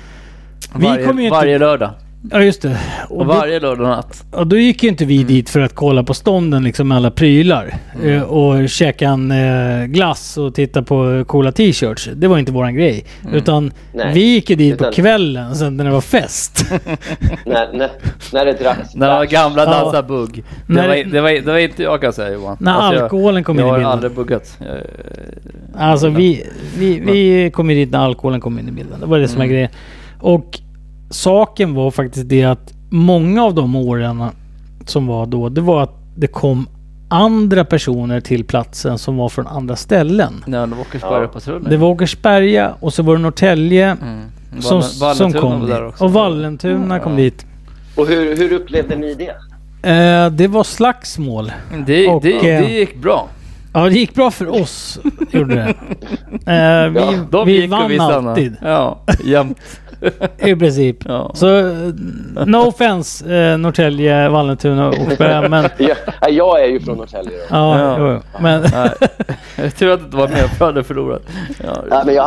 Varje lördag. Ja, just det. Och varje lördag natt. Och då gick ju inte vi dit för att kolla på stånden liksom med alla prylar. Och käka en glass och titta på coola t-shirts. Det var inte våran grej. Utan vi gick ju dit på kvällen sen när det var fest. när det dracks. När de gamla dansade bugg. Det var inte jag, kan säga, Johan. När alltså, alkoholen kom in i bilden. Jag har aldrig buggat. Alltså vi kom dit när alkoholen kom in i bilden. Det var det som är grejen. Och saken var faktiskt det att många av de åren som var då, det var att det kom andra personer till platsen som var från andra ställen. Ja, det var Åkersberga-patrullen. Det var Åkersberga och så var det Norrtälje som kom dit. Och Vallentuna kom dit. Och hur upplevde ni det? Det var slagsmål. Det gick bra. Ja, det gick bra för oss, gjorde det. Vi vann alltid. Ja, jämt. I princip. Ja. Så no offense Norrtälje, Vallentuna och Åkersberga, men... jag är ju från Norrtälje då. Ja. Men... Jag tror att det var med för hade förlorat. Nej, men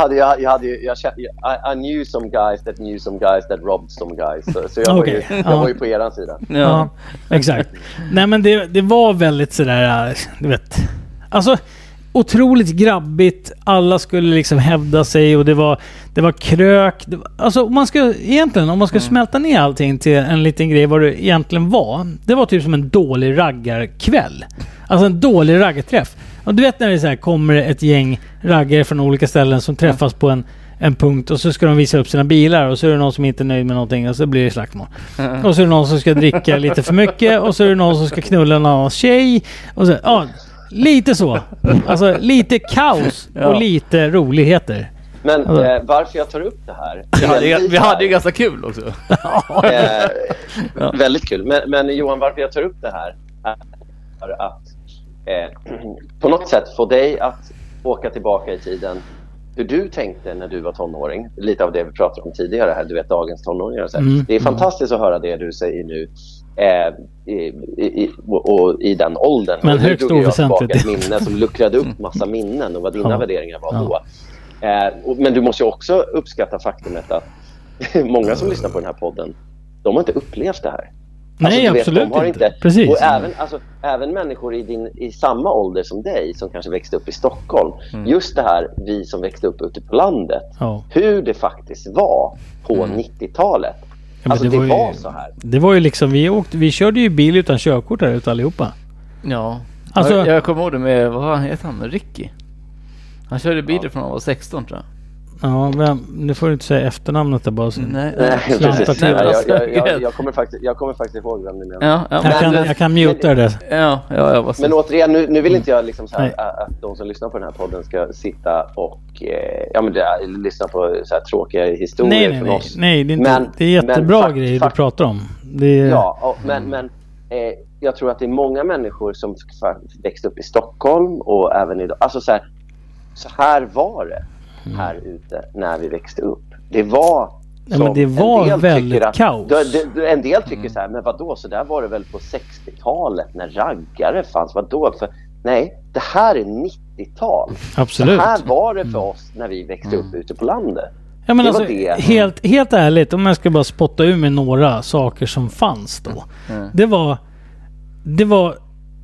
I knew some guys that robbed some guys. Så jag var ju på eran sida. Ja, exakt. Nej, men det var väldigt sådär, du vet... Alltså, otroligt grabbigt. Alla skulle liksom hävda sig och det var krök. Alltså, om man ska smälta ner allting till en liten grej vad det egentligen var. Det var typ som en dålig raggarkväll. Alltså en dålig raggarträff. Och du vet när det så här, kommer ett gäng raggare från olika ställen som träffas på en punkt och så ska de visa upp sina bilar och så är det någon som inte är nöjd med någonting och så blir det slagsmål. Och så är det någon som ska dricka lite för mycket och så är det någon som ska knulla någon tjej och så, lite så. Alltså lite kaos och lite roligheter. Men varför jag tar upp det här... Vi hade ju ganska kul också. Väldigt kul. Men Johan, varför jag tar upp det här är att på något sätt få dig att åka tillbaka i tiden. Hur du tänkte när du var tonåring. Lite av det vi pratade om tidigare här. Du vet, dagens tonåringar. Det är fantastiskt att höra det du säger nu. Och i den åldern. Men högst oväsentligt. Ett minne som luckrade upp massa minnen och vad dina värderingar var då. Men du måste ju också uppskatta faktumet att många som lyssnar på den här podden, de har inte upplevt det här. Nej, alltså, absolut de har inte. Precis. Och även människor i samma ålder som dig som kanske växte upp i Stockholm. Just det här, vi som växte upp ute på landet. Hur det faktiskt var på 90-talet. Ja, alltså det var så här. Det var ju liksom, vi körde ju bil utan körkort där ute allihopa. Ja. Alltså, jag kommer ihåg det med, vad heter han? Ricky. Han körde bil från han var 16 tror jag. Ja, men nu får du inte säga efternamnet där bara. Nej, jag kommer faktiskt ihåg vem ni menar. Jag kan muta det. Ja, men återigen, nu vill inte jag liksom så här, att de som lyssnar på den här podden ska sitta och lyssna på så här tråkiga historier från oss. Nej, det är inte, det är jättebra grejer du pratar om. Men jag tror att det är många människor som växte upp i Stockholm och även idag. Alltså så här var det här ute när vi växte upp. Det var men det var väldigt kaos. En del tycker så här, men vadå, så där var det väl på 60-talet när raggare fanns, vadå? För nej, det här är 90-tal. Absolut. Så här var det för oss när vi växte upp ute på landet. Ja, men det alltså, var det. helt ärligt, om jag ska bara spotta ur med några saker som fanns då. Det var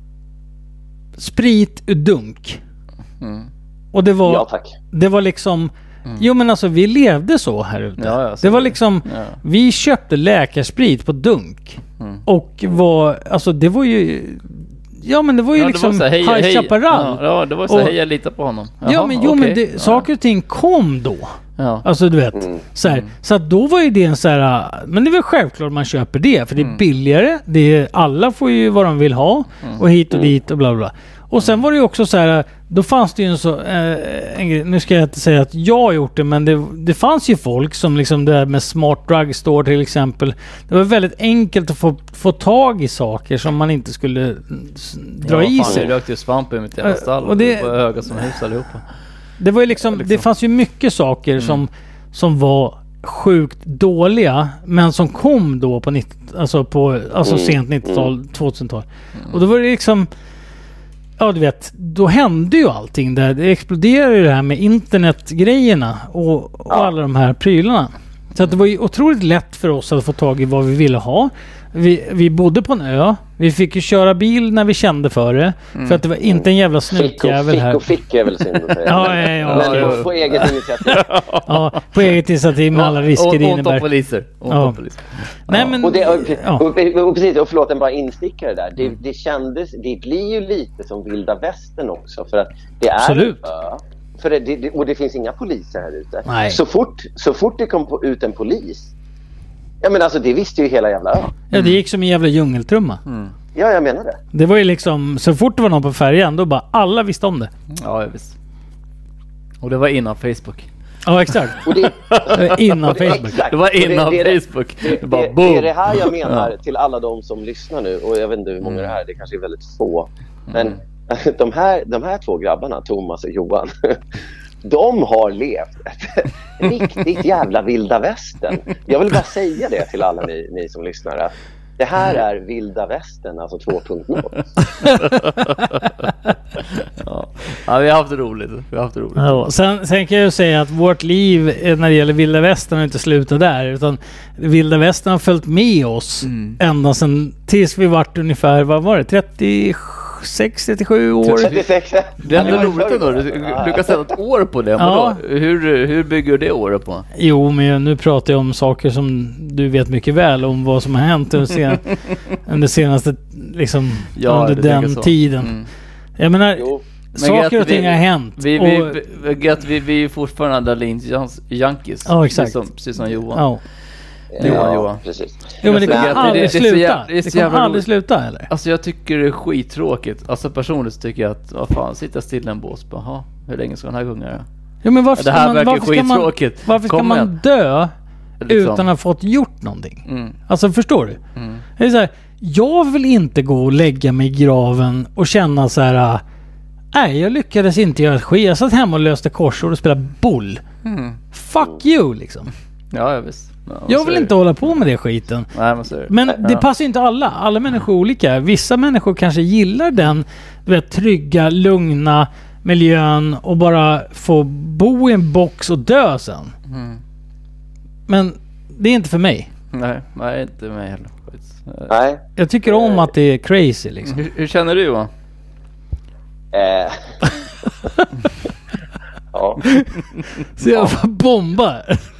sprit ur dunk. Och det var, ja, tack. Det var liksom, jo men alltså vi levde så här ute. Ja, det var liksom, vi köpte läkarsprit på dunk. Och alltså det var ju, ja men det var ju liksom High Chaparral. Ja, det var så hej, jag litar på honom. Jaha, ja, men men det, saker och ting kom då. Ja. Alltså du vet, så här, så att då var ju det en så här, men det är väl självklart man köper det för det är billigare, det är, alla får ju vad de vill ha och hit och dit och bla bla. Och sen var det ju också så här, då fanns det ju en grej, nu ska jag inte säga att jag har gjort det, men det fanns ju folk som liksom det här med Smart Drugstore till exempel. Det var väldigt enkelt att få tag i saker som man inte skulle dra i sig. Jag rökte ju svamp i mitt jävla stall och det var höga som hus allihopa. Det var ju liksom, det fanns ju mycket saker som var sjukt dåliga, men som kom då på sent 90-tal, 2000-tal. Och då var det liksom, ja du vet, då hände ju allting där. Det exploderade ju det här med internetgrejerna och alla de här prylarna. Så att det var ju otroligt lätt för oss att få tag i vad vi ville ha. Vi bodde på en ö. Vi fick ju köra bil när vi kände för det. För att det var inte en jävla snutjävel här. Fick är väl synd att säga. Men på eget initiativ. Ja, på eget initiativ med alla risker det innebär. Och poliser. Nej, men, och precis, och förlåt, en bara instickare där. Det kändes, det blir ju lite som vilda västern också. För att det är absolut. Och det finns inga poliser här ute. Nej. Så fort det kom ut en polis, ja men alltså det visste ju hela jävla ö. Ja, det gick som en jävla djungeltrumma. Ja, jag menar det. Det var ju liksom, så fort det var någon på färjan, då bara alla visste om det. Ja, visst. Och det var innan Facebook. Ja, exakt. Och innan Facebook. Det var innan Facebook. Det är det här jag menar till alla de som lyssnar nu. Och jag vet inte hur många det här är, det kanske är väldigt få. Men de här två grabbarna, Thomas och Johan, de har levt ett riktigt jävla vilda västern. Jag vill bara säga det till alla ni som lyssnar, att det här är vilda västern, alltså 2.0. Ja, vi har haft roligt. Ja, sen kan jag ju säga att vårt liv när det gäller vilda västern har inte slutat där, utan vilda västern har följt med oss ända sedan tills vi vart ungefär, vad var det, 36-37 år. 36. Det är ändå roligt ändå. Du kan sätta ett år på det. Ja. Hur bygger du det året på? Jo, men nu pratar jag om saker som du vet mycket väl om vad som har hänt under senaste liksom, under den tiden. Jag menar, saker och ting har hänt. Vi är fortfarande Dalins Yankees. Ja, exakt. Precis som Johan. Ja. Johan, precis. Jo, men det kommer aldrig sluta. Det kommer aldrig sluta, eller? Alltså jag tycker det är skittråkigt. Alltså personligen så tycker jag att, vad fan, sitta still en bås. Jaha, hur länge ska den här gunga göra? Ja, men varför ska man dö liksom, utan att ha fått gjort någonting? Alltså förstår du? Det är så här, jag vill inte gå och lägga mig i graven och känna så här, nej, jag lyckades inte göra ett skit. Jag satt hemma och löste korsord och spelade boll. Fuck you, liksom. Ja, visst. Ja, jag vill inte hålla på med det skiten. Nej, men det passar inte alla. Alla människor är olika. Vissa människor kanske gillar den, du vet, trygga, lugna miljön och bara få bo i en box och dö sen. Men det är inte för mig. Nej, inte mig heller. Nej. Jag tycker om att det är crazy, liksom. Hur känner du, va? Ja. Så jag får bomba.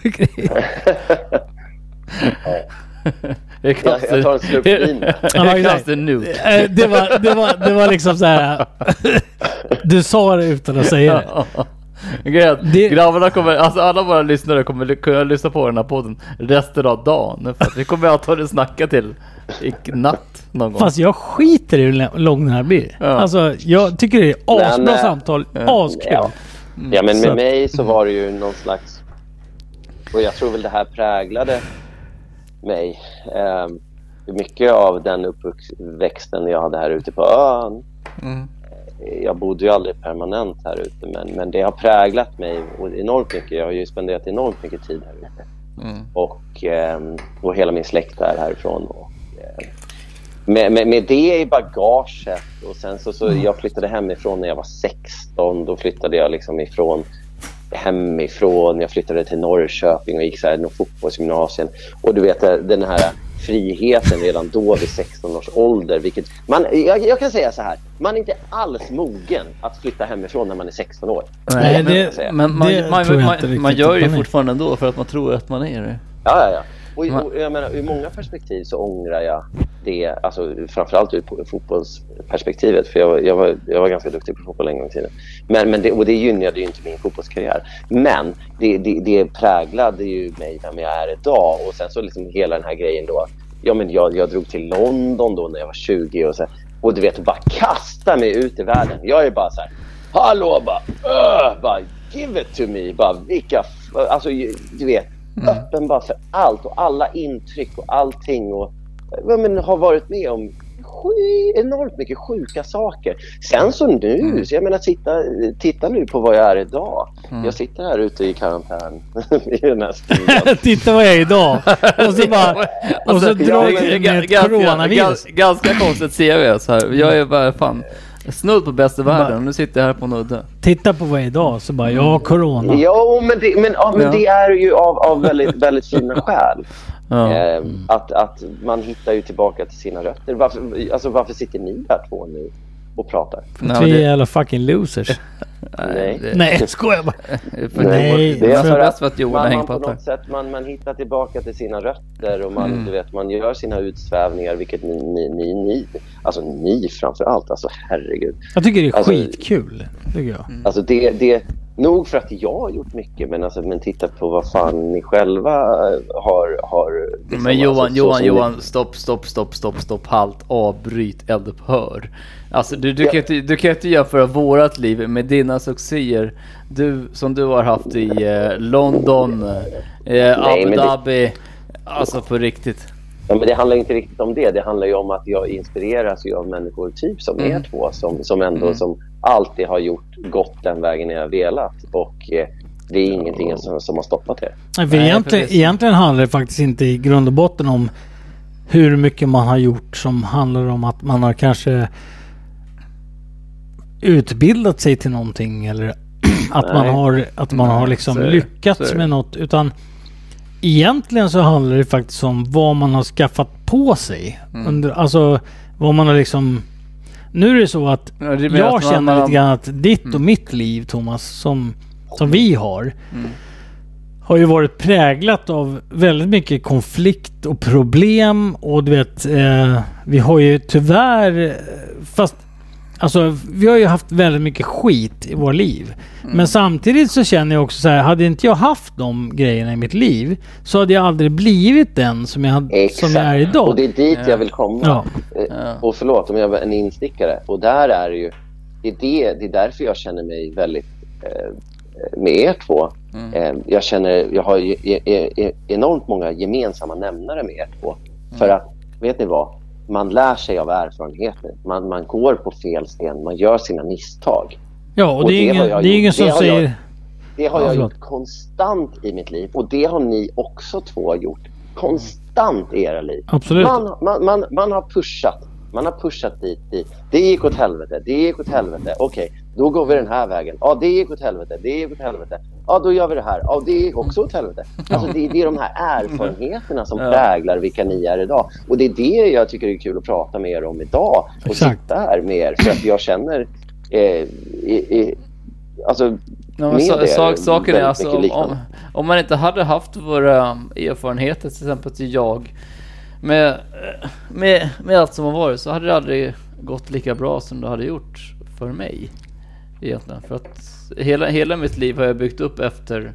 Jag tar en slup vin. Det var liksom så här. Du sa det utan att säga det. Grabbarna kommer, alltså alla våra lyssnare kommer kunna lyssna på den här podden resten av dagen, för att vi kommer att ta det snacka till i natt någon gång. Fast jag skiter i hur lång den här blir. Alltså jag tycker det är asbra samtal, askul. Ja, men med mig så var det ju någon slags, och jag tror väl det här präglade mig. Mycket av den uppväxten jag hade här ute på ön. Jag bodde ju aldrig permanent här ute, men det har präglat mig enormt mycket. Jag har ju spenderat enormt mycket tid här ute. Och hela min släkt är härifrån. med det i bagaget. Och sen så jag flyttade hemifrån när jag var 16. Då flyttade jag liksom hemifrån. Jag flyttade till Norrköping och gick så här någon fotbollsgymnasien. Och du vet den här friheten redan då vid 16 års ålder, vilket jag kan säga så här, man är inte alls mogen att flytta hemifrån när man är 16 år. Nej, men man gör ju fortfarande ändå för att man tror att man är det. Ja. Och jag menar, ur många perspektiv så ångrar jag det, alltså framförallt ur fotbollsperspektivet, för jag var ganska duktig på fotboll en gång i tiden. Men det gynnade ju inte min fotbollskarriär. Men det präglade ju mig vem jag är idag. Och sen så liksom hela den här grejen då, jag drog till London då när jag var 20 och du vet, bara kasta mig ut i världen. Jag är bara så här, hallå, bara give it to me, bara alltså du vet, öppen bara för allt och alla intryck och allting, och har varit med om enormt mycket sjuka saker. Sen så nu, så jag menar, titta nu på vad jag är idag. Jag sitter här ute i karantän i den här studion. Titta vad jag är idag. Och så drar jag med coronavirus. Ganska konstigt CV så här. Jag är bara fan snudd på bästa världen och nu sitter jag här på Nudde. Titta på vad jag är idag, så bara, jag har corona. Ja, men det är ju av väldigt, väldigt fina skäl. Att man hittar ju tillbaka till sina rötter. Varför sitter ni här två nu och pratar? Vi är jävla fucking losers. Nej, skojar bara. Det är alltså för att Johan på något sätt man hittar tillbaka till sina rötter och man du vet, man gör sina utsvävningar, vilket ni framförallt, alltså herregud. Jag tycker det är skitkul, tycker jag. Alltså det nog för att jag har gjort mycket, men titta på vad fan ni själva har liksom, men Johan, stopp, halt, avbryt, eldupphör. Alltså du kan inte jämföra vårat liv med dina succéer som du har haft i London, Abu Dhabi, alltså på riktigt. Ja, men det handlar inte riktigt om det. Det handlar ju om att jag inspireras ju av människor typ som er två, som ändå som alltid har gått den vägen jag velat, och det är ingenting som har stoppat det. Egentligen handlar det faktiskt inte i grund och botten om hur mycket man har gjort, som handlar om att man har kanske utbildat sig till någonting, eller att man har liksom lyckats med något, utan egentligen så handlar det faktiskt om vad man har skaffat på sig alltså vad man har liksom. Nu är det så att jag känner lite grann att ditt och mitt liv, Thomas, som vi har ju varit präglat av väldigt mycket konflikt och problem, och du vet, vi har ju tyvärr, fast alltså vi har ju haft väldigt mycket skit i våra liv. Men samtidigt så känner jag också så här, hade inte jag haft de grejerna i mitt liv, så hade jag aldrig blivit den som jag är idag. Och det är dit jag vill komma. Och förlåt om jag var en instickare. Och där är det ju, det är därför jag känner mig väldigt med er två. Jag har enormt många gemensamma nämnare med er två. För att, vet ni vad? Man lär sig av erfarenheter. Man går på fel sten. Man gör sina misstag. Ja, och det är ingen som säger... Det har jag gjort konstant i mitt liv. Och det har ni också två gjort konstant i era liv. Absolut. Man har pushat. Man har pushat dit. Det gick åt helvete. Okej, då går vi den här vägen. Ja, det gick åt helvete. Ja, då gör vi det här. Ja, det gick också åt helvete. Alltså det är de här erfarenheterna som präglar vilka ni är idag. Och det är det jag tycker är kul att prata med er om idag. Och sitta här med er. För att jag känner alltså saken är alltså om man inte hade haft våra erfarenheter, till exempel till jag med allt som har varit, så hade det aldrig gått lika bra som det hade gjort för mig egentligen. För att hela mitt liv har jag byggt upp efter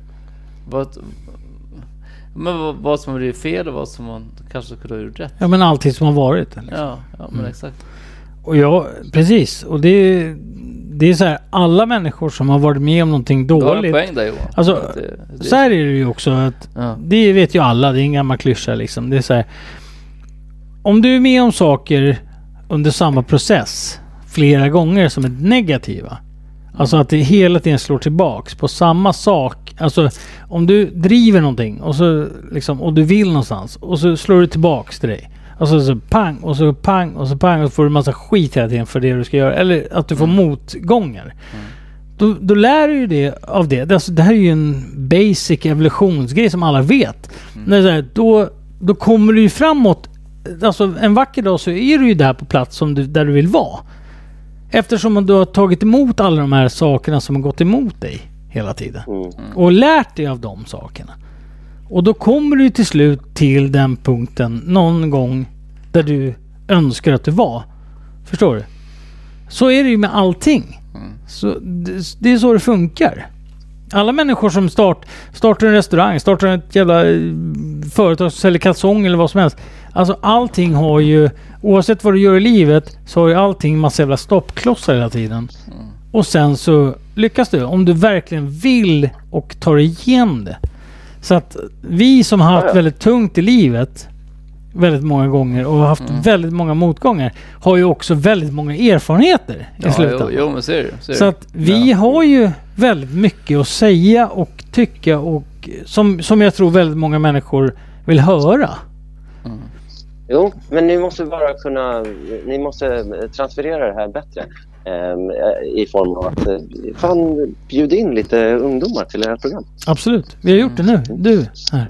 vad som har blivit fel och vad som man kanske kunde ha gjort rätt. Ja, men alltid som har varit. Liksom. Ja, men exakt. Och precis. Och det är så här, alla människor som har varit med om någonting dåligt. Du har en poäng där, Johan. Alltså, så här är det ju också att det vet ju alla, det är en gammal klyscha liksom. Det är så här, om du är med om saker under samma process flera gånger som är negativa, alltså att det hela tiden slår tillbaks på samma sak. Alltså om du driver någonting och så liksom, och du vill någonstans och så slår det tillbaks till dig. Och så pang och så pang och så pang och så får du massa skit hela tiden för det du ska göra. Eller att du får motgångar. Då lär du ju det av det. Alltså, det här är ju en basic evolutionsgrej som alla vet. När det är så här, då kommer du ju framåt. Alltså en vacker dag så är du ju där på plats där du vill vara. Eftersom du har tagit emot alla de här sakerna som har gått emot dig hela tiden. Och lärt dig av de sakerna. Och då kommer du till slut till den punkten någon gång där du önskar att du var. Förstår du? Så är det ju med allting. Så det är så det funkar. Alla människor som startar en restaurang, startar ett jävla företag som säljer kalsong eller vad som helst. Alltså allting har ju, oavsett vad du gör i livet, så har ju allting massa jävla stoppklossar hela tiden. Och sen så lyckas du, om du verkligen vill och tar igenom det. Så att vi som har haft väldigt tungt i livet väldigt många gånger och har haft väldigt många motgångar har ju också väldigt många erfarenheter i slutändan. Jo, men ser du. Så att vi har ju väldigt mycket att säga och tycka och som jag tror väldigt många människor vill höra. Jo, men ni måste ni måste transferera det här bättre i form av att bjuda in lite ungdomar till era program. Absolut, vi har gjort det nu. Du här.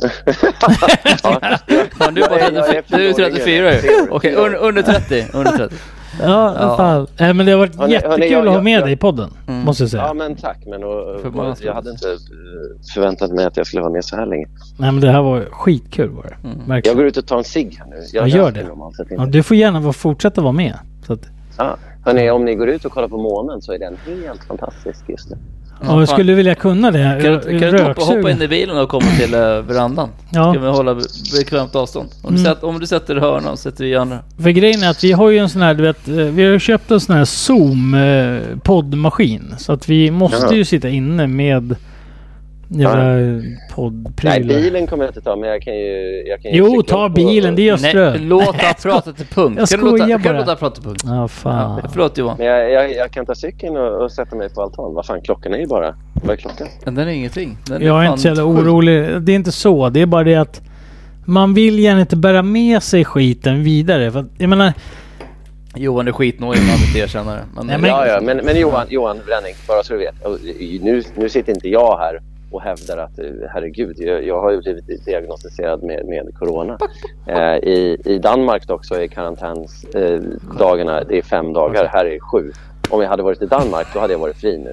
Du är 34 ju. Okej, under 30. Ja. Fan. Men det har varit jättekul att ha med dig i podden, måste jag säga. Ja, men tack. Men jag hade inte förväntat mig att jag skulle vara med så här länge. Nej, men det här var skitkul var det. Jag går ut och tar en cigg här nu. Jag gör det. Ja, du får gärna fortsätta vara med. Så att... Hörrni, om ni går ut och kollar på månen så är den helt fantastisk just nu. Ja, jag skulle vilja kunna det. Kan du hoppa in i bilen och komma till verandan? Ja. Ska vi hålla bekvämt avstånd? Om du sätter hörnan sätter vi andra. För grejen är att vi har ju en sån här, du vet, vi har köpt en sån här Zoom poddmaskin. Så att vi måste ju sitta inne med poddprylar. Nej, bilen kommer jag inte ta, men jag kan ju Jo, ta bilen, det är ström. Låta prata till punkt. Jag skojar bara. Kan du låta prata till punkt? Ja, fan. Förlåt Johan. Men jag kan ta cykeln och sätta mig på altan. Vad fan, klockan är ju bara... Vad är klockan? Den är ingenting. Jag är inte så jävla orolig. Det är inte så. Det är bara det att man vill gärna inte bära med sig skiten vidare. För att, jag menar... Johan är skitnöjd med att erkänna det. Men Johan Bränning, bara så du vet. Nu sitter inte jag här och hävdar att herregud, jag har ju blivit diagnostiserad med corona. I Danmark dock så är karantänsdagarna, det är 5 dagar, här är 7. Om jag hade varit i Danmark då hade jag varit fri nu.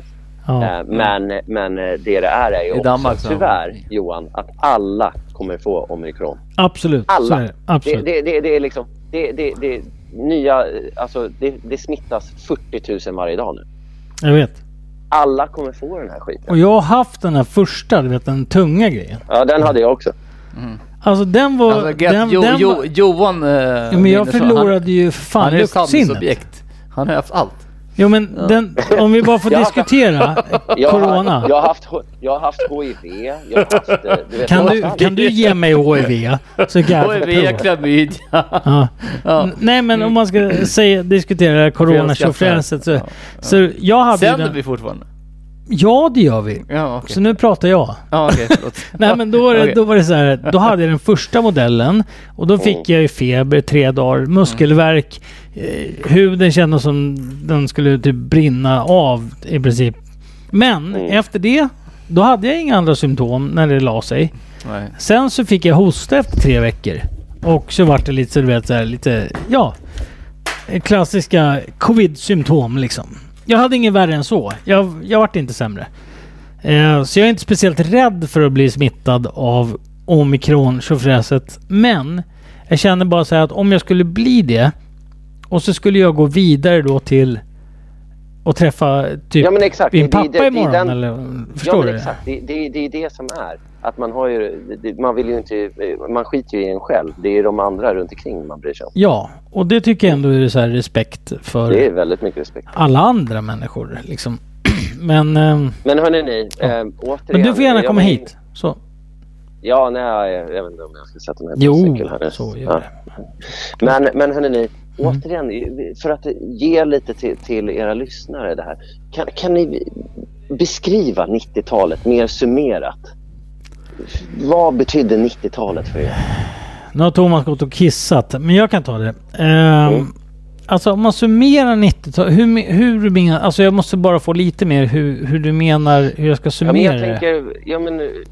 Men det är ju också tyvärr, Johan, att alla kommer få omikron. Absolut. Alla. Absolut. Det är liksom det nya, alltså det smittas 40 000 varje dag nu. Jag vet. Alla kommer få den här skiten. Och jag har haft den här första, du vet, den tunga grejen. Ja, den hade jag också. Alltså den var... Johan... men jag förlorade ju fan luktsinnet. Han har haft allt. Jo, men om vi bara får diskutera corona. Jag har haft HIV. Jag har haft, kan du ge mig HIV? Så kan HIV, klamydia. Nej, men om man ska diskutera corona-tjofräset så jag hade sänder vi fortfarande? Ja, det gör vi. Ja, okay. Så nu pratar jag. Ja, okej, förlåt. Nej, men då var det så här, då hade jag den första modellen och då fick jag ju feber 3 dagar, muskelvärk, huden kändes som den skulle typ brinna av i princip. Men efter det, då hade jag inga andra symptom när det la sig. Nej. Sen så fick jag hosta efter 3 veckor och så var det lite så du vet så här, lite klassiska covid-symptom liksom. Jag hade ingen värre än så. Jag vart inte sämre. Så jag är inte speciellt rädd för att bli smittad av omikron-tjofräset. Men jag känner bara så här att om jag skulle bli det och så skulle jag gå vidare då till och träffa typ min pappa imorgon eller förstår du? Exakt. Det är det som är att man har ju man vill ju inte, man skiter ju i en själv. Det är de andra runt omkring man bryr sig om. Ja, och det tycker jag ändå är så här respekt för. Det är väldigt mycket respekt. Alla andra människor liksom. Men hörni ni, återigen. Men du får gärna komma hit. Så. Ja, nej, jag vet inte om jag ska sätta mig på cykel här nu. Så gör det. Men hörni ni, återigen, för att ge lite till era lyssnare det här. Kan ni beskriva 90-talet mer summerat? Vad betydde 90-talet för er? Nu har Thomas gått och kissat, men jag kan ta det. Alltså om man summerar 90-talet, hur du menar, alltså jag måste bara få lite mer hur du menar, hur jag ska summera det. Jag tänker,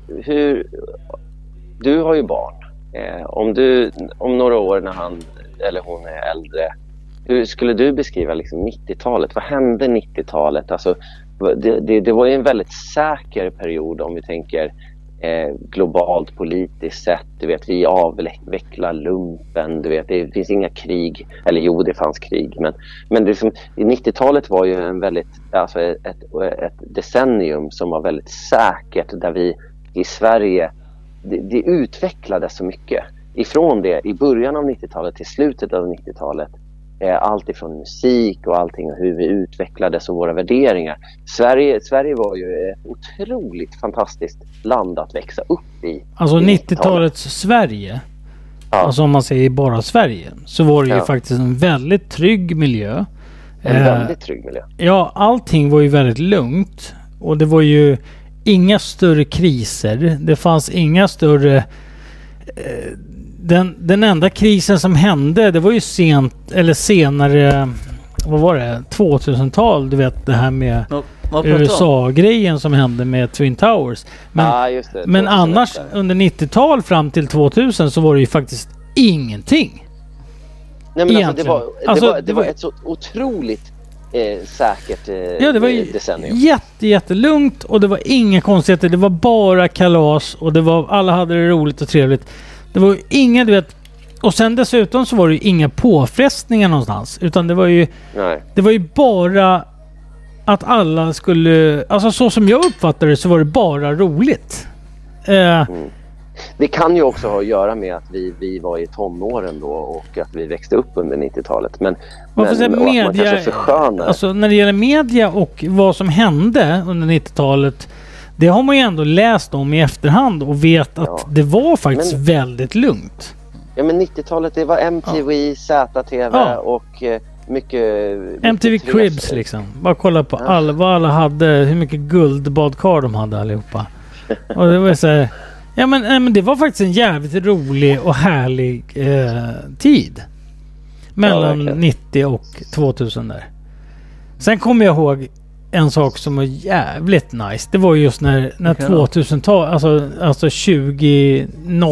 du har ju barn. Om några år när han eller hon är äldre, hur skulle du beskriva liksom 90-talet? Vad hände 90-talet? Alltså, det var ju en väldigt säker period om vi tänker globalt politiskt sett. Du vet, vi avvecklar lumpen, du vet, det finns inga krig, eller jo, det fanns krig, men det som, 90-talet var ju en väldigt, alltså ett decennium som var väldigt säkert, där vi i Sverige, det utvecklades så mycket ifrån det i början av 90-talet till slutet av 90-talet. Allt ifrån musik och allting och hur vi utvecklades och våra värderingar. Sverige var ju ett otroligt fantastiskt land att växa upp i. Alltså 90-talets Sverige, alltså om man säger bara Sverige, så var det ju faktiskt en väldigt trygg miljö. En väldigt trygg miljö. Ja, allting var ju väldigt lugnt och det var ju inga större kriser. Det fanns inga större... Den enda krisen som hände, det var ju senare, vad var det? 2000-tal, du vet det här med USA-grejen som hände med Twin Towers. Just det, men annars under 90-tal fram till 2000 så var det ju faktiskt ingenting. Nej, men alltså, det var ett så otroligt säkert det var ju decennium. Jättelugnt och det var inga konstigheter. Det var bara kalas och alla hade det roligt och trevligt. Det var ju inga, du vet, och sen dessutom så var det ju inga påfrestningar någonstans, utan det var ju bara att alla skulle, alltså så som jag uppfattade det så var det bara roligt. Det kan ju också ha att göra med att vi var i tonåren då och att vi växte upp under 90-talet. Men media, alltså när det gäller media och vad som hände under 90-talet, det har man ju ändå läst om i efterhand och vet att det var faktiskt väldigt lugnt. Ja, men 90-talet, det var MTV, ZTV och mycket MTV Cribs liksom. Bara kolla på vad alla hade, hur mycket guldbadkar de hade allihopa. Och det var så här, men det var faktiskt en jävligt rolig och härlig tid. Mellan 90 och 2000 där. Sen kommer jag ihåg en sak som var jävligt nice. Det var just när 2000-tal, alltså 2000,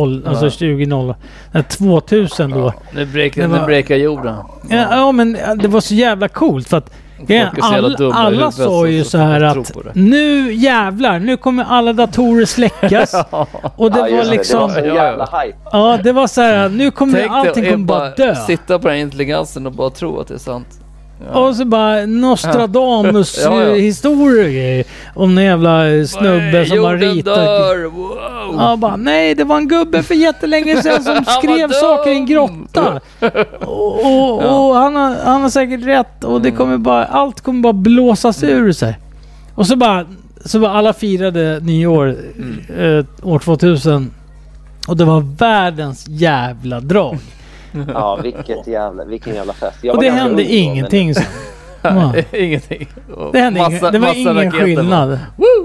när 2000 då. Nu breakar jorden. Ja, men det var så jävla coolt för att alla sa ju så här att nu jävlar, nu kommer alla datorer släckas. Och det var liksom det var jävla hype. Ja, det var så här, nu kommer allting kommer bara dö. Sitta på den intelligensen och bara tro att det är sant. Ja. Och så bara Nostradamus historier om en jävla snubbe som bara ritade. Wow. Ja, bara, nej, det var en gubbe för jättelänge sedan som skrev saker i en grotta. Och han har säkert rätt och det kommer bara, allt kommer bara blåsas ur sig. Och så bara alla firade nyår år 2000 och det var världens jävla drag. Ja, vilken jävla fest. Och det hände ingenting sen. Ingenting. Det hände ingenting. Det var ingen skillnad.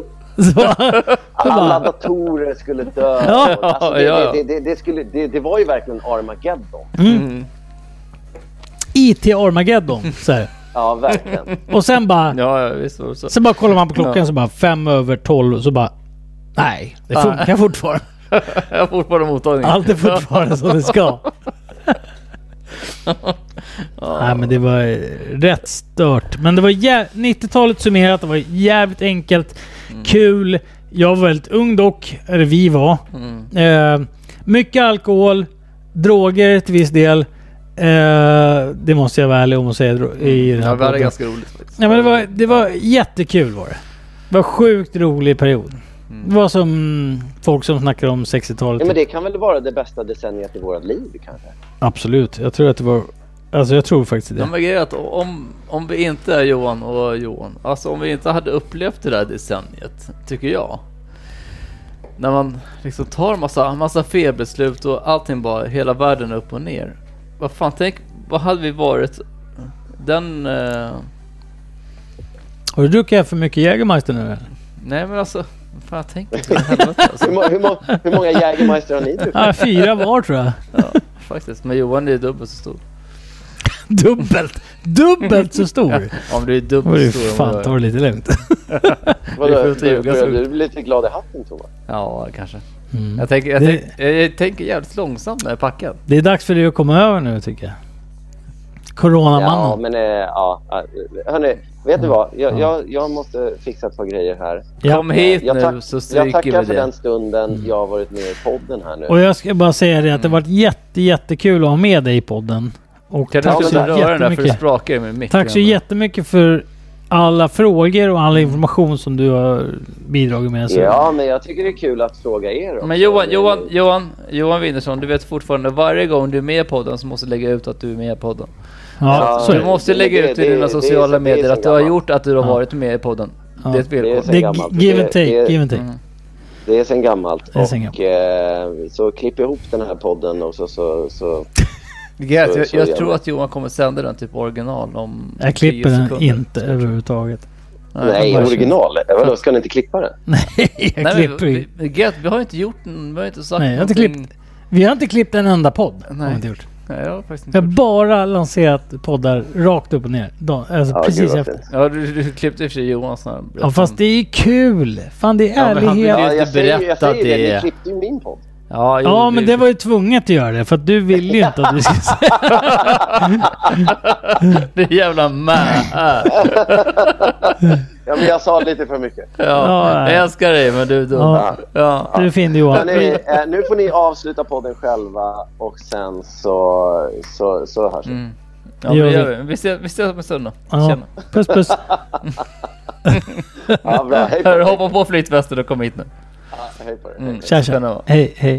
Alla datorer skulle dö. Det var ju verkligen Armageddon. IT Armageddon, så här. Ja, verkligen. Och sen bara visst var det så. Sen bara kollar man på klockan så bara 5:12 så bara nej, det funkar fortfarande. Jag har fortfarande mottagning. Allt är fortfarande som det ska. Nej, men det var rätt stört. Men det var 90-talet summerat. Det var jävligt enkelt, kul. Jag var väldigt ung dock, eller vi var. Mycket alkohol, droger till viss del. Det måste jag vara ärlig om att säga i den här det var ganska roligt faktiskt. Ja, men det var jättekul var det. Det var sjukt rolig period. Det var som folk som snackar om 60-talet. Ja, men det kan väl vara det bästa decenniet i vårt liv kanske? Absolut. Jag tror att det var... Alltså jag tror faktiskt det. De är att om vi inte är Johan, alltså om vi inte hade upplevt det där decenniet, tycker jag. När man liksom tar massa felbeslut och allting bara, hela världen upp och ner. Vad fan, vad hade vi varit den... Har du druckit för mycket Jägermeister nu? Nej, men alltså... Fan, jag tänker till helvete alltså. Hur många Jägermeister har ni druckit? Ja, 4 var tror jag. Ja, faktiskt. Men Johan är dubbelt så stor. Dubbelt så stor. Om du är dubbelt så stor. Fan, ta det lite lugnt. Börjar du bli lite glad i hatten, Thomas? Ja, kanske. Mm. Jag tänker jävligt långsamt med packen. Det är dags för dig att komma över nu tycker jag. Coronamannen. Ja, men hörni, vet du vad? Jag måste fixa ett par grejer här. Ja. Kom hit nu så stryker vi det. Jag tackar för den stunden jag har varit med i podden här nu. Och jag ska bara säga det att det har varit jättekul att ha med dig i podden. Och kan tack du så röra den där för det jättemycket. sprakar med micken. Tack så jättemycket för alla frågor och all information som du har bidragit med. Så. Ja, men jag tycker det är kul att fråga er också. Men Johan Winnersson, du vet fortfarande varje gång du är med i podden så måste du lägga ut att du är med i podden. Ja, så du måste lägga ut i dina sociala medier att du har gjort att du har varit med i podden. Ja. Det är ett villkor. Det är give and take. Det är sen gammalt. Det är sen och så klipp ihop den här podden och så Jag tror att Johan kommer sända den typ original om jag klipper 10 den sekunder. inte överhuvudtaget. Nej, original. Vadå, ska ni inte klippa den? Nej, jag klipper ju. Vi har inte gjort den, vi har inte sagt Nej, jag har inte klippt. Vi har inte klippt en enda podd. Nej. Har vi inte gjort. Nej, jag har faktiskt Vi inte har bara lanserat poddar rakt upp och ner. Alltså precis gud, efter. Ja, du klippte i och för sig Johan sån här. Ja, fast det är kul. Fan, det är Ja, men han vill ärlighet. ju- Jag säger berätta det. det. Ni klippte ju min podd. Ja, men det var ju tvunget att göra det. För att du ville ju inte att vi skulle säga. Det är jävla Ja, men jag sa lite för mycket. Ja, jag älskar dig, men du är dum. Ja. Ja. Du är fin Johan. Nu får ni avsluta podden själva och sen så hörs vi. Ja, men det gör vi. Vi ses om en stund då. Ja. Tjena. Puss. Ja, bra. Hej på Hör, dig. hoppa på flytvästen och kom hit nu. Ja, hej på dig. Tja. Spännande. Hej.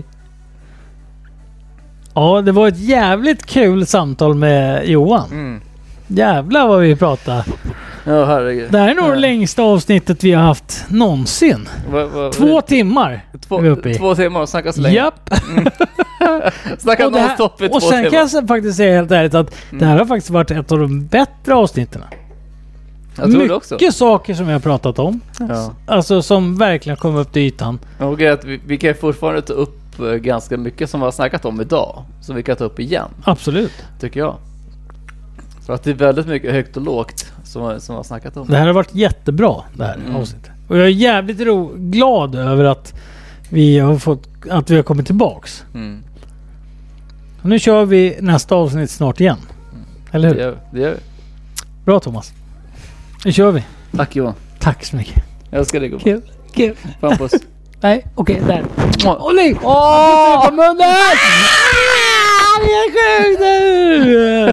Ja, det var ett jävligt kul samtal med Johan. Jävlar vad vi pratade. Ja, herregud. Det här är nog det längsta avsnittet vi har haft någonsin. 2 timmar är vi uppe i. 2 timmar och snacka så länge. Japp. Snacka Och det här- non-stop i 2 Och sen timmar. kan jag faktiskt säga helt ärligt att det här har faktiskt varit ett av de bättre avsnitten. Jag tror det också. Mycket saker som vi har pratat om. Ja. Alltså som verkligen kom upp till ytan. Och att vi kan fortfarande ta upp ganska mycket som vi har snackat om idag. Som vi kan ta upp igen, Absolut. tycker jag. Så att det är väldigt mycket högt och lågt som vi har snackat om. Det här har varit jättebra det här avsnittet. Och jag är jävligt glad över att vi har kommit tillbaks. Och nu kör vi nästa avsnitt snart igen. Eller hur? Det gör vi. Bra Thomas. Nu kör vi. Tack Johan. Tack så mycket. Jag älskar dig gubben. Kul. Fan puss. Nej, okej, där. Åh nej! Åh! På munnen! Det är sjukt nu!